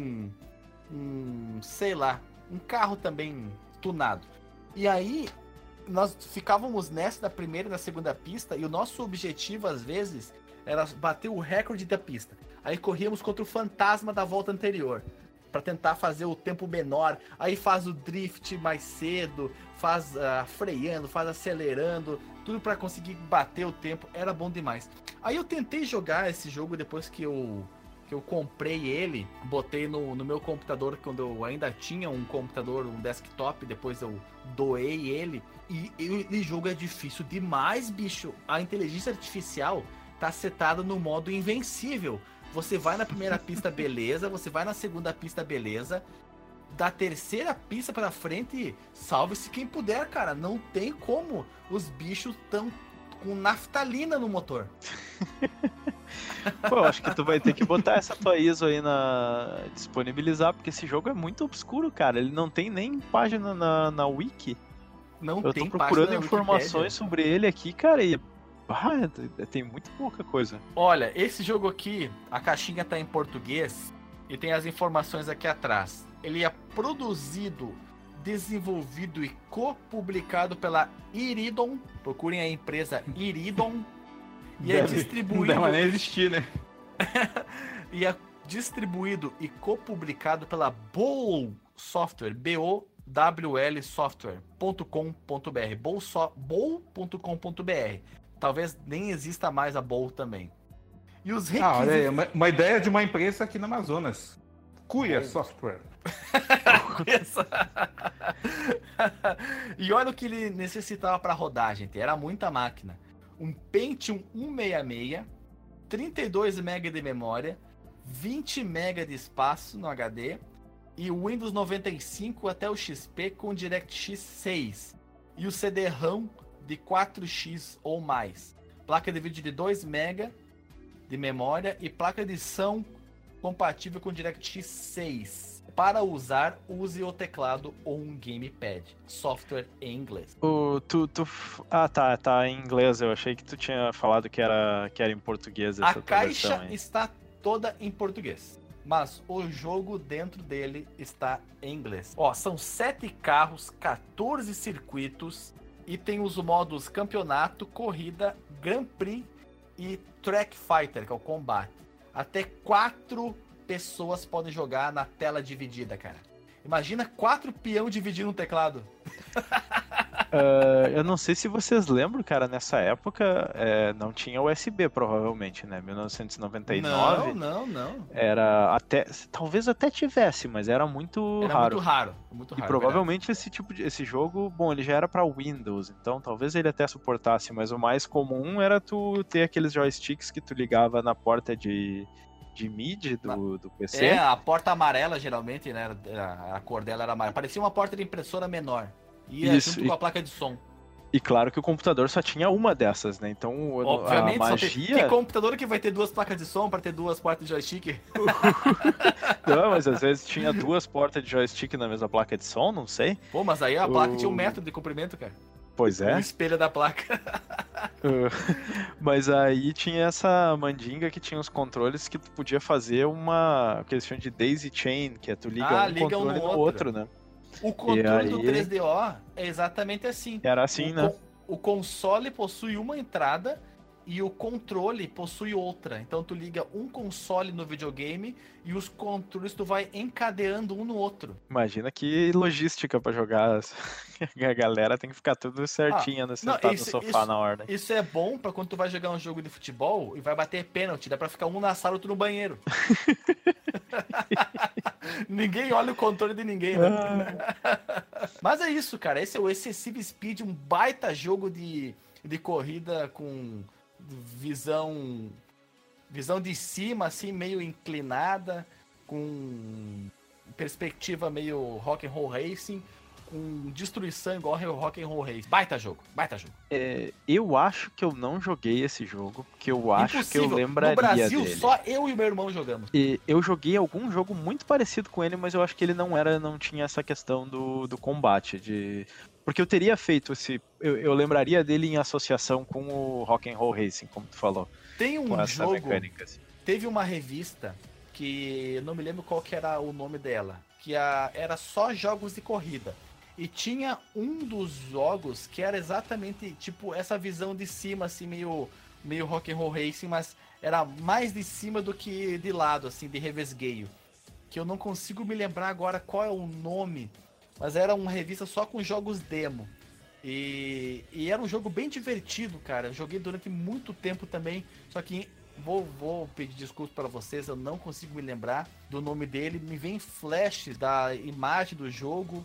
sei lá, um carro também tunado. E aí, nós ficávamos nessa da primeira e da segunda pista, e o nosso objetivo, às vezes, era bater o recorde da pista. Aí corríamos contra o fantasma da volta anterior, para tentar fazer o tempo menor. Aí faz o drift mais cedo, faz freando, faz acelerando, tudo para conseguir bater o tempo. Era bom demais. Aí eu tentei jogar esse jogo depois que eu comprei ele, botei no meu computador, quando eu ainda tinha um computador, um desktop, depois eu doei ele. E o jogo é difícil demais, bicho. A inteligência artificial tá setada no modo invencível. Você vai na primeira pista, beleza. Você vai na segunda pista, beleza. Da terceira pista pra frente, salve-se quem puder, cara. Não tem como. Os bichos estão com naftalina no motor. Pô, acho que tu vai ter que botar essa tua ISO aí disponibilizar, porque esse jogo é muito obscuro, cara. Ele não tem nem página na Wiki. Eu tô procurando informações sobre ele aqui, cara, e tem muito pouca coisa. Olha, esse jogo aqui, a caixinha tá em português e tem as informações aqui atrás. Ele é produzido, desenvolvido e co-publicado pela Iridon. Procurem a empresa Iridon. E é distribuído... Não deve nem existir, né? E é distribuído e co-publicado pela Bowl Software, BOWL Software.com.br, bowl.com.br. Talvez nem exista mais a Bowl também. E os requisitos... olha aí, uma ideia de uma empresa aqui no Amazonas. Cuia Software. E olha o que ele necessitava para rodar, gente. Era muita máquina. Um Pentium 166, 32 MB de memória, 20 MB de espaço no HD e o Windows 95 até o XP com DirectX 6. E o CD-ROM de 4x ou mais. Placa de vídeo de 2 MB de memória e placa de som compatível com DirectX 6. Para usar, use o teclado ou um gamepad. Software em inglês. Tá em inglês. Eu achei que tu tinha falado que era em português essa A caixa versão aí. está toda em português. mas o jogo dentro dele está em inglês. Ó, são 7 carros, 14 circuitos e tem os modos campeonato, corrida, Grand Prix e Track Fighter, que é o combate. Até 4 pessoas podem jogar na tela dividida, cara. Imagina 4 peão dividindo um teclado. Eu não sei se vocês lembram, cara, nessa época não tinha USB, provavelmente, né? 1999. Não. Era até. Talvez até tivesse, mas era muito raro. Muito E raro. provavelmente esse jogo, bom, ele já era pra Windows, então talvez ele até suportasse, mas o mais comum era tu ter aqueles joysticks que tu ligava na porta de MIDI do PC. A porta amarela, geralmente, né? A cor dela era amarela. Parecia uma porta de impressora menor. Isso, junto com a placa de som. E claro que o computador só tinha uma dessas, né? Então obviamente, a magia... Que computador que vai ter 2 placas de som para ter 2 portas de joystick? Não, mas às vezes tinha 2 portas de joystick na mesma placa de som, não sei. Pô, mas aí a placa tinha 1 metro de comprimento, cara. Pois é. O espelho da placa. Mas aí tinha essa mandinga que tinha os controles que tu podia fazer uma... que eles chamam de daisy chain, que é tu liga controle no outro, né? O controle do 3DO é exatamente assim. Era assim, né? O console possui uma entrada e o controle possui outra. Então tu liga um console no videogame e os controles tu vai encadeando um no outro. Imagina que logística pra jogar. A galera tem que ficar tudo certinho, no sofá na ordem. Isso é bom pra quando tu vai jogar um jogo de futebol e vai bater pênalti. Dá pra ficar um na sala e outro no banheiro. Ninguém olha o controle de ninguém, né? Mas é isso, cara. Esse é o Excessive Speed, um baita jogo de corrida com visão de cima, assim, meio inclinada, com perspectiva meio Rock'n'Roll Racing, com destruição igual Rock'n'Roll Racing. Baita jogo. Eu acho que eu não joguei esse jogo, que eu acho Impossível. Que eu lembraria No Brasil, dele. só eu e meu irmão jogamos. Eu joguei algum jogo muito parecido com ele, mas eu acho que ele não tinha essa questão do combate, porque eu teria feito eu lembraria dele em associação com o Rock'n'Roll Racing, como tu falou. Tem um jogo, mecânica, assim. Teve uma revista que eu não me lembro qual que era o nome dela, que era só jogos de corrida. E tinha um dos jogos que era exatamente tipo essa visão de cima, assim, meio Rock'n'Roll Racing, mas era mais de cima do que de lado, assim, de revesgueio. Que eu não consigo me lembrar agora qual é o nome, mas era uma revista só com jogos demo. E era um jogo bem divertido, cara. Eu joguei durante muito tempo também, só que vou pedir desculpas para vocês, eu não consigo me lembrar do nome dele. Me vem flashes da imagem do jogo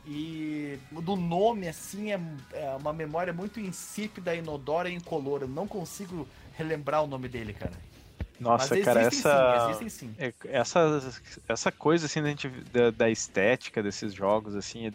e do nome, assim, é uma memória muito insípida, inodora e incolor. Eu não consigo relembrar o nome dele, cara. Nossa, mas cara, existem sim. Essa coisa, assim, da estética desses jogos, assim,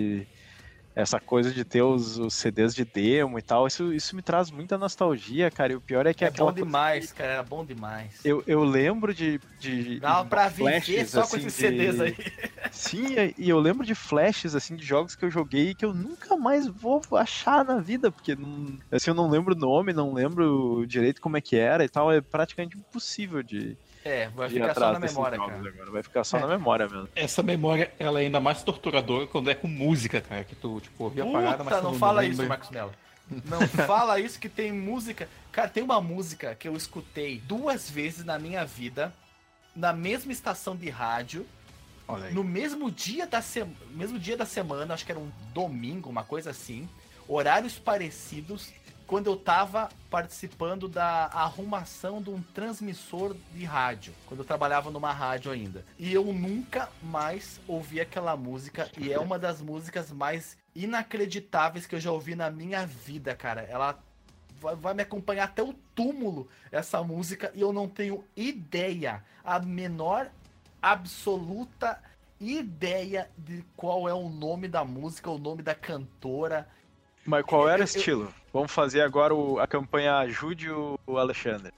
essa coisa de ter os CDs de demo e tal, isso me traz muita nostalgia, cara, e o pior é que bom demais, cara, era bom demais. Eu lembro de dava pra viver flashes, só assim, com esses CDs aí. Sim, e eu lembro de flashes, assim, de jogos que eu joguei que eu nunca mais vou achar na vida, porque assim, eu não lembro o nome, não lembro direito como é que era e tal, é praticamente impossível de... vai ficar só na memória, cara. Agora. Vai ficar só na memória mesmo. Essa memória, ela é ainda mais torturadora quando é com música, cara. Que tu, tipo, ouvia a parada, mas não fala isso, Marcos Mello. Não fala isso, que tem música. Cara, tem uma música que eu escutei 2 vezes na minha vida, na mesma estação de rádio, no mesmo dia da semana, acho que era um domingo, uma coisa assim, horários parecidos, quando eu tava participando da arrumação de um transmissor de rádio, quando eu trabalhava numa rádio ainda. E eu nunca mais ouvi aquela música, e é uma das músicas mais inacreditáveis que eu já ouvi na minha vida, cara. Ela vai me acompanhar até o túmulo, essa música, e eu não tenho ideia, a menor absoluta ideia de qual é o nome da música, o nome da cantora. Mas qual era o estilo? Vamos fazer agora a campanha Ajude o Alexandre.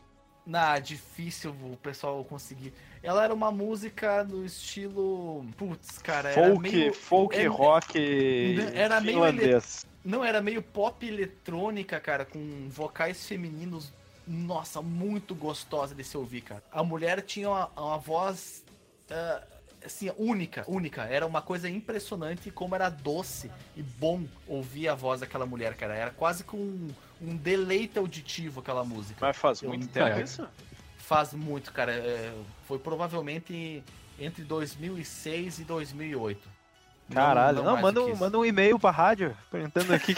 Difícil o pessoal conseguir. Ela era uma música no estilo... Putz, cara, folk rock era finlandês. Não, era meio pop eletrônica, cara, com vocais femininos. Nossa, muito gostosa de se ouvir, cara. A mulher tinha uma voz assim, única. Era uma coisa impressionante como era doce e bom ouvir a voz daquela mulher, cara. Era quase com um deleite auditivo aquela música. Mas faz muito tempo isso? Faz muito, cara. Foi provavelmente entre 2006 e 2008. Caralho, não, mais do que isso. manda um e-mail pra rádio perguntando aqui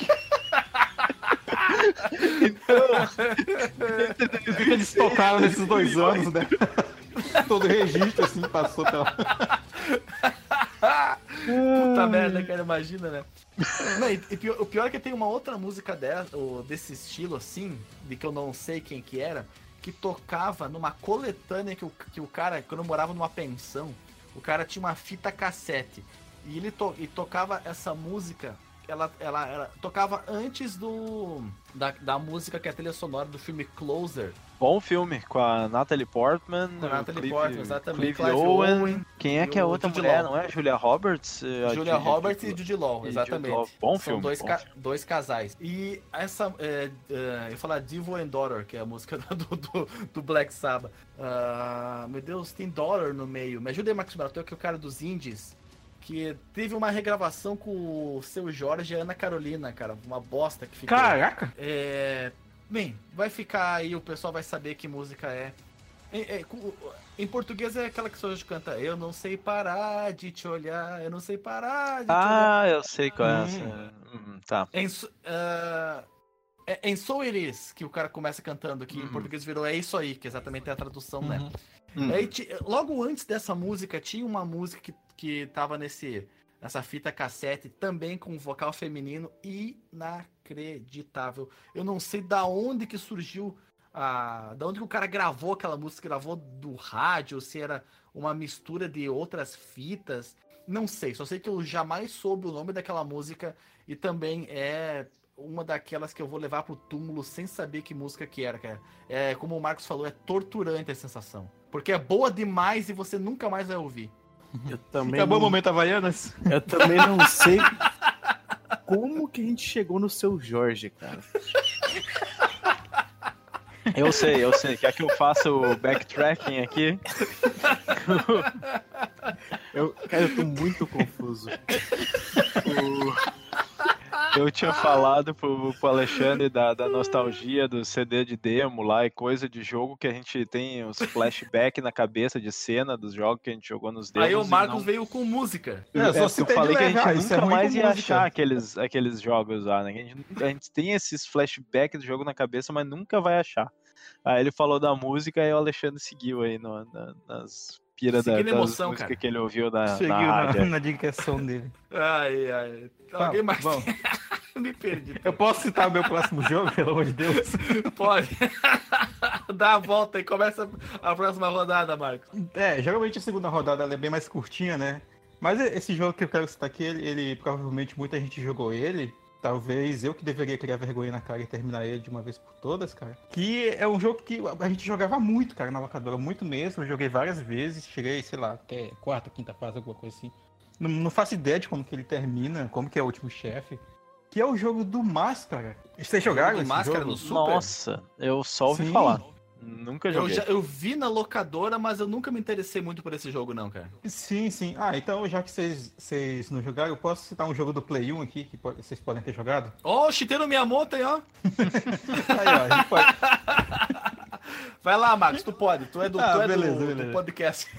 Então, O que eles tocaram nesses 2 anos, né? Todo registro, assim, passou pela... Puta merda, cara, imagina, né? Não, e o pior é que tem uma outra música desse estilo, assim, de que eu não sei quem que era, que tocava numa coletânea que o cara, quando eu morava numa pensão, o cara tinha uma fita cassete. E ele tocava essa música, ela tocava antes da música que é a trilha sonora do filme Closer. Bom filme, com a Natalie Portman, Com a Natalie Portman, exatamente. Clive Owen. Quem é que é a outra Jude mulher, Law. não é? Julia Roberts? Julia Roberts e Jude Law, exatamente. Bom São filme. dois casais. E essa, eu ia falar Devil and Daughter, que é a música do Black Sabbath. Meu Deus, tem Daughter no meio. Me ajuda aí, Marcos Barato, que é o cara dos indies. Que teve uma regravação com o Seu Jorge e a Ana Carolina, cara. Uma bosta que ficou. Caraca! Bem, vai ficar aí, o pessoal vai saber que música é. Em português é aquela que o Jorge canta. Eu não sei parar de te olhar, eu não sei parar de te olhar. Eu sei qual é essa. Tá. Em So It Is, que o cara começa cantando, que em português virou É Isso Aí, que exatamente é a tradução, né? Aí, logo antes dessa música, tinha uma música que tava nessa fita cassete, também com vocal feminino, inacreditável. Eu não sei da onde que surgiu, da onde que o cara gravou aquela música, gravou do rádio, se era uma mistura de outras fitas, não sei. Só sei que eu jamais soube o nome daquela música e também é uma daquelas que eu vou levar pro túmulo sem saber que música que era, cara. Como o Marcos falou, é torturante a sensação. Porque é boa demais e você nunca mais vai ouvir. Eu também Acabou o momento Havaianas? Eu também não sei como que a gente chegou no Seu Jorge, cara. Eu sei. Quer que eu faça o backtracking aqui? Cara, eu tô muito confuso. Eu tinha falado pro Alexandre da nostalgia do CD de demo lá e coisa de jogo que a gente tem os flashbacks na cabeça de cena dos jogos que a gente jogou nos demos. Aí o Marcos veio com música. Eu falei que a gente nunca mais ia música. achar aqueles jogos lá, né? A gente tem esses flashbacks do jogo na cabeça, mas nunca vai achar. Aí ele falou da música e o Alexandre seguiu aí nas pira das músicas que ele ouviu na rádio. Na direção dele. Ai. Alguém mais? Bom. Me perdi. Eu posso citar o meu próximo jogo, pelo amor de Deus? Pode. Dá a volta e começa a próxima rodada, Marcos. Geralmente a segunda rodada ela é bem mais curtinha, né? Mas esse jogo que eu quero citar aqui, ele provavelmente muita gente jogou ele. Talvez eu que deveria criar vergonha na cara e terminar ele de uma vez por todas, cara. Que é um jogo que a gente jogava muito, cara, na locadora. Muito mesmo. Eu joguei várias vezes. Cheguei, sei lá, até quarta, quinta fase, alguma coisa assim. Não faço ideia de como que ele termina, como que é o último chefe. Que é o jogo do Máscara. Vocês jogaram esse Máscara jogo? no Super? Nossa, eu só ouvi falar. Nunca joguei. Eu vi na locadora, mas eu nunca me interessei muito por esse jogo, não, cara. Sim. Então, já que vocês não jogaram, eu posso citar um jogo do Play 1 aqui, que vocês podem ter jogado? Ó, Shiteiro Miyamoto aí, ó. Aí, ó, a gente pode... Vai lá, Marcos, tu pode. Tu é do beleza. podcast.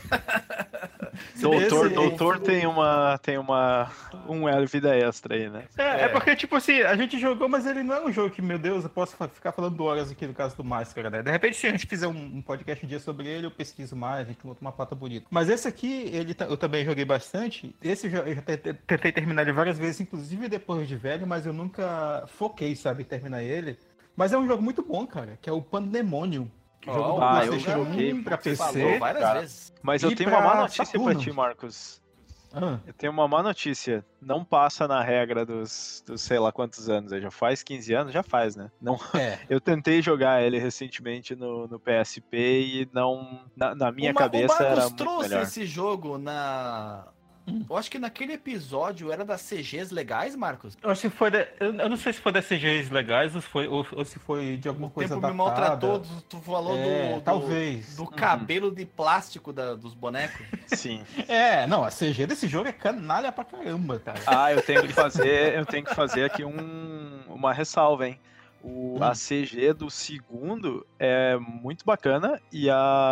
Doutor tem uma vida extra aí, né? É porque, tipo assim, a gente jogou, mas ele não é um jogo que, meu Deus, eu posso ficar falando horas aqui no caso do Máscara, né? De repente, se a gente fizer um podcast um dia sobre ele, eu pesquiso mais, a gente monta uma pauta bonita. Mas esse aqui, eu também joguei bastante. Esse eu já tentei terminar ele várias vezes, inclusive depois de velho, mas eu nunca foquei, sabe, em terminar ele. Mas é um jogo muito bom, cara, que é o Pandemonium. Jogo do PlayStation 1 pra PC. Falou várias vezes. Mas eu tenho uma má notícia pra ti, Marcos. Eu tenho uma má notícia. Não passa na regra dos sei lá quantos anos. Já faz 15 anos? Já faz, né? Não. Eu tentei jogar ele recentemente no PSP e não. Na minha cabeça era muito melhor. O Marcos trouxe esse jogo Eu acho que naquele episódio era das CGs legais, Marcos. Eu acho que foi eu não sei se foi das CGs legais ou se foi de alguma coisa O tempo datada. me maltratou, tu falou talvez. do cabelo de plástico dos bonecos. Sim. Não, a CG desse jogo é canalha pra caramba, cara. Eu tenho que fazer aqui uma ressalva, hein? A CG do segundo é muito bacana e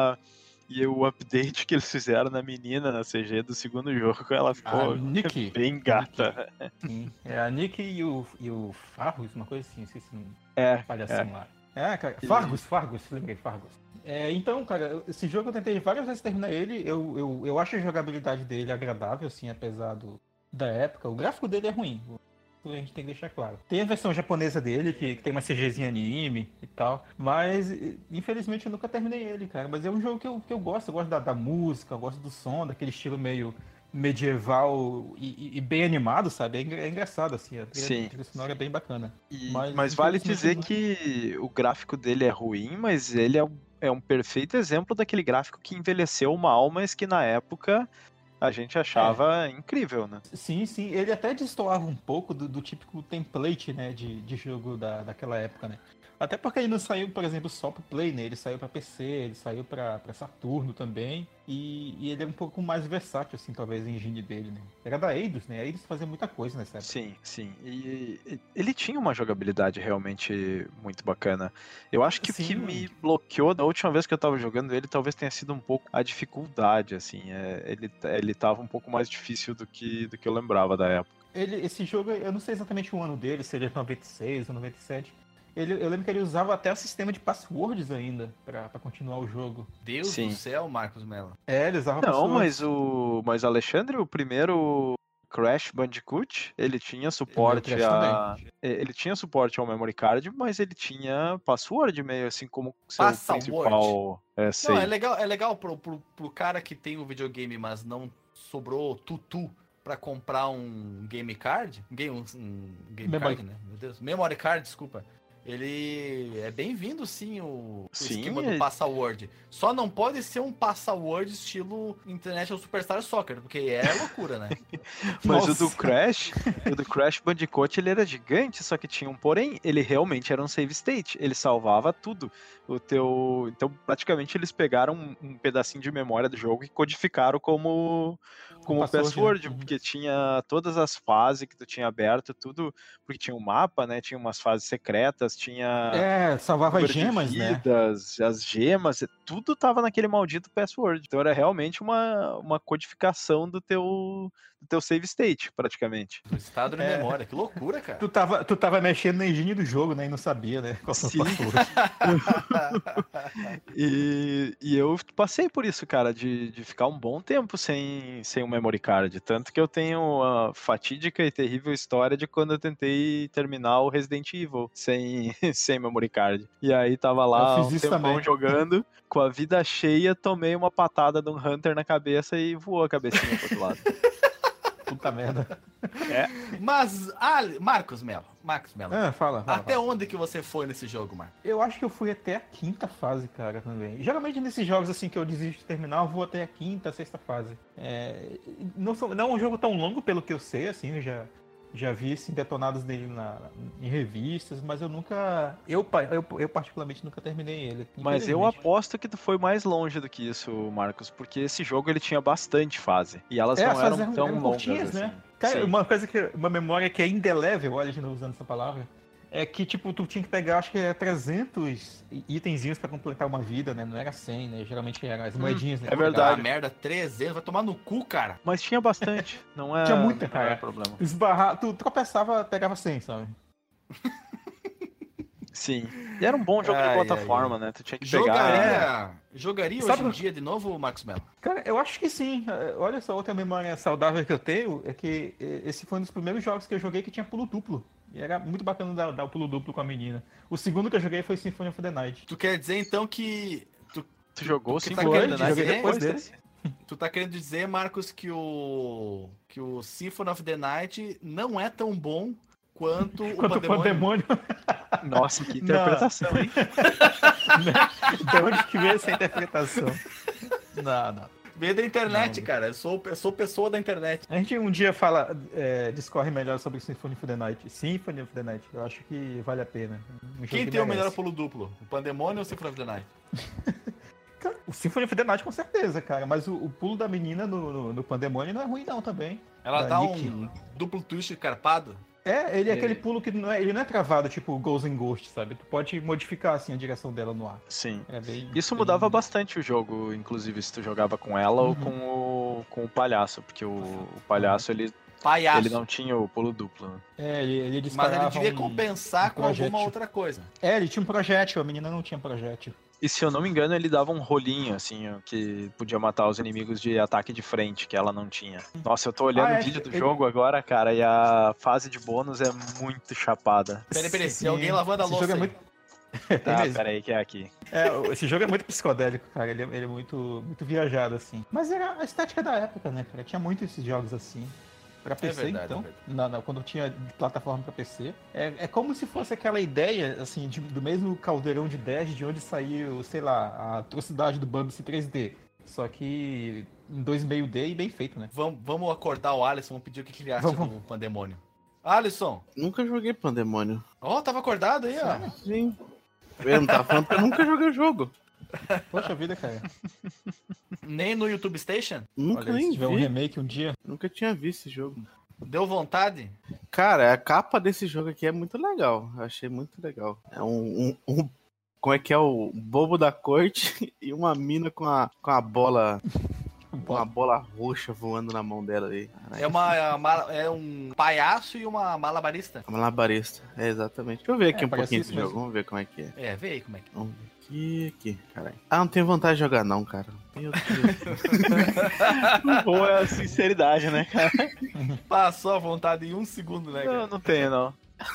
o update que eles fizeram na menina na CG do segundo jogo, ela ficou Nick. bem gata. Sim. É a Nick e o Fargus, uma coisa assim, não sei se não palhação lá. Cara, Fargus, lembrei, Fargus. Então, cara, esse jogo eu tentei várias vezes terminar ele, eu acho a jogabilidade dele agradável, assim, apesar da época. O gráfico dele é ruim, a gente tem que deixar claro. Tem a versão japonesa dele, que tem uma CGzinha anime e tal, mas infelizmente eu nunca terminei ele, cara. Mas é um jogo que eu gosto da música, eu gosto do som, daquele estilo meio medieval e bem animado, sabe? É engraçado, assim, a trilha sonora é bem bacana. Mas vale dizer que o gráfico dele é ruim, mas ele é um perfeito exemplo daquele gráfico que envelheceu mal, mas que na época a gente achava incrível, né? Sim, ele até destoava um pouco do típico template, né, de jogo daquela época, né? Até porque ele não saiu, por exemplo, só pro Play, né? Ele saiu pra PC, ele saiu pra Saturno também. E ele é um pouco mais versátil, assim, talvez, a engine dele, né? Era da Eidos, né? A Eidos fazia muita coisa nessa época. Sim. E ele tinha uma jogabilidade realmente muito bacana. Eu acho que o que me bloqueou da última vez que eu tava jogando ele talvez tenha sido um pouco a dificuldade, assim. Ele tava um pouco mais difícil do que eu lembrava da época. Esse jogo, eu não sei exatamente o ano dele, se ele é 96 ou 97. Eu lembro que ele usava até o sistema de passwords ainda pra continuar o jogo. Deus do céu, Marcos Mello. Ele usava passwords. Não, mas Alexandre, o primeiro Crash Bandicoot, ele tinha suporte ele tinha suporte ao memory card, mas ele tinha password meio assim como seu principal Não, é legal pro cara que tem o videogame, mas não sobrou tutu pra comprar um game card, um game card, né? Meu Deus, memory card, desculpa. Ele é bem-vindo, sim, o esquema do password. Só não pode ser um password estilo International Superstar Soccer, porque é loucura, né? Mas o do Crash Bandicoot, ele era gigante, só que tinha um porém, ele realmente era um save state, ele salvava tudo. Então, praticamente, eles pegaram um pedacinho de memória do jogo e codificaram como password, porque tinha todas as fases que tu tinha aberto, tudo, porque tinha um mapa, né, tinha umas fases secretas, tinha... salvava as gemas, vidas, né? As gemas, tudo tava naquele maldito password. Então era realmente uma codificação do teu save state, praticamente. O estado de memória, que loucura, cara. Tu tava mexendo na engine do jogo, né, e não sabia, né, qual foi o password. E eu passei por isso, cara, de ficar um bom tempo sem um memory card. Tanto que eu tenho a fatídica e terrível história de quando eu tentei terminar o Resident Evil sem memory card. E aí tava lá um tempão jogando, com a vida cheia, tomei uma patada de um Hunter na cabeça e voou a cabecinha pro outro lado. Puta merda. Mas, Marcos Mello. Fala. Até onde que você foi nesse jogo, Marcos? Eu acho que eu fui até a 5ª fase, cara, também. Geralmente nesses jogos assim que eu desisto de terminar, eu vou até a 5ª, 6ª fase. Não é um jogo tão longo, pelo que eu sei, assim, eu já vi assim, detonados dele em revistas, mas eu nunca... Eu particularmente nunca terminei ele. Mas eu aposto que tu foi mais longe do que isso, Marcos, porque esse jogo ele tinha bastante fase. E elas não eram tão longas, né? assim. Cara, uma memória que é indelével, olha de novo usando essa palavra, é que, tipo, tu tinha que pegar, acho que 300 itenzinhos pra completar uma vida, né? Não era 100, né? Geralmente era as moedinhas, né? É verdade. Merda, 300, vai tomar no cu, cara. Mas tinha bastante, não é... Tinha muita, cara. Não é problema. Tu tropeçava, pegava 100, sabe? Sim. E era um bom jogo de plataforma, né? Tu tinha que pegar... Jogaria hoje em dia de novo, Marcos Mello? Cara, eu acho que sim. Olha só, outra memória saudável que eu tenho é que esse foi um dos primeiros jogos que eu joguei que tinha pulo duplo. E era muito bacana dar o pulo duplo com a menina. O segundo que eu joguei foi Symphony of the Night. Tu quer dizer, então, que... Tu jogou o Symphony of the Night depois desse? Tu tá querendo dizer, Marcos, que o Symphony of the Night não é tão bom quanto o Pandemônio? Nossa, que interpretação, hein? De onde que veio essa interpretação? Não. Veio da internet, cara. Eu sou pessoa da internet. A gente um dia discorre melhor sobre Symphony of the Night. Symphony of the Night. Eu acho que vale a pena. Quem tem o melhor pulo duplo? O Pandemônio ou o Symphony of the Night? Cara, o Symphony of the Night com certeza, cara. Mas o pulo da menina no Pandemônio não é ruim não também. Ela Da dá Nick. um duplo twist carpado. Ele é aquele pulo que ele não é travado, tipo Ghost and Ghost, sabe? Tu pode modificar, assim, a direção dela no ar. Sim. É bem, Isso bem- mudava bastante o jogo, inclusive, se tu jogava com ela ou com o palhaço, porque o palhaço, ele Palhaço. não tinha o pulo duplo. Né? Ele Mas ele disparava devia um compensar com alguma projétil. outra coisa. Ele tinha um projétil, a menina não tinha projétil. E se eu não me engano, ele dava um rolinho, assim, ó, que podia matar os inimigos de ataque de frente, que ela não tinha. Nossa, eu tô olhando o vídeo do jogo agora, cara, e a fase de bônus é muito chapada. Peraí, tem Sim. alguém lavando a Esse louça jogo é aí. muito... Tem Tá, mesmo. peraí que é aqui. Esse jogo é muito psicodélico, cara. Ele é muito, muito viajado, assim. Mas era a estética da época, né, cara? Tinha muito esses jogos assim. Pra PC, verdade, então. é verdade. Quando tinha plataforma pra PC. É como se fosse aquela ideia, assim, do mesmo caldeirão de ideias de onde saiu, sei lá, a atrocidade do Bubsy 3D. Só que em 2,5D e bem feito, né? Vamos acordar o Alisson, vamos pedir o que ele acha Vamos. do Pandemônio. Alisson! Nunca joguei Pandemônio. Ó, tava acordado aí, ó. Sim. Eu não tava falando que eu nunca joguei o jogo. Poxa vida, cara. Nem no YouTube Station? Nunca Olha, se nem tiver um vi. remake um dia. Nunca tinha visto esse jogo. Deu vontade? Cara, a capa desse jogo aqui é muito legal. Eu achei muito legal. É como é que é o bobo da corte e uma mina com a bola. Com uma bola roxa voando na mão dela aí. É um palhaço e uma malabarista. Uma malabarista. É, exatamente. Deixa eu ver aqui um parece pouquinho isso desse jogo. mesmo. Vamos ver como é que é. É, vê aí como é que é. Vamos ver aqui, caralho. Ah, não tenho vontade de jogar não, cara. Meu Deus. O bom é a sinceridade, né, cara? Passou a vontade em um segundo, né, cara? Não tenho, não.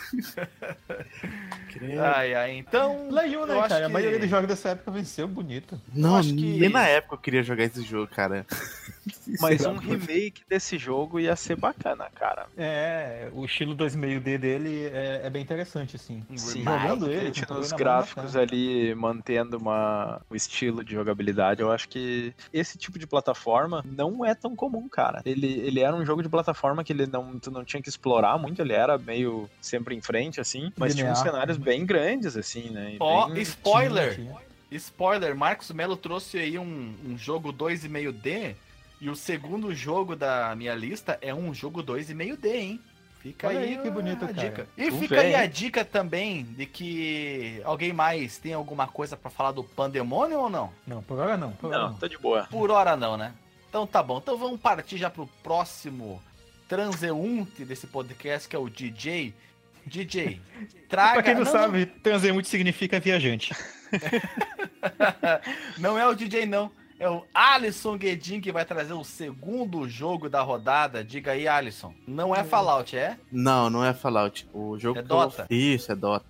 Ai, então... Play 1, né, eu acho cara? A que- maioria dos jogos dessa época venceu bonito. Não, acho que- nem na época eu queria jogar esse jogo, cara. Mas um remake desse jogo ia ser bacana, cara. O estilo 2,5D dele é bem interessante, assim. Sim, Jogando ele, realmente controle nos na mão, gráficos bacana. ali, mantendo o estilo de jogabilidade, eu acho que esse tipo de plataforma não é tão comum, cara. Ele era um jogo de plataforma que tu não tinha que explorar muito, ele era meio sempre em frente, assim, mas tinha uns Linear. cenários bem grandes, assim, né? E Ó, bem- spoiler! Tinha. Spoiler, Marcos Melo trouxe aí um jogo 2,5D e o segundo jogo da minha lista é um jogo 2,5D, hein? Fica Olha aí aí que bonito, a cara. dica. E Tu fica vê, aí a hein? dica também de que alguém mais tem alguma coisa pra falar do Pandemônio ou não? Não, por hora não. Por hora Não, não. tá de boa. Por hora não, né? Então tá bom. Então vamos partir já pro próximo transeunte desse podcast, que é o DJ. DJ, traga... Pra quem não sabe, transeunte significa viajante. Não é o DJ, não. É o Alisson Guedin que vai trazer o segundo jogo da rodada. Diga aí, Alisson. Não é Fallout, é? Não, não é Fallout. O jogo É que eu vou- Dota? Isso, é Dota.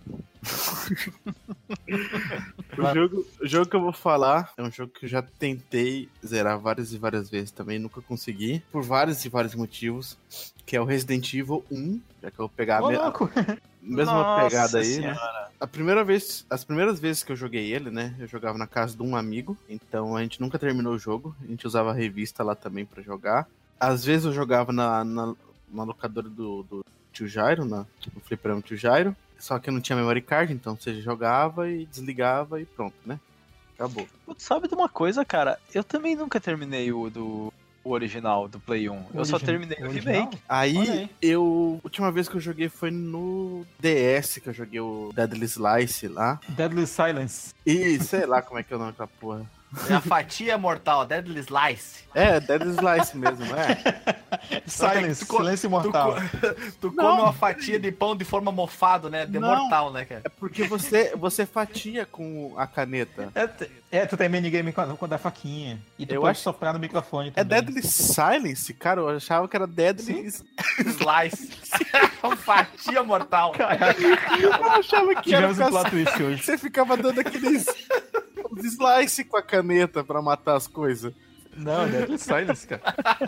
O jogo que eu vou falar é um jogo que eu já tentei zerar várias e várias vezes também, nunca consegui, por vários e vários motivos, que é o Resident Evil 1, já que eu vou pegar Ô, a louco! mesma Nossa pegada aí, senhora. né? As primeiras vezes que eu joguei ele, né, eu jogava na casa de um amigo, então a gente nunca terminou o jogo, a gente usava a revista lá também pra jogar. Às vezes eu jogava na locadora do Tio Jairo, no fliperama Tio Jairo, só que eu não tinha memory card, então você jogava e desligava e pronto, né? Acabou. Tu sabe de uma coisa, cara? Eu também nunca terminei o original do Play 1. Eu só terminei o original? remake. Aí, Olha aí. a última vez que eu joguei foi no DS, que eu joguei o Deadly Slice lá. Deadly Silence. E sei lá como é que é o nome daquela porra. É a fatia mortal, Deadly Slice. É, Deadly Slice mesmo, não é? Silence, tu- silêncio mortal. Tu Não. come uma fatia de pão de forma mofado, né? De Não. mortal, né, cara? É porque você fatia com a caneta. Tu tem minigame com a da faquinha. E tu Eu pode acho- soprar no microfone É também. Deadly Silence? Cara, eu achava que era Deadly... Slice. Uma fatia mortal. Eu achava que era Tivemos por um causa- plot twist hoje. Você ficava dando aqueles... os slice com a caneta pra matar as coisas. Não, Deadly Silence, cara.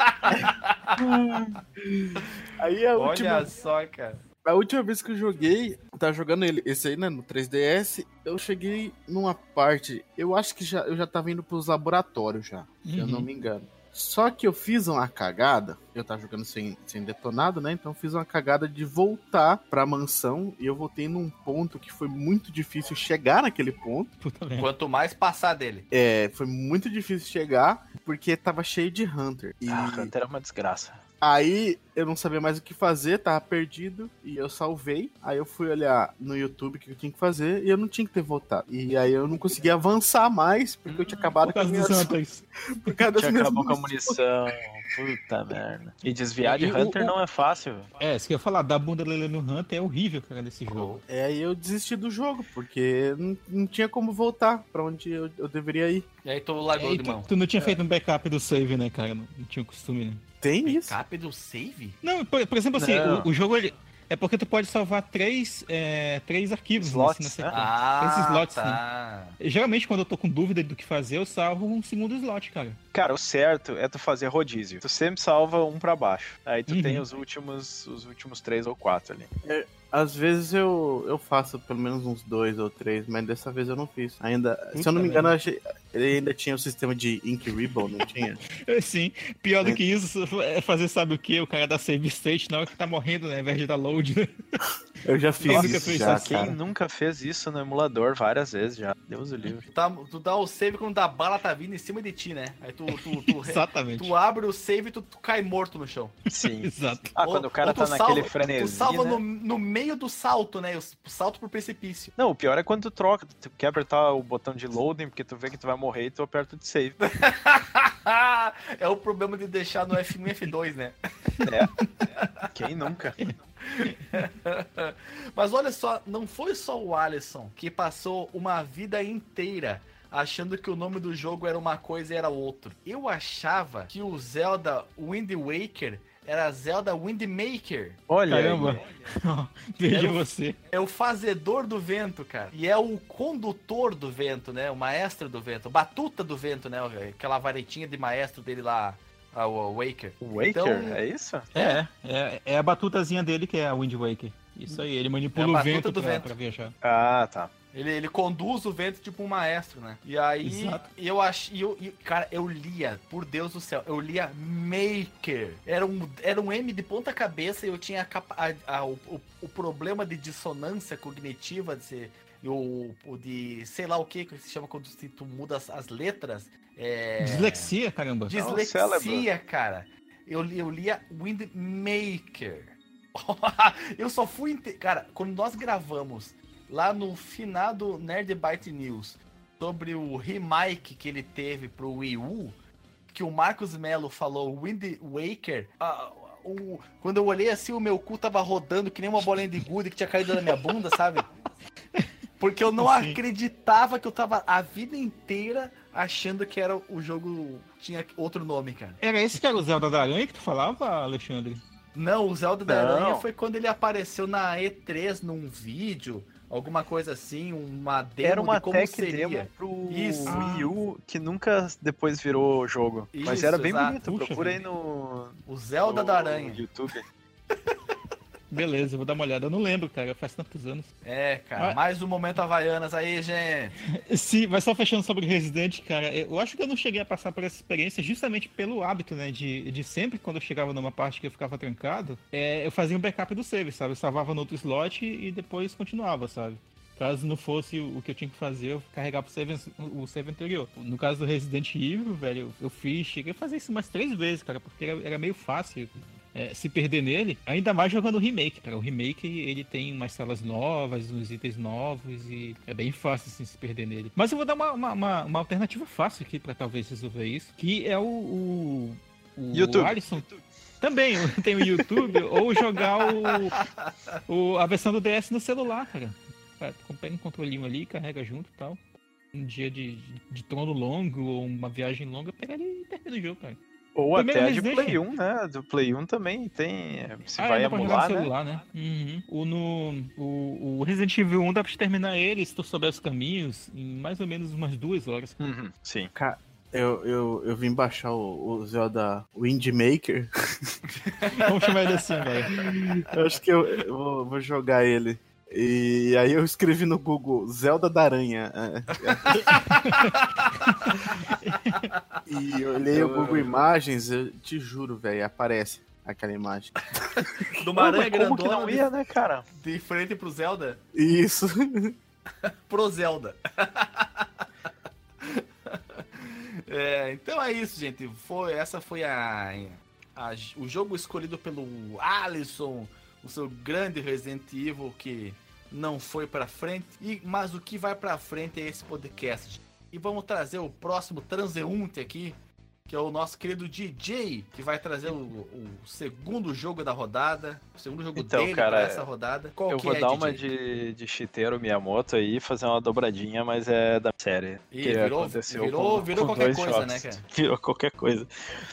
Aí Olha só, cara. A última vez que eu joguei, eu tava jogando esse aí, né, no 3DS, eu cheguei numa parte, eu acho que eu já tava indo pros laboratórios já, se eu não me engano. Só que eu fiz uma cagada, eu tava jogando sem detonado, né? Então eu fiz uma cagada de voltar pra mansão e eu voltei num ponto que foi muito difícil chegar naquele ponto. Puta merda. Quanto mais passar dele. Foi muito difícil chegar porque tava cheio de Hunter. E Hunter é uma desgraça. aí eu não sabia mais o que fazer, tava perdido e eu salvei. Aí eu fui olhar no YouTube o que eu tinha que fazer e eu não tinha que ter voltado. E aí eu não conseguia avançar mais porque eu tinha acabado Por com causa as dos minhas... Hunters. Por causa das Já minhas acabou com a munições. munição. Puta merda. E desviar de E Hunter não é fácil, velho. É, isso que eu ia falar, dar bunda lelê no Hunter é horrível, cara, nesse jogo. Aí eu desisti do jogo, porque não tinha como voltar pra onde eu deveria ir. E aí tu largou E de mão. tu não tinha feito um backup do save, né, cara? Não tinha o costume, né? Tem isso. Backup do save? Não, por exemplo, assim, Não. o jogo ele, é porque tu pode salvar três arquivos Slots, na né? sequência. Três slots, né? tá. Geralmente, quando eu tô com dúvida do que fazer, eu salvo um segundo slot, cara. Cara, o certo é tu fazer rodízio. Tu sempre salva um pra baixo. Aí tu Uhum. tem os últimos 3 ou 4 ali. Às vezes eu faço pelo menos uns 2 ou 3, mas dessa vez eu não fiz. Ainda, se eu não me engano, ele ainda tinha o sistema de Ink Ribbon, não tinha? Sim, pior do que isso é fazer, sabe o que? O cara dá save state na hora que tá morrendo, né? Ao invés de dar load, né? Eu já fiz Nossa, isso fez já, isso. Quem cara. nunca fez isso no emulador várias vezes já? Deus o livre. Tu dá o save quando a bala tá vindo em cima de ti, né? Aí Exatamente. tu abre o save e tu cai morto no chão. Sim. Exato. Ah, quando o cara tu tá naquele salva, frenesi, Tu salva né? no meio do salto, né? O salto pro precipício. Não, o pior é quando tu troca. Tu quer apertar o botão de loading, porque tu vê que tu vai morrer e tu aperta o de save. É o problema de deixar no F1 e F2, né? Quem nunca? Mas olha só, não foi só o Alisson que passou uma vida inteira achando que o nome do jogo era uma coisa e era outro. Eu achava que o Zelda Wind Waker era Zelda Wind Maker. Olha, Caramba. Veja Eu- você. É o fazedor do vento, cara. E é o condutor do vento, né? O maestro do vento. Batuta do vento, né? Aquela varetinha de maestro dele lá, o Waker. o Waker, Então- é isso? É a batutazinha dele que é a Wind Waker. Isso aí, ele manipula É a o batuta vento do pra, vento. pra viajar. Ah, tá. Ele conduz o vento tipo um maestro, né? E aí, Exato. eu acho... Cara, eu lia, por Deus do céu, eu lia Maker. Era um M de ponta cabeça e eu tinha o problema de dissonância cognitiva, de ser... O de sei lá o que se chama quando tu muda as letras. Dislexia, caramba. Dislexia, cara. Eu lia Windmaker. Eu só fui... Cara, quando nós gravamos lá no finado Nerd Byte News sobre o remake que ele teve pro Wii U, que o Marcos Melo falou Wind Waker, quando eu olhei assim, o meu cu tava rodando que nem uma bolinha de gude que tinha caído na minha bunda, sabe? Porque eu não Sim. acreditava que eu tava a vida inteira achando que era o jogo tinha outro nome, cara. Era esse que era o Zelda da Aranha que tu falava, Alexandre? Não, o Zelda da Não. Aranha foi quando ele apareceu na E3 num vídeo, alguma coisa assim, uma demo Era uma de como tech seria. demo pro Isso. Wii U que nunca depois virou jogo. Mas Isso, era bem exato. bonito. Puxa Procura aí vida. no O Zelda da Aranha. YouTube. Beleza, eu vou dar uma olhada. Eu não lembro, cara, faz tantos anos. É, cara, Ah. mais um momento Havaianas aí, gente. Sim, mas só fechando sobre Resident, cara, eu acho que eu não cheguei a passar por essa experiência justamente pelo hábito, né, de sempre quando eu chegava numa parte que eu ficava trancado, eu fazia um backup do save, sabe? Eu salvava no outro slot e depois continuava, sabe? Caso não fosse o que eu tinha que fazer, eu carregava o save anterior. No caso do Resident Evil, velho, eu cheguei a fazer isso umas 3 vezes, cara, porque era meio fácil se perder nele, ainda mais jogando o remake, cara. O remake, ele tem umas salas novas, uns itens novos e é bem fácil, assim, se perder nele. Mas eu vou dar uma alternativa fácil aqui pra talvez resolver isso, que é o YouTube. Alisson... Também tem o YouTube, ou jogar a versão do DS no celular, cara. Pega um controlinho ali, carrega junto e tal. Um dia de trono longo ou uma viagem longa, pega ali e termina o jogo, cara. Ou Primeiro até de Resident. Play 1, né? Do Play 1 também tem. Se vai dá pra jogar emular, no né? celular, né? Uhum. O Resident Evil 1 dá pra te terminar ele, se tu souber os caminhos, em mais ou menos umas 2 horas. Uhum, sim. Cara, eu vim baixar o Zelda Windmaker. Vamos chamar ele assim, velho. Eu acho que eu vou jogar ele. E aí eu escrevi no Google Zelda da Aranha. E eu olhei o Google Imagens, eu te juro, velho, aparece aquela imagem. Do uma aranha Como que grandona não ia, né, cara? de frente pro Zelda. Isso. Pro Zelda. Então é isso, gente. Essa foi o jogo escolhido pelo Alisson, o seu grande Resident Evil que não foi pra frente. Mas o que vai pra frente é esse podcast. E vamos trazer o próximo transeunte aqui, que é o nosso querido DJ, que vai trazer o segundo jogo da rodada, o segundo jogo dele cara, pra essa rodada. Qual eu que vou é, dar DJ? uma de Shigeru Miyamoto aí, fazer uma dobradinha, mas é da série. Ih, que virou aconteceu virou com qualquer dois coisa, jogos. né, cara? Virou qualquer coisa.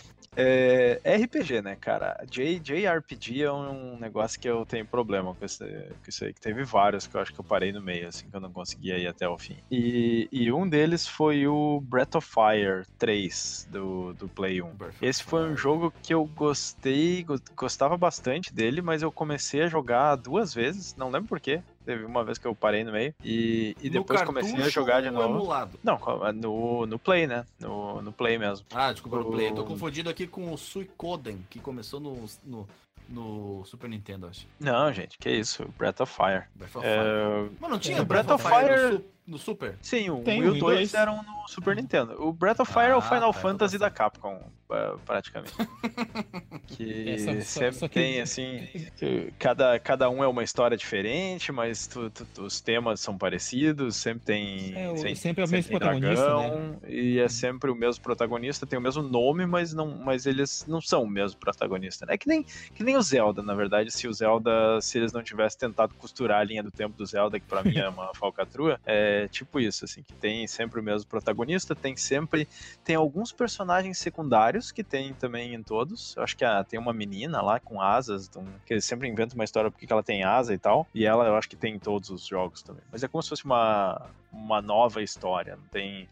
RPG, né, cara? JRPG é um negócio que eu tenho problema com isso aí, que teve vários que eu acho que eu parei no meio, assim, que eu não conseguia ir até o fim. E um deles foi o Breath of Fire 3 do Play 1. Esse foi um jogo que eu gostava bastante dele, mas eu comecei a jogar 2 vezes, não lembro porquê. Teve uma vez que eu parei no meio e depois comecei a jogar de novo. Emulado? Não, no Play, né? No Play mesmo. Ah, desculpa, no Play. Eu tô confundido aqui com o Suicoden, que começou no Super Nintendo, acho. Não, gente, que isso. Breath of Fire. Breath of Fire. Mas não tinha Breath of Fire no Super? Sim, o 1 Tem e o um e 2 dois. eram no Super Nintendo. O Breath of Fire é o Final Fantasy da Capcom, praticamente. Que sempre tem, assim, que cada um é uma história diferente, mas os temas são parecidos, sempre tem... sempre é o mesmo protagonista, dragão, né? E é sempre o mesmo protagonista, tem o mesmo nome, mas eles não são o mesmo protagonista. É que nem o Zelda, na verdade, se eles não tivessem tentado costurar a linha do tempo do Zelda, que pra mim é uma falcatrua, é tipo isso, assim, que tem sempre o mesmo protagonista, tem alguns personagens secundários que tem também em todos. Eu acho que tem uma menina lá com asas, que eles sempre inventam uma história porque ela tem asa e tal, e ela eu acho que tem em todos os jogos também. Mas é como se fosse uma nova história, não tem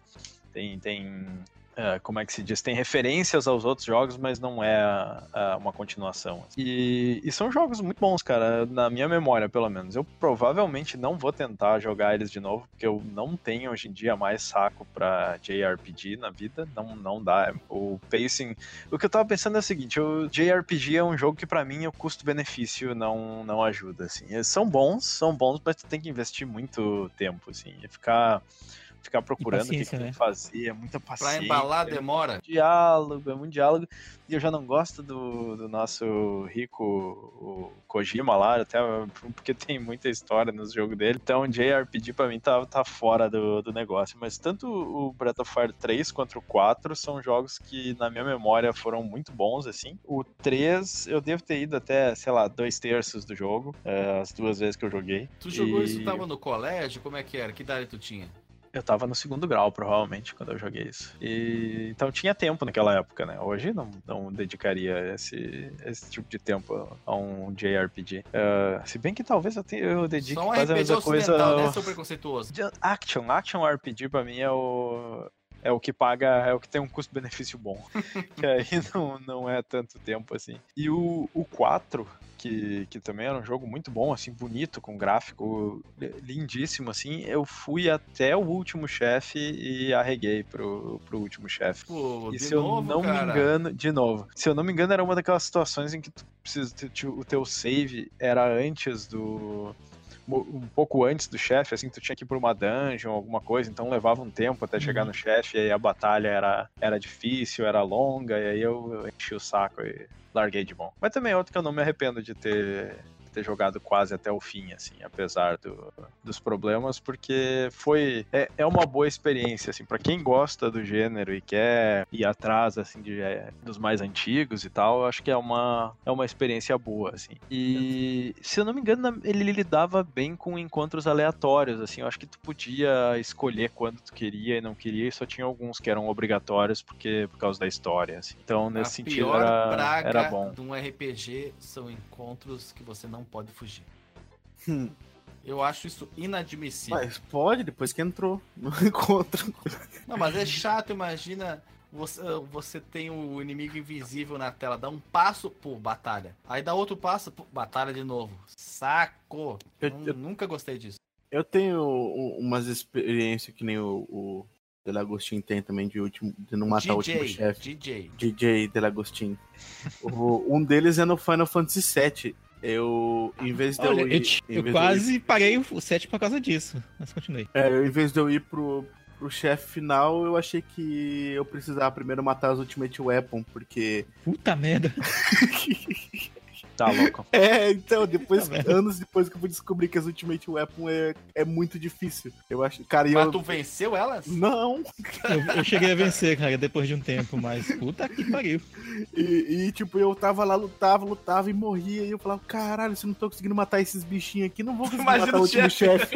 como é que se diz? Tem referências aos outros jogos, mas não é uma continuação. E são jogos muito bons, cara, na minha memória, pelo menos. Eu provavelmente não vou tentar jogar eles de novo, porque eu não tenho hoje em dia mais saco pra JRPG na vida. Não dá. O pacing... O que eu tava pensando é o seguinte, o JRPG é um jogo que pra mim o custo-benefício não ajuda, assim. Eles são bons, mas tu tem que investir muito tempo, assim, e ficar procurando o que tem que fazer, é muita paciência. Pra embalar demora. É muito diálogo. E eu já não gosto do nosso rico o Kojima lá, até porque tem muita história no jogo dele. Então, JRPG pra mim tá fora do negócio. Mas tanto o Breath of Fire 3 quanto o 4 são jogos que, na minha memória, foram muito bons, assim. O 3, eu devo ter ido até, sei lá, 2/3 do jogo, as 2 vezes que eu joguei. Tu jogou isso, tava no colégio? Como é que era? Que idade tu tinha? Eu tava no 2º grau, provavelmente, quando eu joguei isso. Então tinha tempo naquela época, né? Hoje não dedicaria esse tipo de tempo a um JRPG. Se bem que talvez eu dedique só um quase a mesma coisa. Né? Seu preconceituoso. Action RPG pra mim é o que paga, é o que tem um custo-benefício bom. Que aí não é tanto tempo assim. E o 4... Que também era um jogo muito bom, assim, bonito, com gráfico lindíssimo, assim. Eu fui até o último chefe e arreguei pro último chefe. Pô, e se eu não me engano, de novo, se eu não me engano, era uma daquelas situações em que tu precisa, o teu save era antes um pouco antes do chefe, assim, tu tinha que ir por uma dungeon, alguma coisa, então levava um tempo até chegar no chefe, e aí a batalha era difícil, era longa, e aí eu enchi o saco e larguei de mão. Mas também é outro que eu não me arrependo de ter jogado quase até o fim, assim, apesar dos problemas, porque é uma boa experiência, assim, pra quem gosta do gênero e quer ir atrás, assim, dos mais antigos e tal, eu acho que é uma experiência boa, assim. E, se eu não me engano, ele lidava bem com encontros aleatórios, assim, eu acho que tu podia escolher quando tu queria e não queria, e só tinha alguns que eram obrigatórios por causa da história, assim. Então, nesse sentido, era bom. De um RPG são encontros que você não pode fugir. Eu acho isso inadmissível. Mas pode, depois que entrou no encontro. Não, mas é chato, imagina você tem o inimigo invisível na tela, dá um passo, pô, batalha. Aí dá outro passo, pô, batalha de novo. Saco! Nunca gostei disso. Eu tenho umas experiências que nem o Delagostin tem também de não matar o último chefe. DJ Delagostin. Um deles é no Final Fantasy VII. Em vez de eu ir... Eu quase parei o 7 por causa disso, mas continuei. Em vez de eu ir pro chefe final, eu achei que eu precisava primeiro matar as Ultimate Weapon, porque... Puta merda. Tá louco. Então, anos depois que eu fui descobrir que as Ultimate Weapon é muito difícil. Eu acho, cara, mas tu venceu elas? Não. Eu cheguei a vencer, cara, depois de um tempo, mas puta que pariu. E tipo, eu tava lá, lutava e morria, e eu falava, caralho, se eu não tô conseguindo matar esses bichinhos aqui, não vou conseguir matar o último chefe.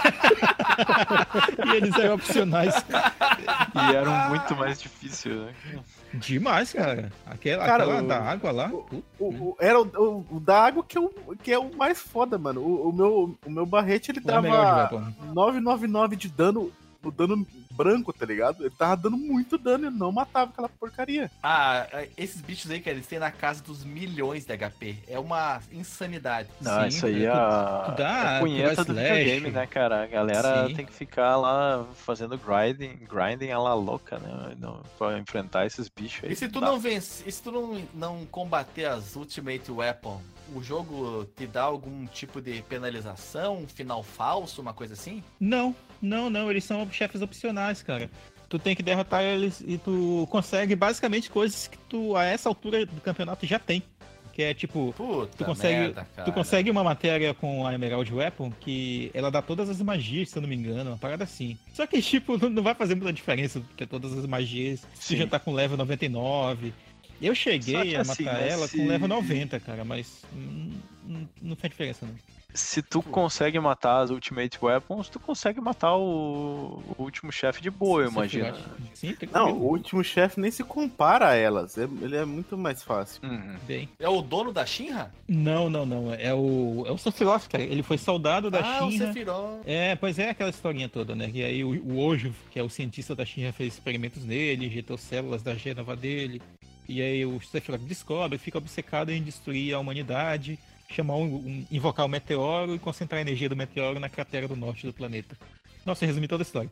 E eles eram opcionais. E eram muito mais difíceis, né? Demais, cara. Aquela da água lá. Era o da água que é o mais foda, mano. O meu barrete, ele tava 999 de dano, o dano branco, tá ligado? Ele tava dando muito dano e não matava aquela porcaria. Esses bichos aí, cara, eles têm na casa dos milhões de HP. É uma insanidade. Não, isso aí é a punheta do videogame, né, cara? A galera tem que ficar lá fazendo grinding a la louca, né? Pra enfrentar esses bichos aí. E se tu não combater as Ultimate Weapon, o jogo te dá algum tipo de penalização, um final falso, uma coisa assim? Não, eles são chefes opcionais, cara. Tu tem que derrotar eles e tu consegue basicamente coisas que tu, a essa altura do campeonato, já tem. Que é tipo, tu consegue uma matéria com a Emerald Weapon que ela dá todas as magias, se eu não me engano, uma parada assim. Só que, tipo, não vai fazer muita diferença porque todas as magias, tu já tá com level 99. Eu cheguei a matar ela com level 90, cara, mas não faz diferença, não. Se tu consegue matar as Ultimate Weapons, tu consegue matar o último chefe de boa, eu imagino. Sim, não, o último chefe nem se compara a elas. Ele é muito mais fácil. Bem. É o dono da Shinra? Não. É o Sephiroth, cara. Ele foi soldado da Shinra. O Sephiroth. Pois é, aquela historinha toda, né? E aí o Ojo, que é o cientista da Shinra, fez experimentos nele, injetou células da Gênova dele. E aí o Sephiroth descobre, fica obcecado em destruir a humanidade, invocar o meteoro e concentrar a energia do meteoro na cratera do norte do planeta. Nossa, eu resumi toda a história.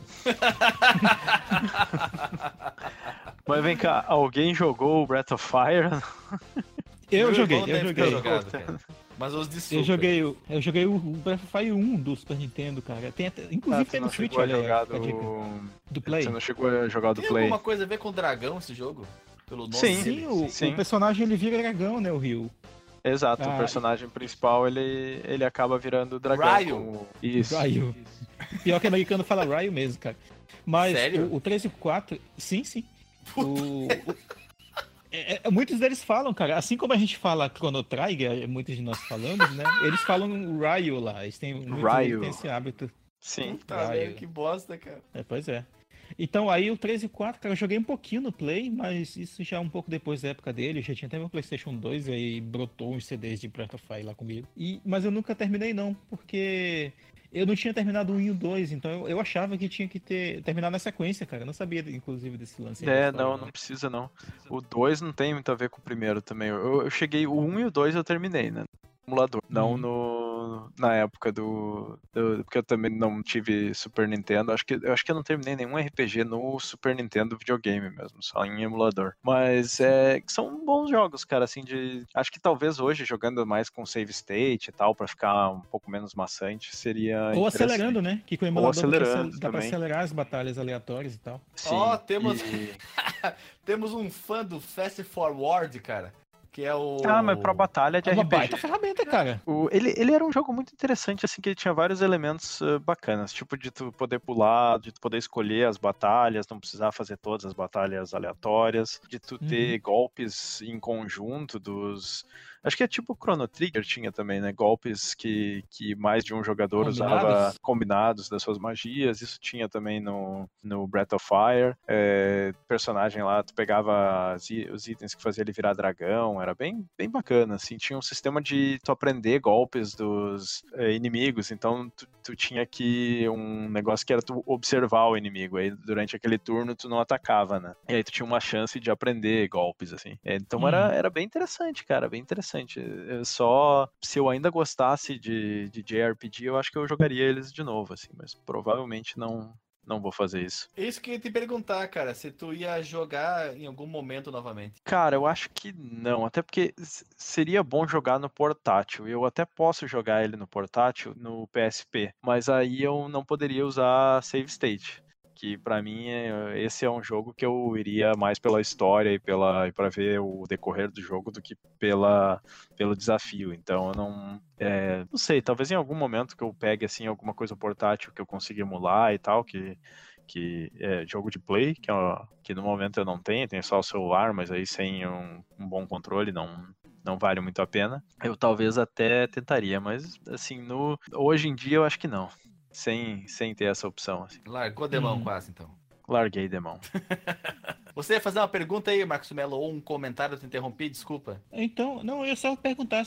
Mas vem cá, alguém jogou o Breath of Fire? Eu joguei. Mas os de Super. Eu joguei o Breath of Fire 1 do Super Nintendo, cara. Inclusive tem no Switch, olha do Play. Você não chegou a jogar do Play? Tem alguma coisa a ver com o dragão esse jogo? Pelo nome Sim, o personagem ele vira dragão, né, o Ryu. Exato, o personagem principal ele acaba virando dragão. Ryu. Isso. Ryu. Pior que americano fala Ryu mesmo, cara. Mas sério? O 3 e 4, sim. Muitos deles falam, cara, assim como a gente fala Chrono Trigger, muitos de nós falamos, né? Eles falam Ryu lá, eles têm esse hábito. Sim. Velho, que bosta, cara. Pois é. Então aí o 3 e 4, cara, eu joguei um pouquinho no Play, mas isso já um pouco depois da época dele, eu já tinha até meu PlayStation 2 e aí brotou uns CDs de Breath of Fire lá comigo. Mas eu nunca terminei não, porque eu não tinha terminado o 1 e o 2, então eu achava que tinha que terminar na sequência, cara. Eu não sabia, inclusive, desse lance. Não precisa não. O 2 não tem muito a ver com o primeiro também. Eu cheguei, o 1 e o 2 eu terminei, né? No emulador, não na época porque eu também não tive Super Nintendo. Eu acho que eu não terminei nenhum RPG no Super Nintendo videogame mesmo, só em emulador. Mas são bons jogos, cara, assim, acho que talvez hoje, jogando mais com save state e tal, pra ficar um pouco menos maçante, seria ou acelerando, né? Que com o emulador dá pra também acelerar as batalhas aleatórias e tal. Sim, temos um fã do Fast Forward, cara. Que é o... mas pra batalha de RPG. É uma baita ferramenta, cara. Ele era um jogo muito interessante, assim, que ele tinha vários elementos bacanas, tipo de tu poder pular, de tu poder escolher as batalhas, não precisar fazer todas as batalhas aleatórias, de tu ter golpes em conjunto Acho que é tipo Chrono Trigger tinha também, né? Golpes que mais de um jogador Combinados. usava combinados das suas magias. Isso tinha também no Breath of Fire. Personagem lá, tu pegava os itens que fazia ele virar dragão. Era bem, bem bacana, assim. Tinha um sistema de tu aprender golpes dos inimigos. Então, tu tinha que um negócio que era tu observar o inimigo. Aí, durante aquele turno, tu não atacava, né? E aí, tu tinha uma chance de aprender golpes, assim. Então, era bem interessante, cara. Bem interessante. Se eu ainda gostasse de JRPG, eu acho que eu jogaria eles de novo, assim. Mas provavelmente não vou fazer isso. Isso que eu ia te perguntar, cara, se tu ia jogar em algum momento novamente. Cara, eu acho que não, até porque seria bom jogar no portátil. Eu até posso jogar ele no portátil, no PSP, mas aí eu não poderia usar save state. Que pra mim esse é um jogo que eu iria mais pela história e para ver o decorrer do jogo do que pelo desafio. Então eu não sei, talvez em algum momento que eu pegue assim alguma coisa portátil que eu consiga emular e tal, que é jogo de play, que no momento eu não tenho só o celular, mas aí sem um bom controle não vale muito a pena. Eu talvez até tentaria, mas assim, hoje em dia eu acho que não. Sem ter essa opção. Assim. Largou de mão quase, então. Larguei de mão. Você ia fazer uma pergunta aí, Marcos Melo, ou um comentário, eu te interrompi, desculpa. Então, não, eu ia só perguntar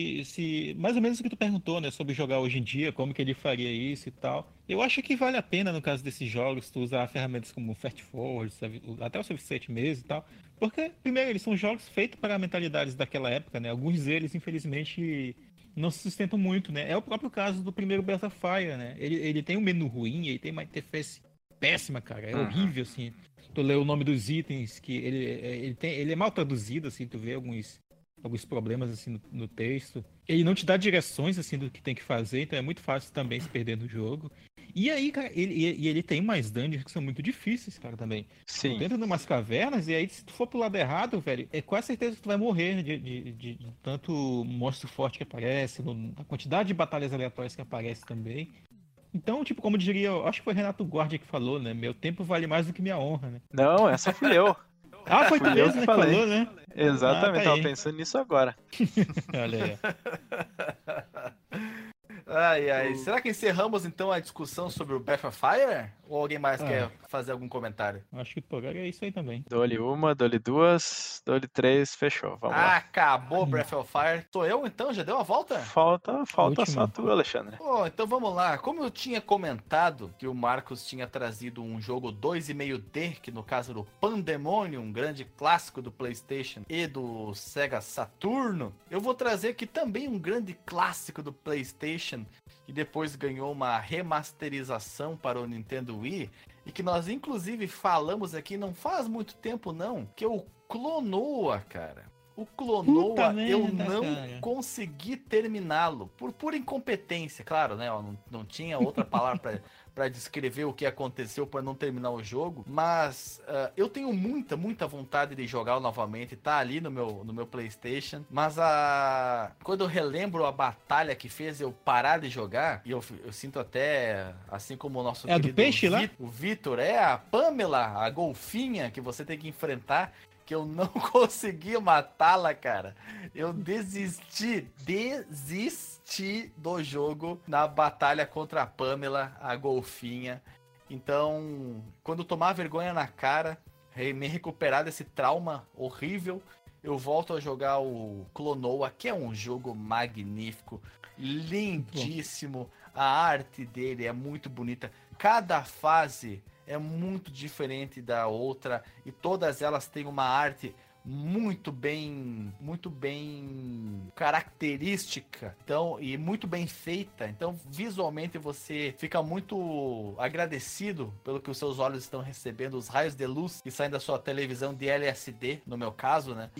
se mais ou menos o que tu perguntou, né, sobre jogar hoje em dia, como que ele faria isso e tal. Eu acho que vale a pena, no caso desses jogos, tu usar ferramentas como o Fast Forward, até o Save State mesmo e tal. Porque, primeiro, eles são jogos feitos para mentalidades daquela época, né? Alguns deles, infelizmente, não se sustentam muito, né? É o próprio caso do primeiro Breath of Fire, né? Ele tem um menu ruim, ele tem uma interface péssima, cara. É horrível, assim. Tu lê o nome dos itens, que ele é mal traduzido, assim, tu vê alguns problemas, assim, no texto. Ele não te dá direções, assim, do que tem que fazer, então é muito fácil também se perder no jogo. E aí, cara, ele tem mais dungeons que são muito difíceis, cara, também. Sim. Tu entra em umas cavernas e aí, se tu for pro lado errado, velho, é quase certeza que tu vai morrer de tanto monstro forte que aparece, a quantidade de batalhas aleatórias que aparece também. Então, tipo, como diria, acho que foi Renato Guardia que falou, né? Meu tempo vale mais do que minha honra, né? Não, essa fui eu. Ah, foi tu Fui eu mesmo, que né? falei. Que falou, né? Exatamente, tá tava aí. pensando nisso agora. Olha aí. Ai. Será que encerramos então a discussão sobre o Breath of Fire? Ou alguém mais quer fazer algum comentário? Acho que por agora é isso aí também. Dou-lhe uma, dou-lhe duas, dou-lhe três, fechou. Vamos lá. Acabou Breath of Fire. Sou eu então? Já deu a volta? Falta só tu, Alexandre. Então vamos lá. Como eu tinha comentado que o Marcos tinha trazido um jogo 2,5D, que no caso era o Pandemonium, um grande clássico do PlayStation e do Sega Saturno, eu vou trazer aqui também um grande clássico do PlayStation, que depois ganhou uma remasterização para o Nintendo Wii, e que nós inclusive falamos aqui não faz muito tempo não, que é o Klonoa, cara. O Klonoa, eu não consegui terminá-lo, por pura incompetência, claro, né? Não tinha outra palavra para descrever o que aconteceu para não terminar o jogo, mas eu tenho muita vontade de jogá-lo novamente, tá ali no meu PlayStation, mas quando eu relembro a batalha que fez eu parar de jogar, e eu sinto até, assim como o nosso querido do peixe, o Vitor, a Pamela, a golfinha que você tem que enfrentar, que eu não consegui matá-la, cara. Eu desisti do jogo na batalha contra a Pamela, a golfinha. Então, quando tomar vergonha na cara, me recuperar desse trauma horrível, eu volto a jogar o Klonoa, que é um jogo magnífico, lindíssimo. A arte dele é muito bonita. Cada fase é muito diferente da outra e todas elas têm uma arte muito bem característica, então, e muito bem feita. Então, visualmente você fica muito agradecido pelo que os seus olhos estão recebendo, os raios de luz que saem da sua televisão de LSD, no meu caso, né?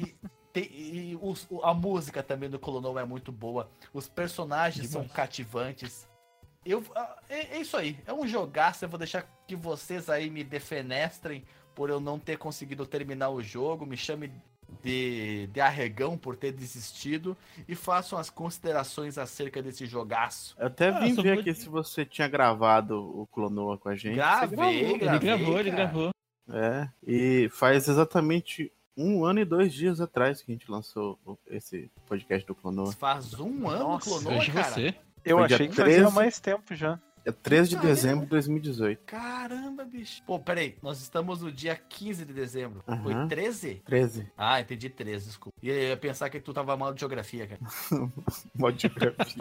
A música também do Klonoa é muito boa. Os personagens são cativantes. É isso aí, é um jogaço. Eu vou deixar que vocês aí me defenestrem por eu não ter conseguido terminar o jogo, me chame de arregão por ter desistido e façam as considerações acerca desse jogaço. Eu até vim ver aqui se você tinha gravado o Klonoa com a gente. Gravei, ele gravou. E faz exatamente 1 ano e 2 dias atrás que a gente lançou esse podcast do Clonoa. Faz um ano Nossa, Clonoa, Hoje cara. você. Eu Foi achei dia que fazia 13. mais tempo já. É 13 de Puta dezembro merda. de 2018. Caramba, bicho. Pô, peraí. Nós estamos no dia 15 de dezembro. Aham. Foi 13? 13. Ah, entendi 13, desculpa. E eu ia pensar que tu tava mal de geografia, cara. Modo de grafia.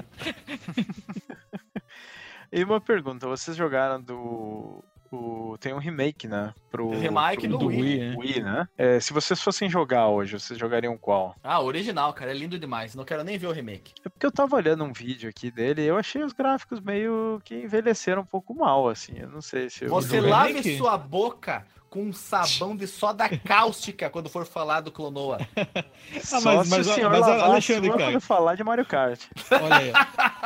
E uma pergunta, vocês jogaram tem um remake, né? O remake pro do Wii. né? Wii, né? Se vocês fossem jogar hoje, vocês jogariam qual? Ah, original, cara. É lindo demais. Não quero nem ver o remake. É porque eu tava olhando um vídeo aqui dele e eu achei os gráficos meio que envelheceram um pouco mal, assim. Eu não sei se eu Você joguei lave remake? sua boca com um sabão de soda cáustica quando for falar do Clonoa. Só mas- se mas- o senhor mas, lavar Alexandre, a sua cara. quando falar de Mario Kart. Olha aí.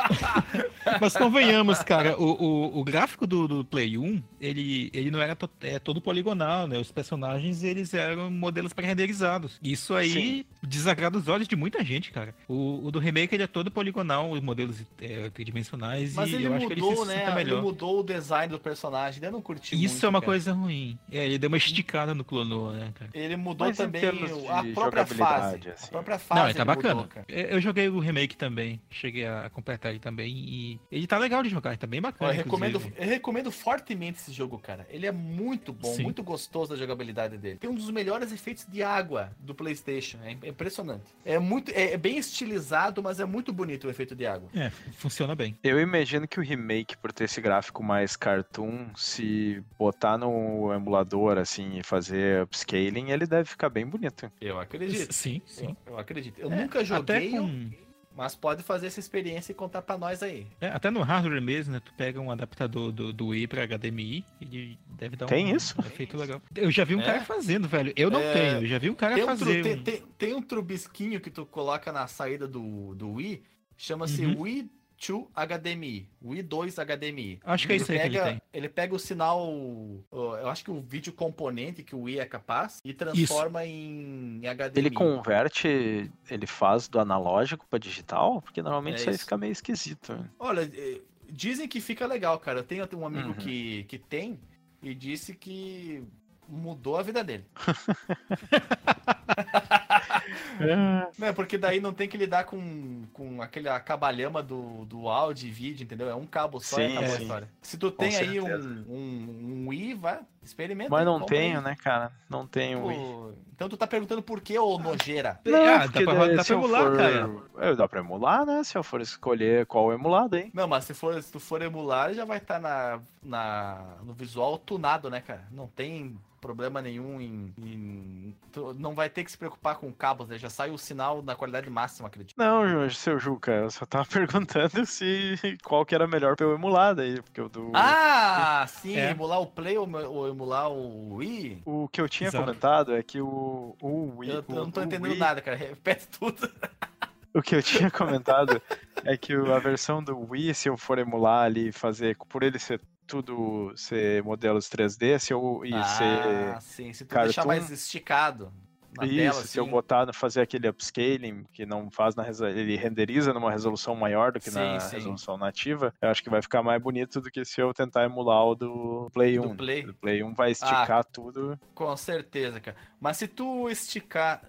Mas convenhamos, cara, o gráfico do Play 1, ele não era todo poligonal, né? Os personagens, eles eram modelos pré-renderizados. Isso aí desagrada os olhos de muita gente, cara. O do remake, ele é todo poligonal, os modelos tridimensionais, Mas e ele eu acho que ele se mudou, sinta né? Ele melhor. mudou o design do personagem. Eu não curti muito. Isso é uma cara. coisa ruim. Ele deu uma esticada no Clonoa, né, cara? Ele mudou Mas em também termos a de própria fase. jogabilidade, A assim. própria fase. Não, ele tá mudou, bacana. cara. Eu joguei o remake também. Cheguei a completar ele também. E ele tá legal de jogar, ele tá bem Ó, bacana. eu recomendo fortemente esse jogo, cara. Ele é muito bom, Sim. muito gostoso a jogabilidade dele. Tem um dos melhores efeitos de água do PlayStation. É impressionante. É bem estilizado, mas é muito bonito o efeito de água. É, funciona bem. Eu imagino que o remake, por ter esse gráfico mais cartoon, se botar no emulador, assim, e fazer upscaling, ele deve ficar bem bonito. Eu acredito. Sim, sim. Eu acredito. Eu nunca joguei, Até com... mas pode fazer essa experiência e contar pra nós aí. até no hardware mesmo, né? Tu pega um adaptador do Wii pra HDMI, ele deve dar Tem isso? efeito legal. Eu já vi um É? cara fazendo, velho. Eu não tenho, eu já vi um cara Tem um, fazer. tem um trubisquinho que tu coloca na saída do Wii, chama-se Uhum. Wii 2 HDMI, Wii 2 HDMI. Acho que é isso aí que ele tem. Ele pega o sinal, eu acho que o vídeo componente que o Wii é capaz e transforma em HDMI. Ele converte, ele faz do analógico pra digital? Porque normalmente É isso aí isso. fica meio esquisito. Olha, dizem que fica legal, cara. Eu tenho um amigo Uhum. que tem e disse que mudou a vida dele. Né, porque daí não tem que lidar com aquele acabalhama do áudio e vídeo, entendeu? É um cabo só e Sim, acabou a sim. história. Se tu tem aí certeza. um Wii, vai, experimenta. Mas aí, não compra tenho, aí. né, cara? Não tenho Pô, Wii. então tu tá perguntando por que, ô nojeira? Dá porque pra daí, dá se pra eu emular, for- cara. Dá pra emular, né? Se eu for escolher qual emulado, hein? Não, mas se tu for emular, já vai estar no visual tunado, né, cara? Não tem problema nenhum tu não vai ter que se preocupar com cabos, né? Já sai o sinal na qualidade máxima, acredito. Não, seu Juca, eu só tava perguntando qual que era melhor pra eu emular daí, porque o do... Ah, sim, É. emular o Play ou emular o Wii? O que eu tinha Exato. comentado é que o Wii... Eu não tô o entendendo Wii- nada, cara. Repete tudo. O que eu tinha comentado é que a versão do Wii, se eu for emular ali e fazer, por ele ser modelos 3D, se eu ser sim. Se tu cartoon, deixar mais esticado na isso, tela, se eu assim. botar, fazer aquele upscaling, que não faz ele renderiza numa resolução maior do que na Sim. resolução nativa, eu acho que vai ficar mais bonito do que se eu tentar emular o do Play 1. Do Play. O Play 1 vai esticar tudo. Com certeza, cara. Mas se tu esticar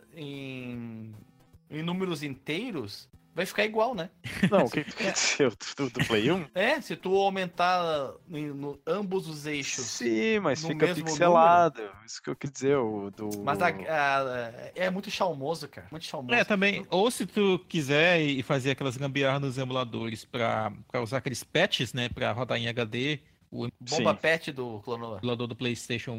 em números inteiros, vai ficar igual, né? Não, o que quer dizer? Do Play 1? Se tu aumentar ambos os eixos. Sim, mas no fica mesmo pixelado. Isso que eu quis dizer. Mas é muito charmoso, cara. Muito charmoso. Também. Ou se tu quiser e fazer aquelas gambiarras nos emuladores pra usar aqueles patches, né, pra rodar em HD, o Bomba Sim. Pet do Clonoa. emulador do PlayStation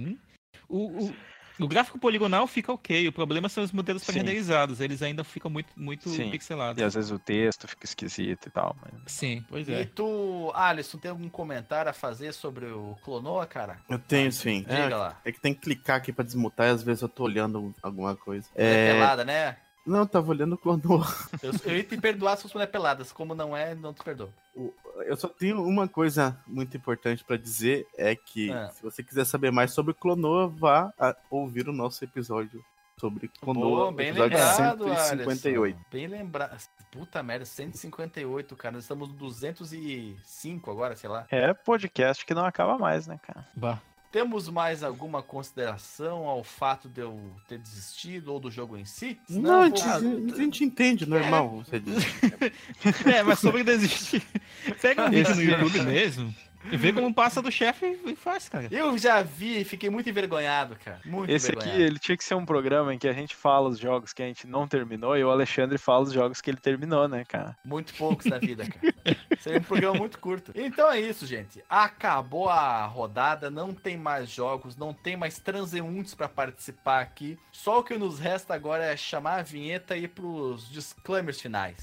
1, o gráfico poligonal fica ok. O problema são os modelos Sim. pré-renderizados. Eles ainda ficam muito Sim. pixelados. E às vezes o texto fica esquisito e tal. Mas... Sim, pois E é. tu, Alisson, tem algum comentário a fazer sobre o Clonoa, cara? Eu tenho sim. Diga lá. É que tem que clicar aqui pra desmutar e às vezes eu tô olhando alguma coisa. É pelada, né? Não, eu tava olhando o Clonoa. Eu ia te perdoar se fosse mulher peladas. Como não é, não te perdoo. Eu só tenho uma coisa muito importante pra dizer, é que se você quiser saber mais sobre Clonoa, vá ouvir o nosso episódio sobre Clonoa, Pô, bem episódio lembrado, 158. Alisson. Bem lembrado. Puta merda, 158, cara. Nós estamos no 205 agora, sei lá. É podcast que não acaba mais, né, cara? Bah. Temos mais alguma consideração ao fato de eu ter desistido ou do jogo em si? Não, a gente entende, normal. Você diz. Mas sobre desistir. Pega um vídeo no YouTube mesmo. E vê como passa do chefe e faz, cara. Eu já vi e fiquei muito envergonhado, cara. Esse aqui, ele tinha que ser um programa em que a gente fala os jogos que a gente não terminou e o Alexandre fala os jogos que ele terminou, né, cara? Muito poucos na vida, cara. Seria um programa muito curto. Então é isso, gente. Acabou a rodada, não tem mais jogos, não tem mais transeuntes pra participar aqui. Só o que nos resta agora é chamar a vinheta e ir pros disclaimers finais.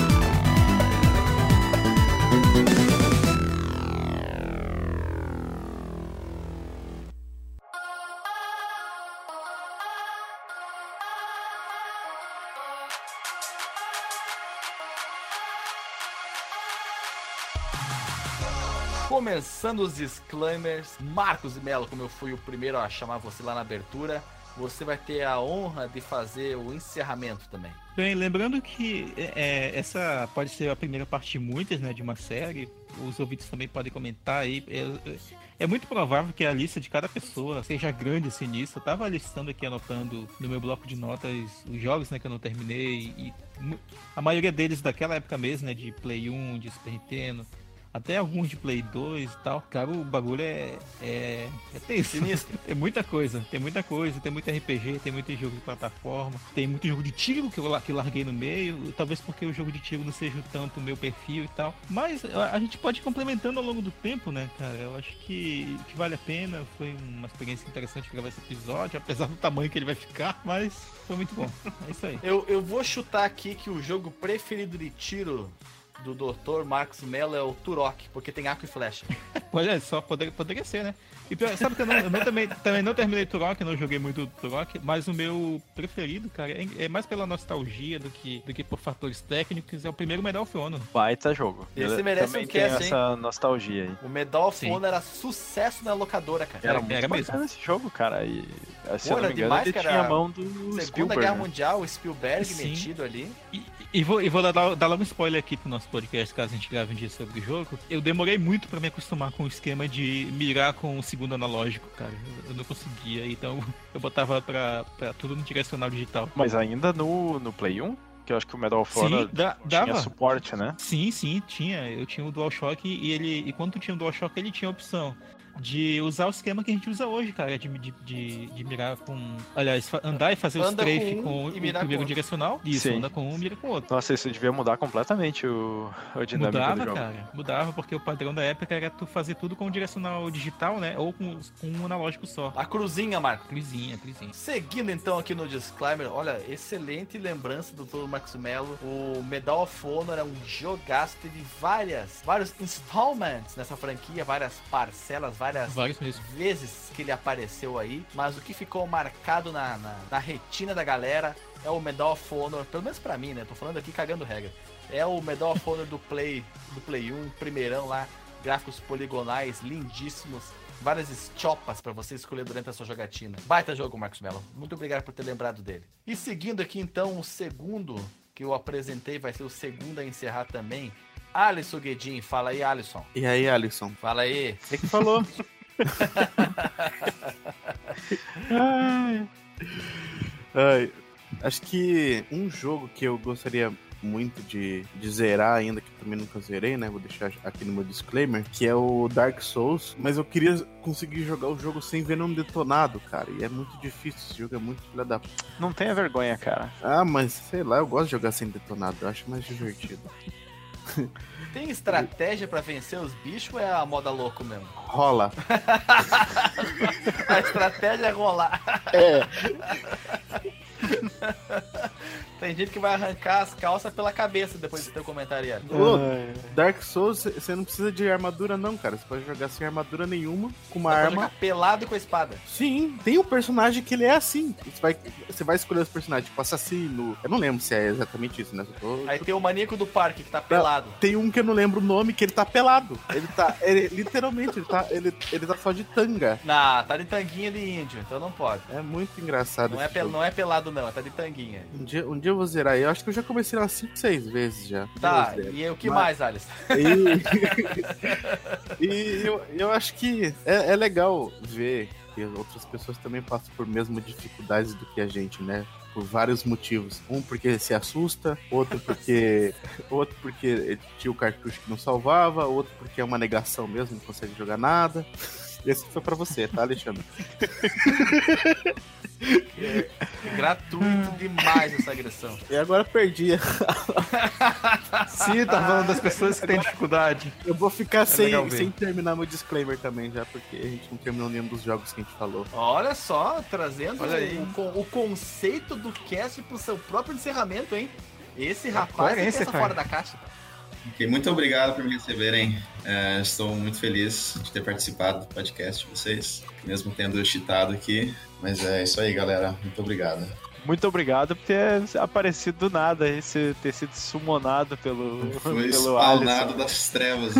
Começando os disclaimers, Marcos e Melo, como eu fui o primeiro a chamar você lá na abertura, você vai ter a honra de fazer o encerramento também. Bem, lembrando que essa pode ser a primeira parte de muitas, né, de uma série. Os ouvintes também podem comentar aí. É muito provável que a lista de cada pessoa seja grande assim nisso. Eu tava listando aqui, anotando no meu bloco de notas os jogos, né, que eu não terminei. E a maioria deles daquela época mesmo, né, de Play 1, de Super Nintendo. Até alguns de Play 2 e tal. Cara, o bagulho é tenso. Sinistro. Tem muita coisa, tem muito RPG, tem muito jogo de plataforma, tem muito jogo de tiro que eu larguei no meio, talvez porque o jogo de tiro não seja tanto o meu perfil e tal. Mas a gente pode ir complementando ao longo do tempo, né, cara? Eu acho que vale a pena, foi uma experiência interessante gravar esse episódio, apesar do tamanho que ele vai ficar, mas foi muito bom. É isso aí. Eu vou chutar aqui que o jogo preferido de tiro do Dr. Marcos Mello é o Turok, porque tem arco e flecha. Olha só, poderia ser, né? E pior, sabe que eu também não terminei Turok, não joguei muito Turok, mas o meu preferido, cara, é mais pela nostalgia do que por fatores técnicos, é o primeiro Medal of Honor. Baita jogo. Esse merece também um cast, hein? essa nostalgia aí. O Medal of Honor era sucesso na locadora, cara. Era muito bacana mesmo. esse jogo, cara. E, se eu Pô, não me engano, demais, ele cara. tinha a mão do Segunda Spielberg, Guerra né? Mundial, o Spielberg Sim. metido ali. E vou dar logo um spoiler aqui pro nosso podcast, caso a gente grave um dia sobre o jogo. Eu demorei muito pra me acostumar com o esquema de mirar com o segundo analógico, cara. Eu não conseguia, então eu botava pra tudo no direcional digital. Mas ainda no Play 1? Que eu acho que o Medal of Honor tinha dava suporte, né? Sim, tinha. Eu tinha o DualShock e quando tu tinha o DualShock, ele tinha a opção de usar o esquema que a gente usa hoje, cara, de mirar com... Aliás, andar e fazer o strafe com o primeiro direcional. Isso, Sim. anda com um, mira com o outro. Nossa, isso devia mudar completamente a dinâmica do jogo. Cara, mudava, porque o padrão da época era tu fazer tudo com o direcional digital, né, ou com um analógico só. A cruzinha, Marco. Cruzinha. Seguindo então aqui no disclaimer, olha, excelente lembrança do Dr. Max Mello. O Medal of Honor é um jogaço, teve vários installments nessa franquia, várias parcelas, várias mesmo. vezes que ele apareceu aí, mas o que ficou marcado na retina da galera é o Medal of Honor, pelo menos pra mim, né? Tô falando aqui cagando regra. É o Medal of Honor do Play 1, primeirão lá, gráficos poligonais lindíssimos, várias chopas pra você escolher durante a sua jogatina. Baita jogo, Marcos Mello. Muito obrigado por ter lembrado dele. E seguindo aqui então o segundo que eu apresentei, vai ser o segundo a encerrar também. Alisson Guedin, fala aí, Alisson. E aí, Alisson? Fala aí. Você que falou. Ai, acho que um jogo que eu gostaria muito de zerar ainda, que eu também nunca zerei, né? Vou deixar aqui no meu disclaimer, que é o Dark Souls. Mas eu queria conseguir jogar o jogo sem Venom detonado, cara. E é muito difícil, esse jogo é muito filha da... Não tenha vergonha, cara. Ah, mas sei lá, eu gosto de jogar sem detonado, eu acho mais divertido. Tem estratégia pra vencer os bichos ou é a moda louco mesmo? Rola. A estratégia é rolar. É. Tem gente que vai arrancar as calças pela cabeça depois do teu comentário. Ô, Dark Souls, você não precisa de armadura não, cara. Você pode jogar sem armadura nenhuma, com uma arma. Jogar pelado com a espada. Sim, tem um personagem que ele é assim. Você vai escolher os personagens, tipo assassino. Eu não lembro se é exatamente isso, né? Aí tem o maníaco do parque que tá pelado. Tem um que eu não lembro o nome, que ele tá pelado. Literalmente, ele tá só de tanga. Não, tá de tanguinha de índio, então não pode. É muito engraçado. Não é pelado não, tá de tanguinha. Um dia eu vou zerar. Eu acho que eu já comecei umas 5, 6 vezes já. Tá, e o que mais, Alice? Eu acho que é legal ver que outras pessoas também passam por mesmas dificuldades do que a gente, né? Por vários motivos. Um porque se assusta, outro porque tinha o cartucho que não salvava, outro porque é uma negação mesmo, não consegue jogar nada. Esse foi pra você, tá, Alexandre? É gratuito demais essa agressão. E agora perdi. Sim, tá falando das pessoas que têm dificuldade. Eu vou ficar legal ver. sem terminar meu disclaimer também, já, porque a gente não terminou nenhum dos jogos que a gente falou. Olha só, trazendo Olha aí. o conceito do cast pro seu próprio encerramento, hein? Esse rapaz coerência, pensa cara. fora da caixa. Ok, muito obrigado por me receberem. Estou muito feliz de ter participado do podcast de vocês, mesmo tendo cheatado aqui. Mas é isso aí, galera. Muito obrigado. Muito obrigado por ter aparecido do nada aí, ter sido summonado pelo Foi pelo spawnado Alisson. das trevas.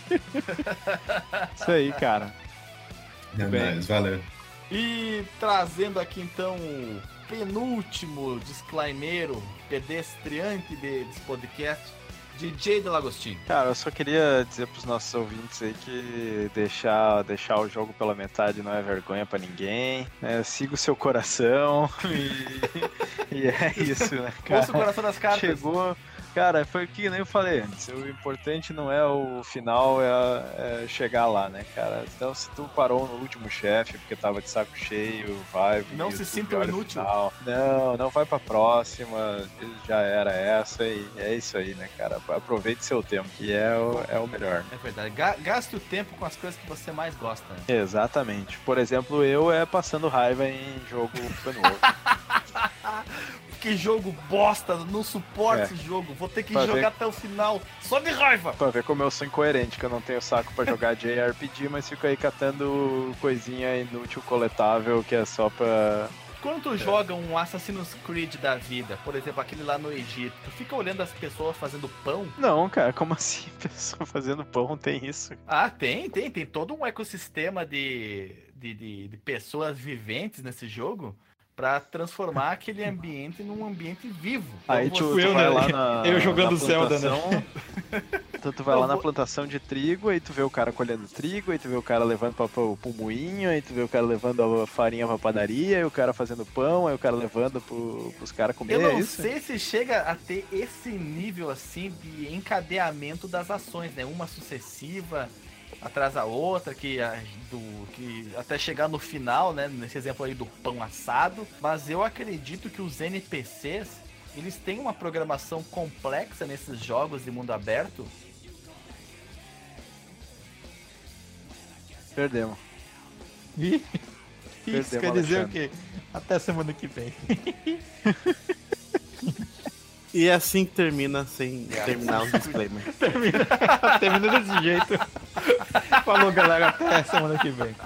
Isso aí, cara. É bem. nóis, valeu. E trazendo aqui então o penúltimo disclaimeiro pedestriante desse podcast, DJ Delagostinho. Cara, eu só queria dizer pros nossos ouvintes aí que deixar o jogo pela metade não é vergonha pra ninguém, né? Siga o seu coração e é isso, né, cara? Ouça o coração das cartas. Chegou... Cara, foi o que nem eu falei antes. O importante não é o final, é chegar lá, né, cara? Então, se tu parou no último chefe porque tava de saco cheio, vai... Não se sinta olha o inútil. final. Não vai pra próxima, já era essa e é isso aí, né, cara? Aproveite seu tempo, que é o melhor. É verdade. Gaste o tempo com as coisas que você mais gosta. Né? Exatamente. Por exemplo, eu passando raiva em jogo open world. Que jogo bosta, não suporto esse jogo. Vou ter que jogar até o final, só de raiva. Pra ver como eu sou incoerente, que eu não tenho saco pra jogar JRPG, mas fico aí catando coisinha inútil, coletável, que é só pra... Quando tu joga um Assassin's Creed da vida, por exemplo, aquele lá no Egito, tu fica olhando as pessoas fazendo pão? Não, cara, como assim? Pessoa fazendo pão, tem isso? Ah, tem todo um ecossistema de pessoas viventes nesse jogo pra transformar aquele ambiente num ambiente vivo. Aí Então, tu você- vai lá na eu jogando na Zelda, né? plantação, então tu vai lá na plantação de trigo, aí tu vê o cara colhendo trigo, aí tu vê o cara levando pro moinho, aí tu vê o cara levando a farinha pra padaria, aí o cara fazendo pão, aí o cara levando pros caras comer, Eu é não isso? sei se chega a ter esse nível assim de encadeamento das ações, né? Uma sucessiva atrás da outra, que até chegar no final, né? Nesse exemplo aí do pão assado. Mas eu acredito que os NPCs, eles têm uma programação complexa nesses jogos de mundo aberto. Perdemos. Isso Perdemos, quer dizer o Alexandre. quê? Até semana que vem. E é assim que termina, sem terminar os disclaimer. Termina desse jeito. Falou, galera. Até semana que vem.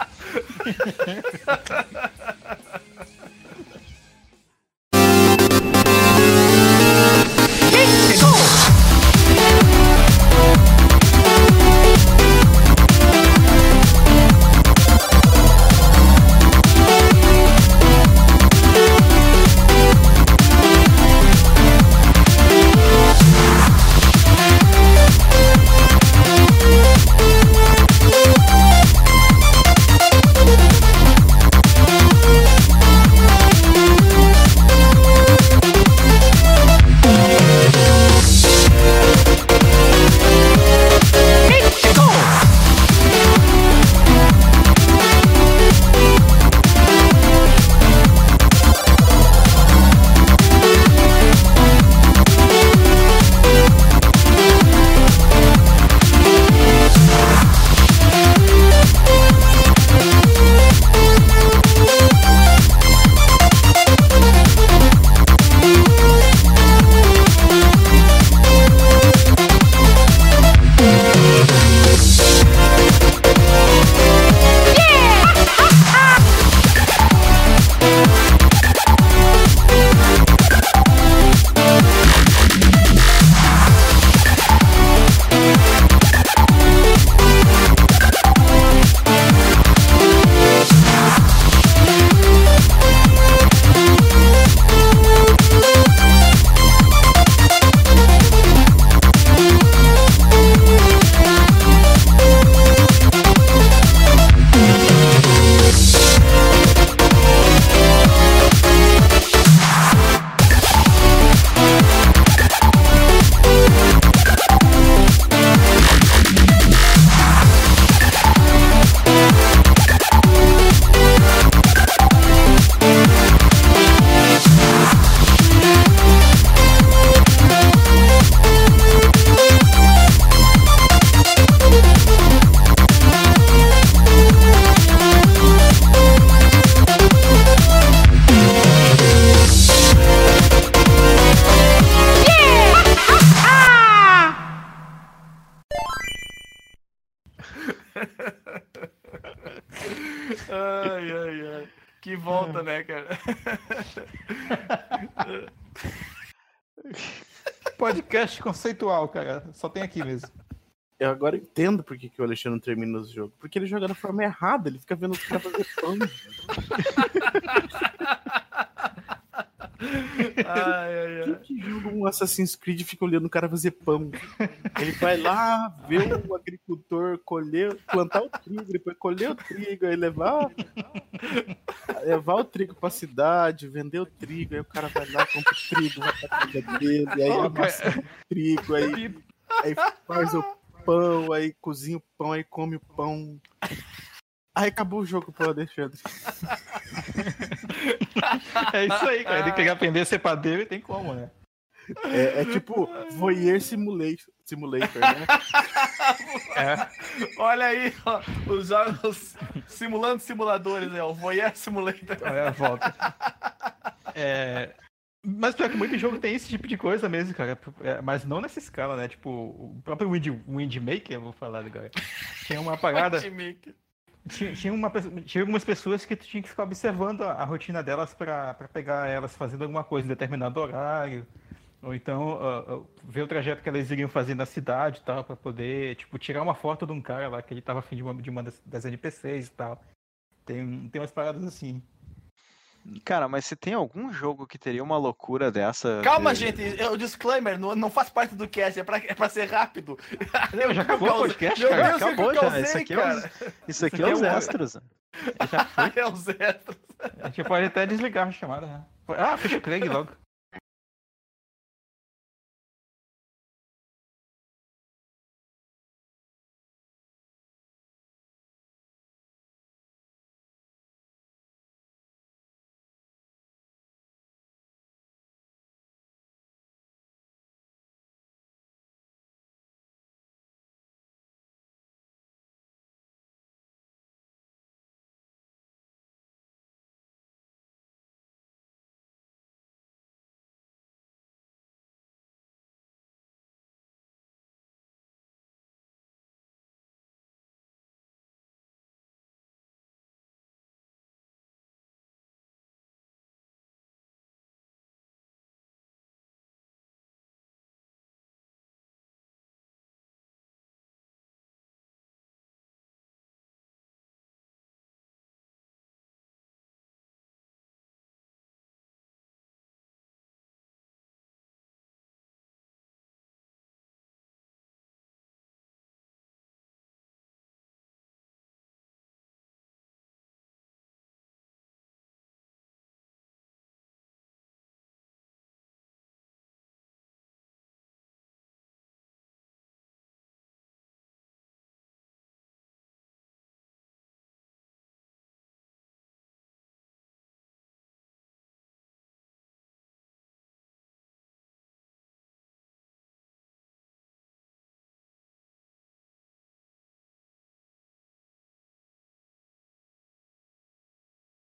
Ai. Que volta, né, cara? Podcast conceitual, cara. Só tem aqui mesmo. Eu agora entendo por que o Alexandre não termina os jogos. Porque ele joga da forma errada, ele fica vendo os caras fazer pão. Quem que joga um Assassin's Creed e fica olhando o cara fazer pão? Ele vai lá ver o agricultor plantar o trigo, depois colher o trigo, aí levar o trigo pra cidade, vender o trigo, aí o cara vai lá, compra o trigo, vai pra casa dele, aí amassa o trigo, aí faz o pão, aí cozinha o pão, aí come o pão. Aí acabou o jogo pro Alexandre. É isso aí, cara. Tem que aprender a ser padeiro e tem como, né? É tipo Voyeur Simulator, né? Olha aí, ó, os jogos simulando simuladores, né? O Voyeur Simulator. Olha a volta. Mas pior que muito jogo tem esse tipo de coisa mesmo, cara. Mas não nessa escala, né? Tipo, o próprio Windmaker, eu vou falar agora. Tinha uma parada. Tinha algumas pessoas que tu tinha que ficar observando a rotina delas pra pegar elas fazendo alguma coisa em determinado horário. Ou então ver o trajeto que elas iriam fazer na cidade e tal, pra poder, tipo, tirar uma foto de um cara lá que ele tava afim de uma das NPCs e tal. Tem umas paradas assim. Cara, mas se tem algum jogo que teria uma loucura dessa... Calma, gente, o disclaimer não faz parte do cast, é pra ser rápido. Já acabou o podcast, Meu cara? Deus, Acabou que já, causei, isso aqui é os extras. Já foi. É os extras. A gente pode até desligar a chamada, né? Fecha o Craig logo.